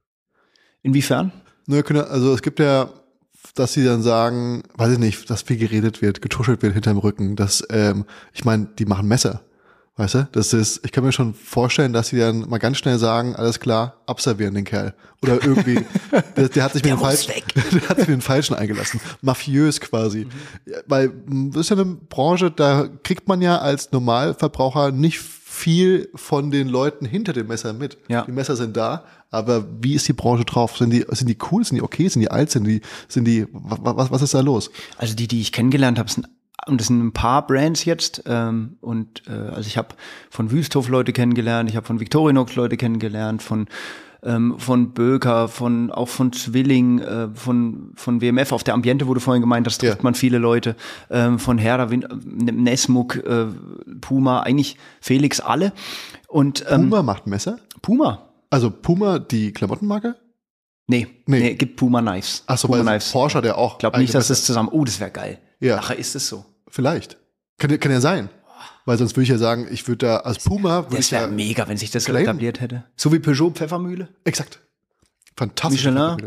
Inwiefern? Nö, können- Also es gibt ja, dass sie dann sagen, weiß ich nicht, dass viel geredet wird, getuschelt wird hinterm Rücken. Dass, ähm, ich meine, die machen Messer. Weißt du? Das ist, ich kann mir schon vorstellen, dass sie dann mal ganz schnell sagen, alles klar, abservieren den Kerl. Oder irgendwie, der, der hat sich mit Der dem muss Falschen, weg. der hat sich mit dem Falschen eingelassen. Mafiös quasi. Ja, weil, mh, das ist ja eine Branche, da kriegt man ja als Normalverbraucher nicht viel von den Leuten hinter dem Messer mit. Ja. Die Messer sind da, aber wie ist die Branche drauf? Sind die, sind die cool? Sind die okay? Sind die alt? Sind die, sind die, was, was ist da los? Also die, die ich kennengelernt habe, sind und das sind ein paar Brands jetzt. Ähm, und äh, also ich habe von Wüsthof Leute kennengelernt, ich habe von Victorinox Leute kennengelernt, von ähm, von Böker, von auch von Zwilling, äh, von von W M F auf der Ambiente, wo du vorhin gemeint hast, trifft Ja. man viele Leute. Ähm, von Herder, Win- Nesmuk, äh, Puma, eigentlich Felix alle. Und ähm, Puma macht Messer? Puma. Also Puma, die Klamottenmarke? Nee, Nee. nee, gibt Puma Knives. Ach so, Puma weil Knives. Porsche, der auch. Ich glaube nicht, eigene dass Messer- das zusammen. Oh, das wäre geil. Ja. Nachher ist es so. Vielleicht. Kann, ja- kann ja sein. Weil sonst würde ich ja sagen, ich würde da als Puma, würde ich Das wäre ja, mega, wenn sich das so claimen. etabliert hätte. So wie Peugeot Pfeffermühle. exakt. Fantastisch. Michelin.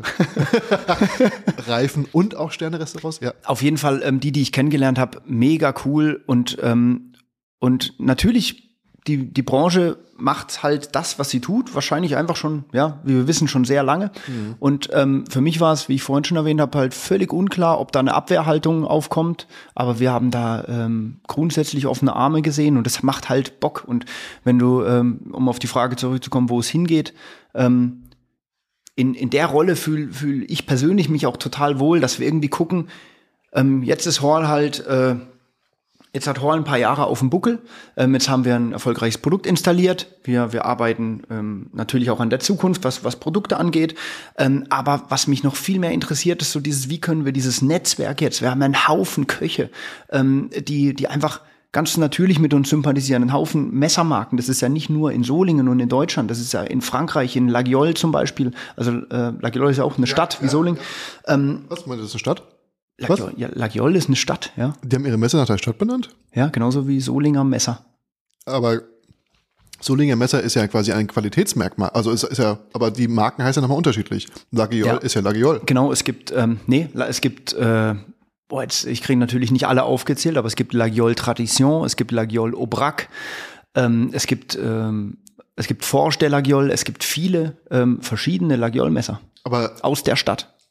Reifen und auch Sterne-Restaurants, ja. Auf jeden Fall ähm, die, die ich kennengelernt habe, mega cool und ähm, und natürlich die die Branche macht halt das, was sie tut, wahrscheinlich einfach schon, ja, wie wir wissen, schon sehr lange. Mhm. Und ähm, für mich war es, wie ich vorhin schon erwähnt habe, halt völlig unklar, ob da eine Abwehrhaltung aufkommt. Aber wir haben da ähm, grundsätzlich offene Arme gesehen und das macht halt Bock. Und wenn du, ähm, um auf die Frage zurückzukommen, wo es hingeht, ähm, in, in der Rolle fühle fühl ich persönlich mich auch total wohl, dass wir irgendwie gucken, ähm, jetzt ist Hall halt, äh, jetzt hat Hall ein paar Jahre auf dem Buckel, ähm, jetzt haben wir ein erfolgreiches Produkt installiert, wir, wir arbeiten ähm, natürlich auch an der Zukunft, was, was Produkte angeht, ähm, aber was mich noch viel mehr interessiert, ist so dieses, wie können wir dieses Netzwerk jetzt, wir haben einen Haufen Köche, ähm, die, die einfach ganz natürlich mit uns sympathisieren. Ein Haufen Messermarken, das ist ja nicht nur in Solingen und in Deutschland, das ist ja in Frankreich, in Laguiole zum Beispiel. Also äh, Laguiole ist ja auch eine Stadt wie Solingen. Ähm, Was, meinst du, das ist eine Stadt? Laguiole, ja, Laguiole ist eine Stadt, ja. Die haben ihre Messer nach der Stadt benannt? Ja, genauso wie Solinger Messer. Aber Solinger Messer ist ja quasi ein Qualitätsmerkmal. Also ist, ist ja, aber die Marken heißen ja nochmal unterschiedlich. Laguiole Ja. ist ja Laguiole. Genau, es gibt, ähm, nee, la- es gibt, äh, boah, jetzt, ich kriege natürlich nicht alle aufgezählt, aber es gibt Laguiole Tradition, es gibt Laguiole Aubrac, ähm, es gibt, ähm, es gibt Forge der Laguiole, es gibt viele ähm, verschiedene Laguiole Messer Aber aus der Stadt.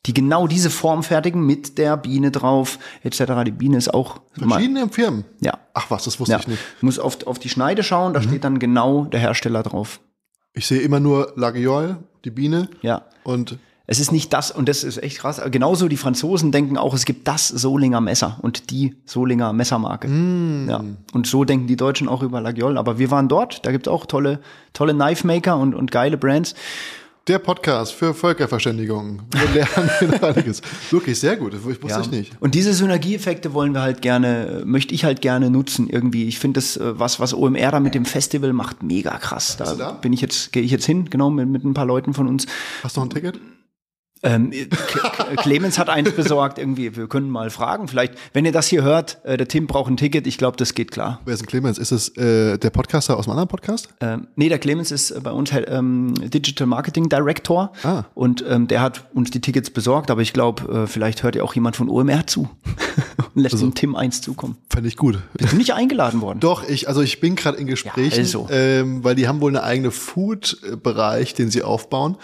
die genau diese Form fertigen mit der Biene drauf, et cetera. Die Biene ist auch verschiedene Firmen. Ja. Ach was, das wusste ja. ich nicht. Du musst oft auf die Schneide schauen, da mhm. steht dann genau der Hersteller drauf. Ich sehe immer nur Laguiole, die Biene. Ja. Und es ist nicht das, und das ist echt krass. Genauso die Franzosen denken auch, es gibt das Solinger Messer und die Solinger Messermarke. Mm. Ja. Und so denken die Deutschen auch über Laguiole. Aber wir waren dort, da gibt es auch tolle, tolle Knife Maker und, und geile Brands. Der Podcast für Völkerverständigung. Wir lernen einiges. Wirklich sehr gut, das wusste ja. ich nicht. Und diese Synergieeffekte wollen wir halt gerne, möchte ich halt gerne nutzen irgendwie. Ich finde das, was, was O M R da mit dem Festival macht, mega krass. Da, da? bin ich jetzt, gehe ich jetzt hin, genau, mit, mit ein paar Leuten von uns. Hast du noch ein Ticket? Ähm, Clemens hat eins besorgt irgendwie. Wir können mal fragen. Vielleicht, wenn ihr das hier hört, äh, der Tim braucht ein Ticket. Ich glaube, das geht klar. Wer ist denn Clemens? Ist es äh, der Podcaster aus einem anderen Podcast? Ähm, nee, der Clemens ist bei uns ähm, Digital Marketing Director. Ah. Und ähm, der hat uns die Tickets besorgt. Aber ich glaube, äh, vielleicht hört ja auch jemand von O M R zu und lässt also, dem Tim eins zukommen. Fände ich gut. Bist du nicht eingeladen worden? Doch, ich, also ich bin gerade in Gesprächen, ja, also. ähm, weil die haben wohl eine eigene Food-Bereich, den sie aufbauen.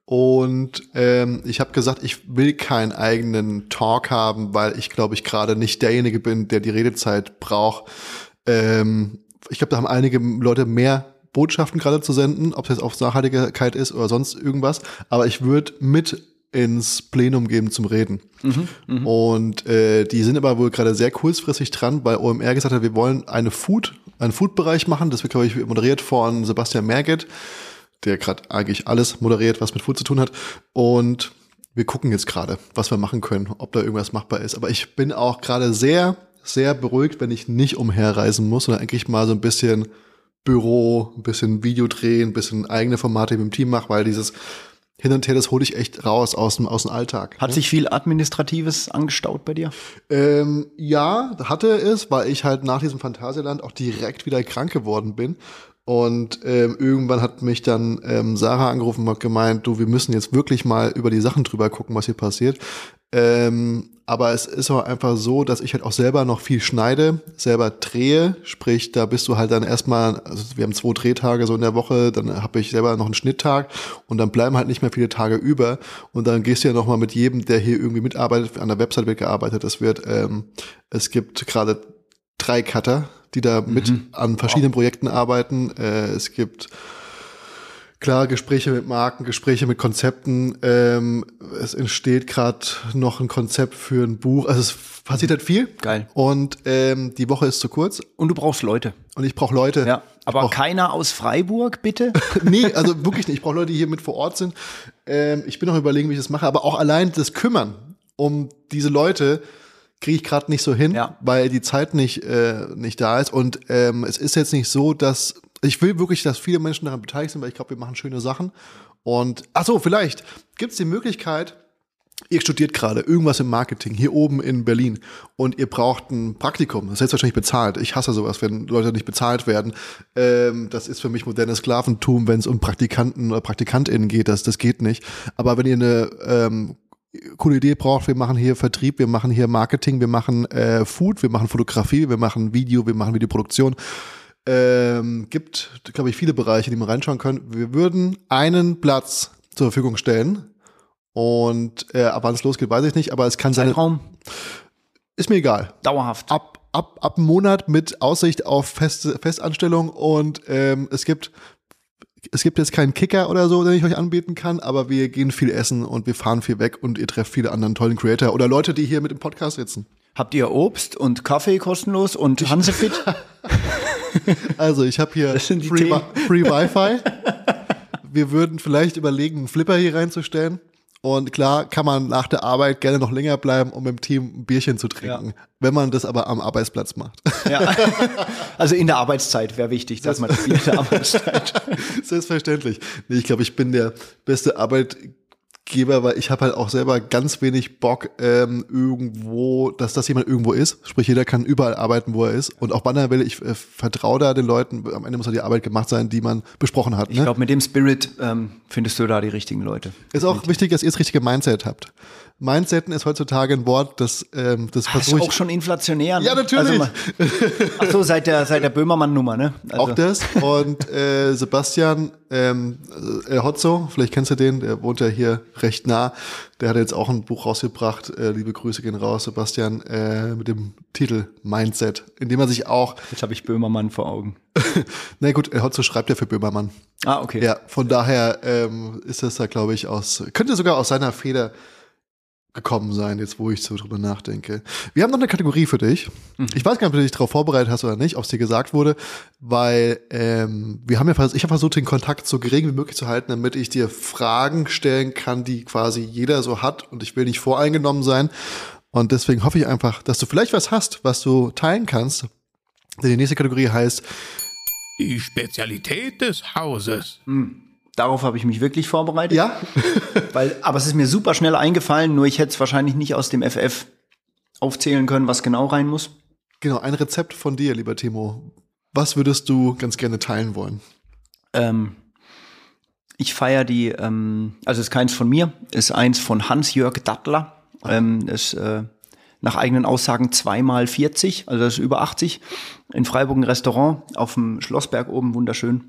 Und ähm, ich habe gesagt, ich will keinen eigenen Talk haben, weil ich glaube, ich gerade nicht derjenige bin, der die Redezeit braucht. Ähm, ich glaube, da haben einige Leute mehr Botschaften gerade zu senden, ob es jetzt auf Nachhaltigkeit ist oder sonst irgendwas. Aber ich würde mit ins Plenum geben zum Reden. Mhm, mh. Und äh, die sind aber wohl gerade sehr kurzfristig dran, weil O M R gesagt hat, wir wollen eine Food, einen Food-Bereich machen. Das wird, glaube ich, moderiert von Sebastian Merget, der gerade eigentlich alles moderiert, was mit Food zu tun hat. Und wir gucken jetzt gerade, was wir machen können, ob da irgendwas machbar ist. Aber ich bin auch gerade sehr, sehr beruhigt, wenn ich nicht umherreisen muss, sondern eigentlich mal so ein bisschen Büro, ein bisschen Video drehen, ein bisschen eigene Formate mit dem Team mache, weil dieses Hin und Her, das hole ich echt raus aus dem, aus dem Alltag. Hat ne? sich viel Administratives angestaut bei dir? Ähm, ja, hatte es, weil ich halt nach diesem Phantasialand auch direkt wieder krank geworden bin. Und ähm, irgendwann hat mich dann ähm, Sarah angerufen und hat gemeint, du, wir müssen jetzt wirklich mal über die Sachen drüber gucken, was hier passiert. Ähm, aber es ist auch einfach so, dass ich halt auch selber noch viel schneide, selber drehe. Sprich, da bist du halt dann erstmal, also wir haben zwei Drehtage so in der Woche, dann habe ich selber noch einen Schnitttag und dann bleiben halt nicht mehr viele Tage über. Und dann gehst du ja nochmal mit jedem, der hier irgendwie mitarbeitet, an der Website wird gearbeitet, es wird, ähm, es gibt gerade drei Cutter, die da mit mhm. an verschiedenen wow. Projekten arbeiten. Äh, es gibt klar Gespräche mit Marken, Gespräche mit Konzepten. Ähm, es entsteht gerade noch ein Konzept für ein Buch. Also es passiert halt viel. Geil. Und ähm, die Woche ist zu kurz. Und du brauchst Leute. Und ich brauche Leute. Ja, aber keiner aus Freiburg, bitte? Nee, also wirklich nicht. Ich brauche Leute, die hier mit vor Ort sind. Ähm, ich bin noch überlegen, wie ich das mache. Aber auch allein das Kümmern um diese Leute kriege ich gerade nicht so hin, ja. weil die Zeit nicht äh, nicht da ist. Und ähm, es ist jetzt nicht so, dass ich will wirklich, dass viele Menschen daran beteiligt sind, weil ich glaube, wir machen schöne Sachen. Und ach so, vielleicht gibt es die Möglichkeit, ihr studiert gerade irgendwas im Marketing hier oben in Berlin und ihr braucht ein Praktikum. Das ist selbstverständlich bezahlt. Ich hasse sowas, wenn Leute nicht bezahlt werden. Ähm, das ist für mich modernes Sklaventum, wenn es um Praktikanten oder PraktikantInnen geht. Das, das geht nicht. Aber wenn ihr eine ähm, coole Idee braucht, wir machen hier Vertrieb, wir machen hier Marketing, wir machen äh, Food, wir machen Fotografie, wir machen Video, wir machen Videoproduktion. Ähm, gibt, glaube ich, viele Bereiche, die man reinschauen können. Wir würden einen Platz zur Verfügung stellen und äh, ab wann es losgeht, weiß ich nicht, aber es kann sein. Zeitraum? Ist mir egal. Dauerhaft. Ab, ab, ab einem Monat mit Aussicht auf Fest, Festanstellung und ähm, es gibt Es gibt jetzt keinen Kicker oder so, den ich euch anbieten kann, aber wir gehen viel essen und wir fahren viel weg und ihr trefft viele anderen tollen Creator oder Leute, die hier mit im Podcast sitzen. Habt ihr Obst und Kaffee kostenlos und Hansefit? Also ich habe hier Free, Free Wi-Fi. Wir würden vielleicht überlegen, einen Flipper hier reinzustellen. Und klar kann man nach der Arbeit gerne noch länger bleiben, um im Team ein Bierchen zu trinken. Ja. Wenn man das aber am Arbeitsplatz macht. Ja. Also in der Arbeitszeit wäre wichtig, dass man das Bier in der Arbeitszeit. Selbstverständlich. Nee, ich glaube, ich bin der beste Arbeitgeber, weil ich habe halt auch selber ganz wenig Bock ähm, irgendwo, dass das jemand irgendwo ist. Sprich, jeder kann überall arbeiten, wo er ist. Und auch Banner will, ich äh, vertraue da den Leuten. Am Ende muss halt die Arbeit gemacht sein, die man besprochen hat. Ne? Ich glaube, mit dem Spirit ähm, findest du da die richtigen Leute. Ist auch wichtig, dass ihr das richtige Mindset habt. Mindsetten ist heutzutage ein Wort, das, ähm, das Das versuche ist ich. auch schon inflationär. Ne? Ja, natürlich. Also, ach so, seit der, seit der Böhmermann-Nummer, ne? Also. Auch das. Und äh, Sebastian ähm, äh, Hotzo, vielleicht kennst du den, der wohnt ja hier recht nah. Der hat jetzt auch ein Buch rausgebracht. Äh, liebe Grüße gehen raus, Sebastian, äh, mit dem Titel Mindset, in dem er sich auch. Jetzt habe ich Böhmermann vor Augen. Na gut, äh, Hotzo schreibt ja für Böhmermann. Ah, okay. Ja, von daher ähm, ist das da, glaube ich, aus, könnte sogar aus seiner Feder gekommen sein, jetzt wo ich so drüber nachdenke. Wir haben noch eine Kategorie für dich. Mhm. Ich weiß gar nicht, ob du dich darauf vorbereitet hast oder nicht, ob es dir gesagt wurde, weil ähm, wir haben ja vers- ich habe versucht, den Kontakt so gering wie möglich zu halten, damit ich dir Fragen stellen kann, die quasi jeder so hat, und ich will nicht voreingenommen sein. Und deswegen hoffe ich einfach, dass du vielleicht was hast, was du teilen kannst. Denn die nächste Kategorie heißt Die Spezialität des Hauses. Mhm. Darauf habe ich mich wirklich vorbereitet. Ja. Weil, aber es ist mir super schnell eingefallen, nur ich hätte es wahrscheinlich nicht aus dem F F aufzählen können, was genau rein muss. Genau, ein Rezept von dir, lieber Timo. Was würdest du ganz gerne teilen wollen? Ähm, ich feiere die, ähm, also ist keins von mir, ist eins von Hans-Jörg Dattler. Ähm, ist äh, nach eigenen Aussagen zweimal vierzig, also das ist über achtzig. In Freiburg ein Restaurant auf dem Schlossberg oben, wunderschön.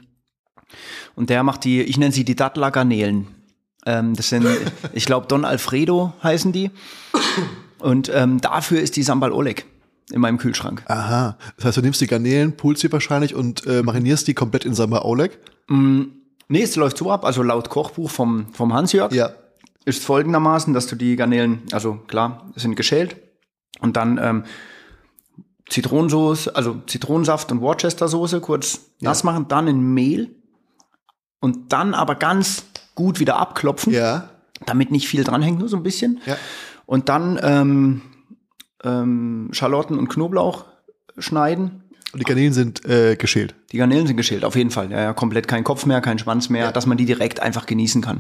Und der macht die, ich nenne sie die Dattler Garnelen. Ähm, das sind, ich glaube, Don Alfredo heißen die. Und ähm, dafür ist die Sambal Oleg in meinem Kühlschrank. Aha. Das heißt, du nimmst die Garnelen, pulst sie wahrscheinlich und äh, marinierst die komplett in Sambal Oleg? Mm, nee, es läuft so ab, also laut Kochbuch vom, vom Hans-Jörg. Ja. Ist folgendermaßen, dass du die Garnelen, also klar, sind geschält und dann ähm, Zitronensoße, also Zitronensaft und Worcestersoße kurz Ja. nass machen, dann in Mehl und dann aber ganz gut wieder abklopfen, Ja. damit nicht viel dranhängt, nur so ein bisschen. Ja. Und dann ähm, ähm, Schalotten und Knoblauch schneiden. Und die Garnelen sind äh, geschält. Die Garnelen sind geschält, auf jeden Fall. Ja, ja, komplett kein Kopf mehr, kein Schwanz mehr, Ja. dass man die direkt einfach genießen kann.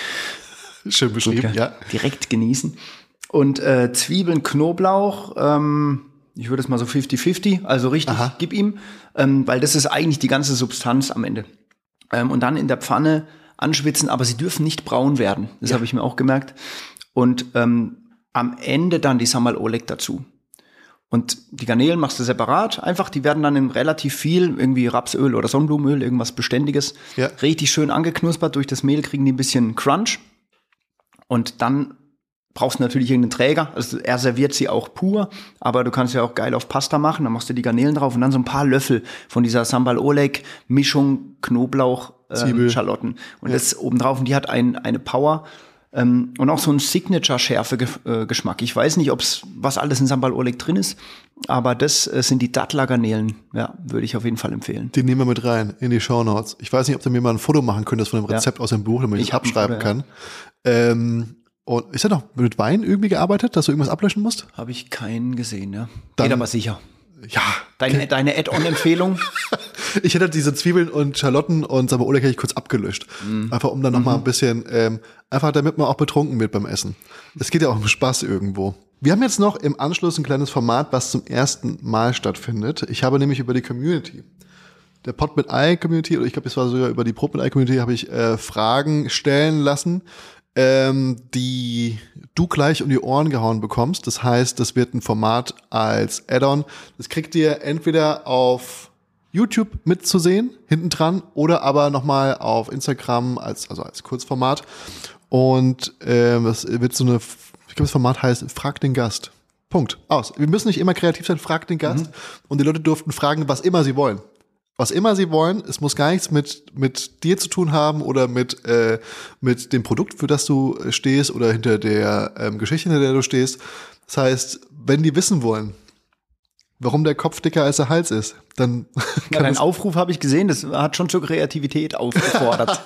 Schön beschrieben, ja. Direkt genießen. Und äh, Zwiebeln, Knoblauch, ähm, ich würde es mal so fifty fifty, also richtig, Aha. gib ihm, ähm, weil das ist eigentlich die ganze Substanz am Ende. Ähm, und dann in der Pfanne anschwitzen, aber sie dürfen nicht braun werden. Das Ja. habe ich mir auch gemerkt. Und ähm, am Ende dann die Sambal Oleg dazu. Und die Garnelen machst du separat, einfach, die werden dann in relativ viel, irgendwie Rapsöl oder Sonnenblumenöl, irgendwas Beständiges, Ja. richtig schön angeknuspert. Durch das Mehl kriegen die ein bisschen Crunch. Und dann brauchst du natürlich irgendeinen Träger. Also er serviert sie auch pur, aber du kannst ja auch geil auf Pasta machen. Dann machst du die Garnelen drauf und dann so ein paar Löffel von dieser Sambal Oleg Mischung Knoblauch, Zwiebel. ähm, Schalotten. Und Ja. das obendrauf, und die hat ein, eine Power ähm, und auch so ein Signature-Schärfe-Geschmack. Ich weiß nicht, ob's was alles in Sambal Oleg drin ist, aber das äh, sind die Dattler Garnelen. Ja, würde ich auf jeden Fall empfehlen. Die nehmen wir mit rein in die Shownotes. Ich weiß nicht, ob du mir mal ein Foto machen könntest von dem Ja. Rezept aus dem Buch, damit ich, Ich es hab ein abschreiben Foto, ja. kann. Ähm, und ist er noch mit Wein irgendwie gearbeitet, dass du irgendwas ablöschen musst? Habe ich keinen gesehen, ja. Dann- Geht aber sicher. Ja. Deine, deine Add-on-Empfehlung? Ich hätte diese Zwiebeln und Schalotten und Sambal Oleg hätte ich kurz abgelöscht. Einfach um dann noch mal ein bisschen, ähm, einfach damit man auch betrunken wird beim Essen. Es geht ja auch um Spaß irgendwo. Wir haben jetzt noch im Anschluss ein kleines Format, was zum ersten Mal stattfindet. Ich habe nämlich über die Community, der Pod mit Ei Community, oder ich glaube, es war sogar über die Brot mit Ei Community, habe ich äh, Fragen stellen lassen, ähm, die du gleich um die Ohren gehauen bekommst. Das heißt, das wird ein Format als Add-on. Das kriegt ihr entweder auf YouTube mitzusehen, hinten dran, oder aber nochmal auf Instagram als, also als Kurzformat. Und ähm, das wird so eine, ich glaube, das Format heißt Frag den Gast. Punkt. Aus. Wir müssen nicht immer kreativ sein, frag den Gast. Und die Leute durften fragen, was immer sie wollen. Was immer sie wollen, es muss gar nichts mit, mit dir zu tun haben oder mit, äh, mit dem Produkt, für das du stehst, oder hinter der ähm, Geschichte, hinter der du stehst. Das heißt, wenn die wissen wollen, warum der Kopf dicker als der Hals ist, dann Ja, kann dein es, Aufruf habe ich gesehen, das hat schon zur Kreativität aufgefordert.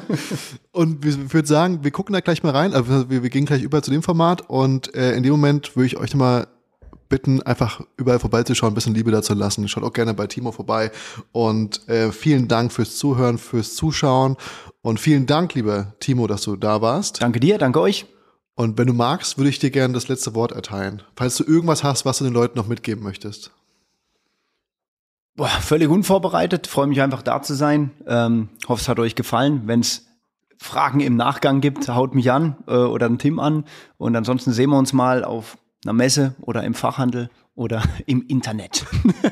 und wir- ich würde sagen, wir gucken da gleich mal rein, also wir, wir gehen gleich über zu dem Format, und äh, in dem Moment würde ich euch nochmal bitten, einfach überall vorbeizuschauen, ein bisschen Liebe da zu lassen. Schaut auch gerne bei Timo vorbei, und äh, vielen Dank fürs Zuhören, fürs Zuschauen, und vielen Dank, lieber Timo, dass du da warst. Danke dir, danke euch. Und wenn du magst, würde ich dir gerne das letzte Wort erteilen, falls du irgendwas hast, was du den Leuten noch mitgeben möchtest. Boah, völlig unvorbereitet, freue mich einfach da zu sein. Ähm, hoffe, es hat euch gefallen. Wenn es Fragen im Nachgang gibt, haut mich an äh, oder einen Tim an. Und ansonsten sehen wir uns mal auf einer Messe oder im Fachhandel oder im Internet.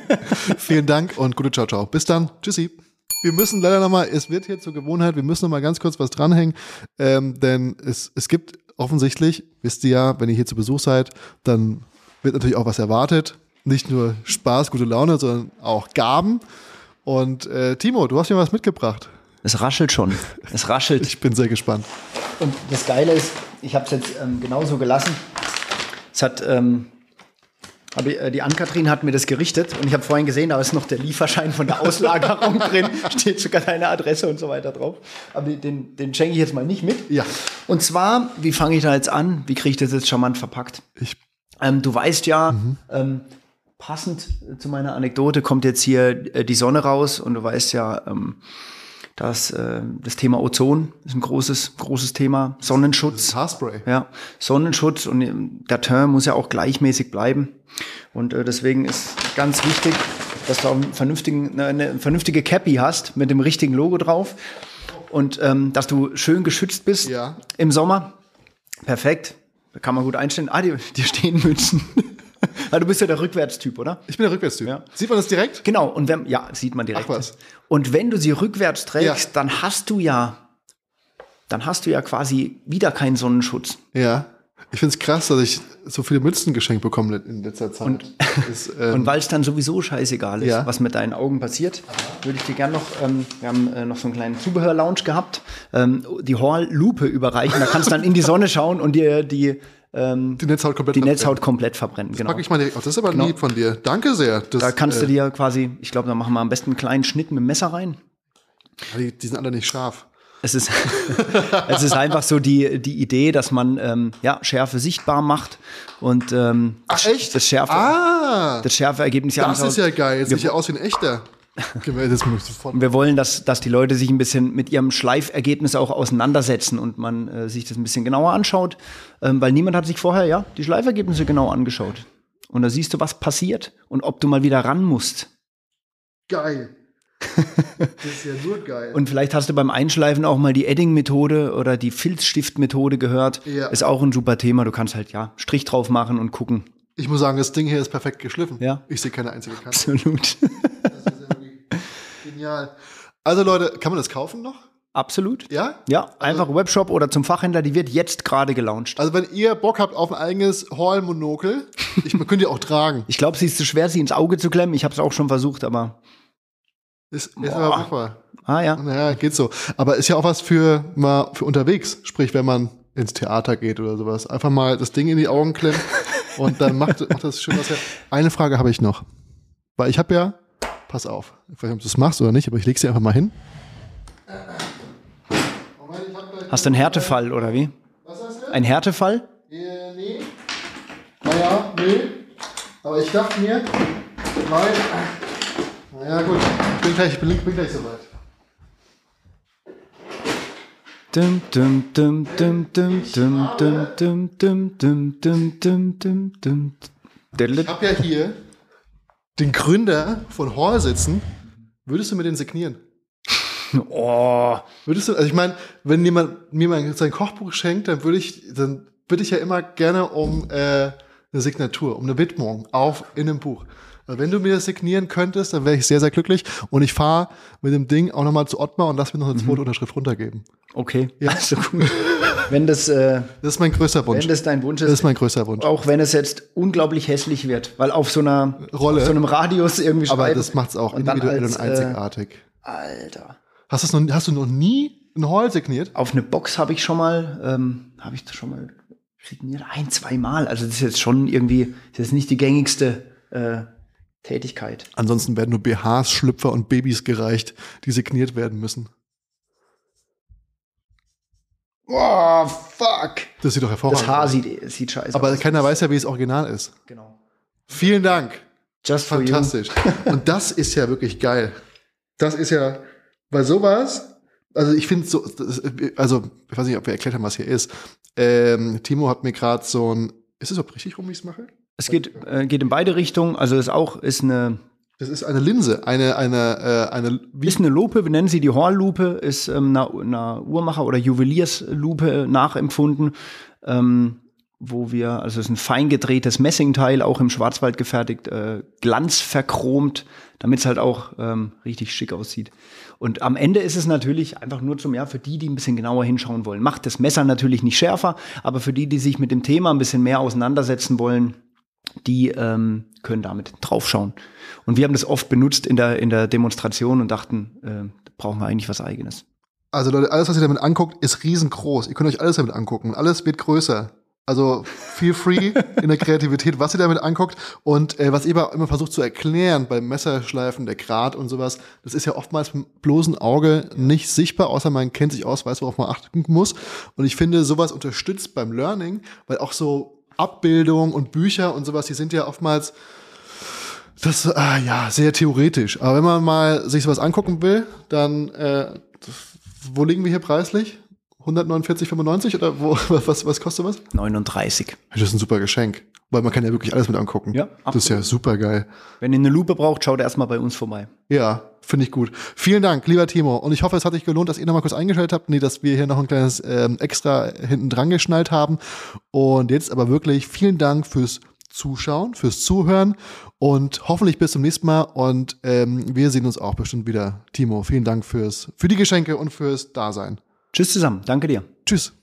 Vielen Dank und gute Ciao, ciao. Bis dann. Tschüssi. Wir müssen leider nochmal, es wird hier zur Gewohnheit, wir müssen nochmal ganz kurz was dranhängen, ähm, denn es, es gibt offensichtlich, wisst ihr ja, wenn ihr hier zu Besuch seid, dann wird natürlich auch was erwartet. Nicht nur Spaß, gute Laune, sondern auch Gaben. Und äh, Timo, du hast mir was mitgebracht. Es raschelt schon. Es raschelt. Ich bin sehr gespannt. Und das Geile ist, ich habe es jetzt ähm, genauso gelassen. Es hat, ähm, hab ich, äh, die Ann-Kathrin hat mir das gerichtet und ich habe vorhin gesehen, da ist noch der Lieferschein von der Auslagerung drin, steht sogar deine Adresse und so weiter drauf. Aber den, den schenke ich jetzt mal nicht mit. Ja. Und zwar, wie fange ich da jetzt an? Wie kriege ich das jetzt charmant verpackt? Ich Ähm, du weißt ja, Mhm. ähm, passend zu meiner Anekdote kommt jetzt hier äh, die Sonne raus und du weißt ja, ähm, dass äh, das Thema Ozon ist ein großes, großes Thema. Sonnenschutz. Haarspray. Ja, Sonnenschutz und ähm, der Teint muss ja auch gleichmäßig bleiben. Und äh, deswegen ist ganz wichtig, dass du auch einen vernünftigen, eine, eine vernünftige Cappy hast mit dem richtigen Logo drauf und ähm, dass du schön geschützt bist Ja. im Sommer. Perfekt. Da kann man gut einstellen. Ah, die, die stehen Mützen. Ah, du bist ja der Rückwärtstyp, oder? Ich bin der Rückwärtstyp. Ja. Sieht man das direkt? Genau. Und wenn, ja, sieht man direkt. Ach was. Und wenn du sie rückwärts trägst, Ja. dann hast du ja, dann hast du ja quasi wieder keinen Sonnenschutz. Ja. Ich finde es krass, dass ich so viele Mützen geschenkt bekomme in letzter Zeit. Und- das, ähm, Und weil es dann sowieso scheißegal ist, Ja. was mit deinen Augen passiert, würde ich dir gerne noch, ähm, wir haben äh, noch so einen kleinen Zubehör-Lounge gehabt, ähm, die Hall-Lupe überreichen. Da kannst du dann in die Sonne schauen und dir die, ähm, die Netzhaut komplett die verbrennen. Netzhaut komplett verbrennen. Genau. Pack ich mal direkt auf. Das ist aber Genau. lieb von dir. Danke sehr. Das, Da kannst äh, du dir quasi, ich glaube, da machen wir am besten einen kleinen Schnitt mit dem Messer rein. Die, die sind alle nicht scharf. Es ist, es ist einfach so die, die Idee, dass man ähm, ja, Schärfe sichtbar macht und ähm, Ach, echt? das Schärfe, Ah, das Schärfeergebnis das anschaut. ist ja geil. Jetzt Wir- sieht ja aus wie ein echter. Das muss ich sofort. Wir wollen, dass, dass die Leute sich ein bisschen mit ihrem Schleifergebnis auch auseinandersetzen und man äh, sich das ein bisschen genauer anschaut, ähm, weil niemand hat sich vorher ja die Schleifergebnisse genau angeschaut. Und da siehst du, was passiert und ob du mal wieder ran musst. Geil. Das ist ja nur geil. Und vielleicht hast du beim Einschleifen auch mal die Edding-Methode oder die Filzstift-Methode gehört. Ja. Ist auch ein super Thema. Du kannst halt ja Strich drauf machen und gucken. Ich muss sagen, das Ding hier ist perfekt geschliffen. Ja. Ich sehe keine einzige Kante. Absolut. Das ist ja wirklich genial. Also Leute, kann man das kaufen noch? Absolut. Ja? Ja, einfach Webshop oder zum Fachhändler. Die wird jetzt gerade gelauncht. Also wenn ihr Bock habt auf ein eigenes Hall-Monokel, ich, man könnt ihr auch tragen. Ich glaube, sie ist zu schwer, sie ins Auge zu klemmen. Ich habe es auch schon versucht, aber Ist, ist Boah. aber machbar. ah ja. Naja, geht so. Aber ist ja auch was für mal für unterwegs. Sprich, wenn man ins Theater geht oder sowas. Einfach mal das Ding in die Augen klemmen und dann macht, macht das schön was her. Eine Frage habe ich noch. Weil ich habe ja, pass auf, ich weiß nicht, ob du das machst oder nicht, aber ich lege sie einfach mal hin. Hast du einen Härtefall oder wie? Was hast du? Ein Härtefall? Äh, nee. Naja, nee. Aber ich dachte mir, weil. Naja, gut. Ich bin gleich, ich bin, bin gleich soweit. Dum, dum, dum, dum, dum, dum, dum, dum, dum, dum, dum, dum, dum, dum. Ich habe ja hier den Gründer von Hall sitzen. Würdest du mir den signieren? Oh, Würdest du, also ich meine, wenn jemand mir mal sein Kochbuch schenkt, dann würde ich, dann bitte ich ja immer gerne um äh, eine Signatur, um eine Widmung auf in einem Buch. Also wenn du mir das signieren könntest, dann wäre ich sehr, sehr glücklich. Und ich fahre mit dem Ding auch nochmal zu Ottmar und lass mir noch eine zweite Unterschrift runtergeben. okay. Ja. Also gut. Wenn das, äh, Das ist mein größter Wunsch. wenn das dein Wunsch Das ist, ist mein größter Wunsch. auch wenn es jetzt unglaublich hässlich wird, weil auf so einer Rolle. auf so einem Radius irgendwie Aber schreiben das macht's auch und dann individuell als, und einzigartig. Äh, Alter. Hast, du's noch, hast du noch nie einen Hall signiert? Auf eine Box habe ich schon mal, ähm, habe ich das schon mal signiert, ein, zwei Mal. Also das ist jetzt schon irgendwie, das ist nicht die gängigste äh, Tätigkeit. Ansonsten werden nur B Hs, Schlüpfer und Babys gereicht, die signiert werden müssen. Oh, fuck. Das sieht doch hervorragend Das Haar aus. sieht, sieht scheiße Aber aus. keiner weiß ja, wie es original ist. Genau. Vielen Dank. Just for Fantastisch. Und das ist ja wirklich geil. Das ist ja, weil sowas, also ich finde so, das, also ich weiß nicht, ob wir erklärt haben, was hier ist. Ähm, Timo hat mir gerade so ein, ist es überhaupt richtig rum, wie ich es mache? Es geht, äh, geht in beide Richtungen. Also ist auch ist eine Das ist eine Linse, eine, eine, äh, eine. Wie ist eine Lupe, wir nennen sie die Hornlupe, ist ähm, einer, einer Uhrmacher- oder Juwelierslupe nachempfunden, ähm, wo wir, also es ist ein fein gedrehtes Messingteil, auch im Schwarzwald gefertigt, äh, glanzverchromt, damit es halt auch ähm, richtig schick aussieht. Und am Ende ist es natürlich einfach nur zum, ja, für die, die ein bisschen genauer hinschauen wollen. Macht das Messer natürlich nicht schärfer, aber für die, die sich mit dem Thema ein bisschen mehr auseinandersetzen wollen, die ähm, können damit draufschauen. Und wir haben das oft benutzt in der, in der Demonstration und dachten, äh, brauchen wir eigentlich was Eigenes. Also Leute, alles, was ihr damit anguckt, ist riesengroß. Ihr könnt euch alles damit angucken. Alles wird größer. Also feel free in der Kreativität, was ihr damit anguckt. Und äh, was ihr immer versucht zu erklären beim Messerschleifen, der Grad und sowas, das ist ja oftmals mit dem bloßen Auge nicht sichtbar, außer man kennt sich aus, weiß, worauf man achten muss. Und ich finde, sowas unterstützt beim Learning, weil auch so Abbildungen und Bücher und sowas, die sind ja oftmals das äh, ja sehr theoretisch. Aber wenn man mal sich sowas angucken will, dann äh, wo liegen wir hier preislich? hundertneunundvierzig fünfundneunzig oder wo, was, was kostet was? neununddreißig. Das ist ein super Geschenk, weil man kann ja wirklich alles mit angucken. Ja, absolut. Das ist ja super geil. Wenn ihr eine Lupe braucht, schaut erstmal bei uns vorbei. Ja, finde ich gut. Vielen Dank, lieber Timo. Und ich hoffe, es hat sich gelohnt, dass ihr noch mal kurz eingeschaltet habt. Nee, dass wir hier noch ein kleines ähm, Extra hinten dran geschnallt haben. Und jetzt aber wirklich vielen Dank fürs Zuschauen, fürs Zuhören und hoffentlich bis zum nächsten Mal. Und ähm, wir sehen uns auch bestimmt wieder. Timo, vielen Dank fürs, für die Geschenke und fürs Dasein. Tschüss zusammen. Danke dir. Tschüss.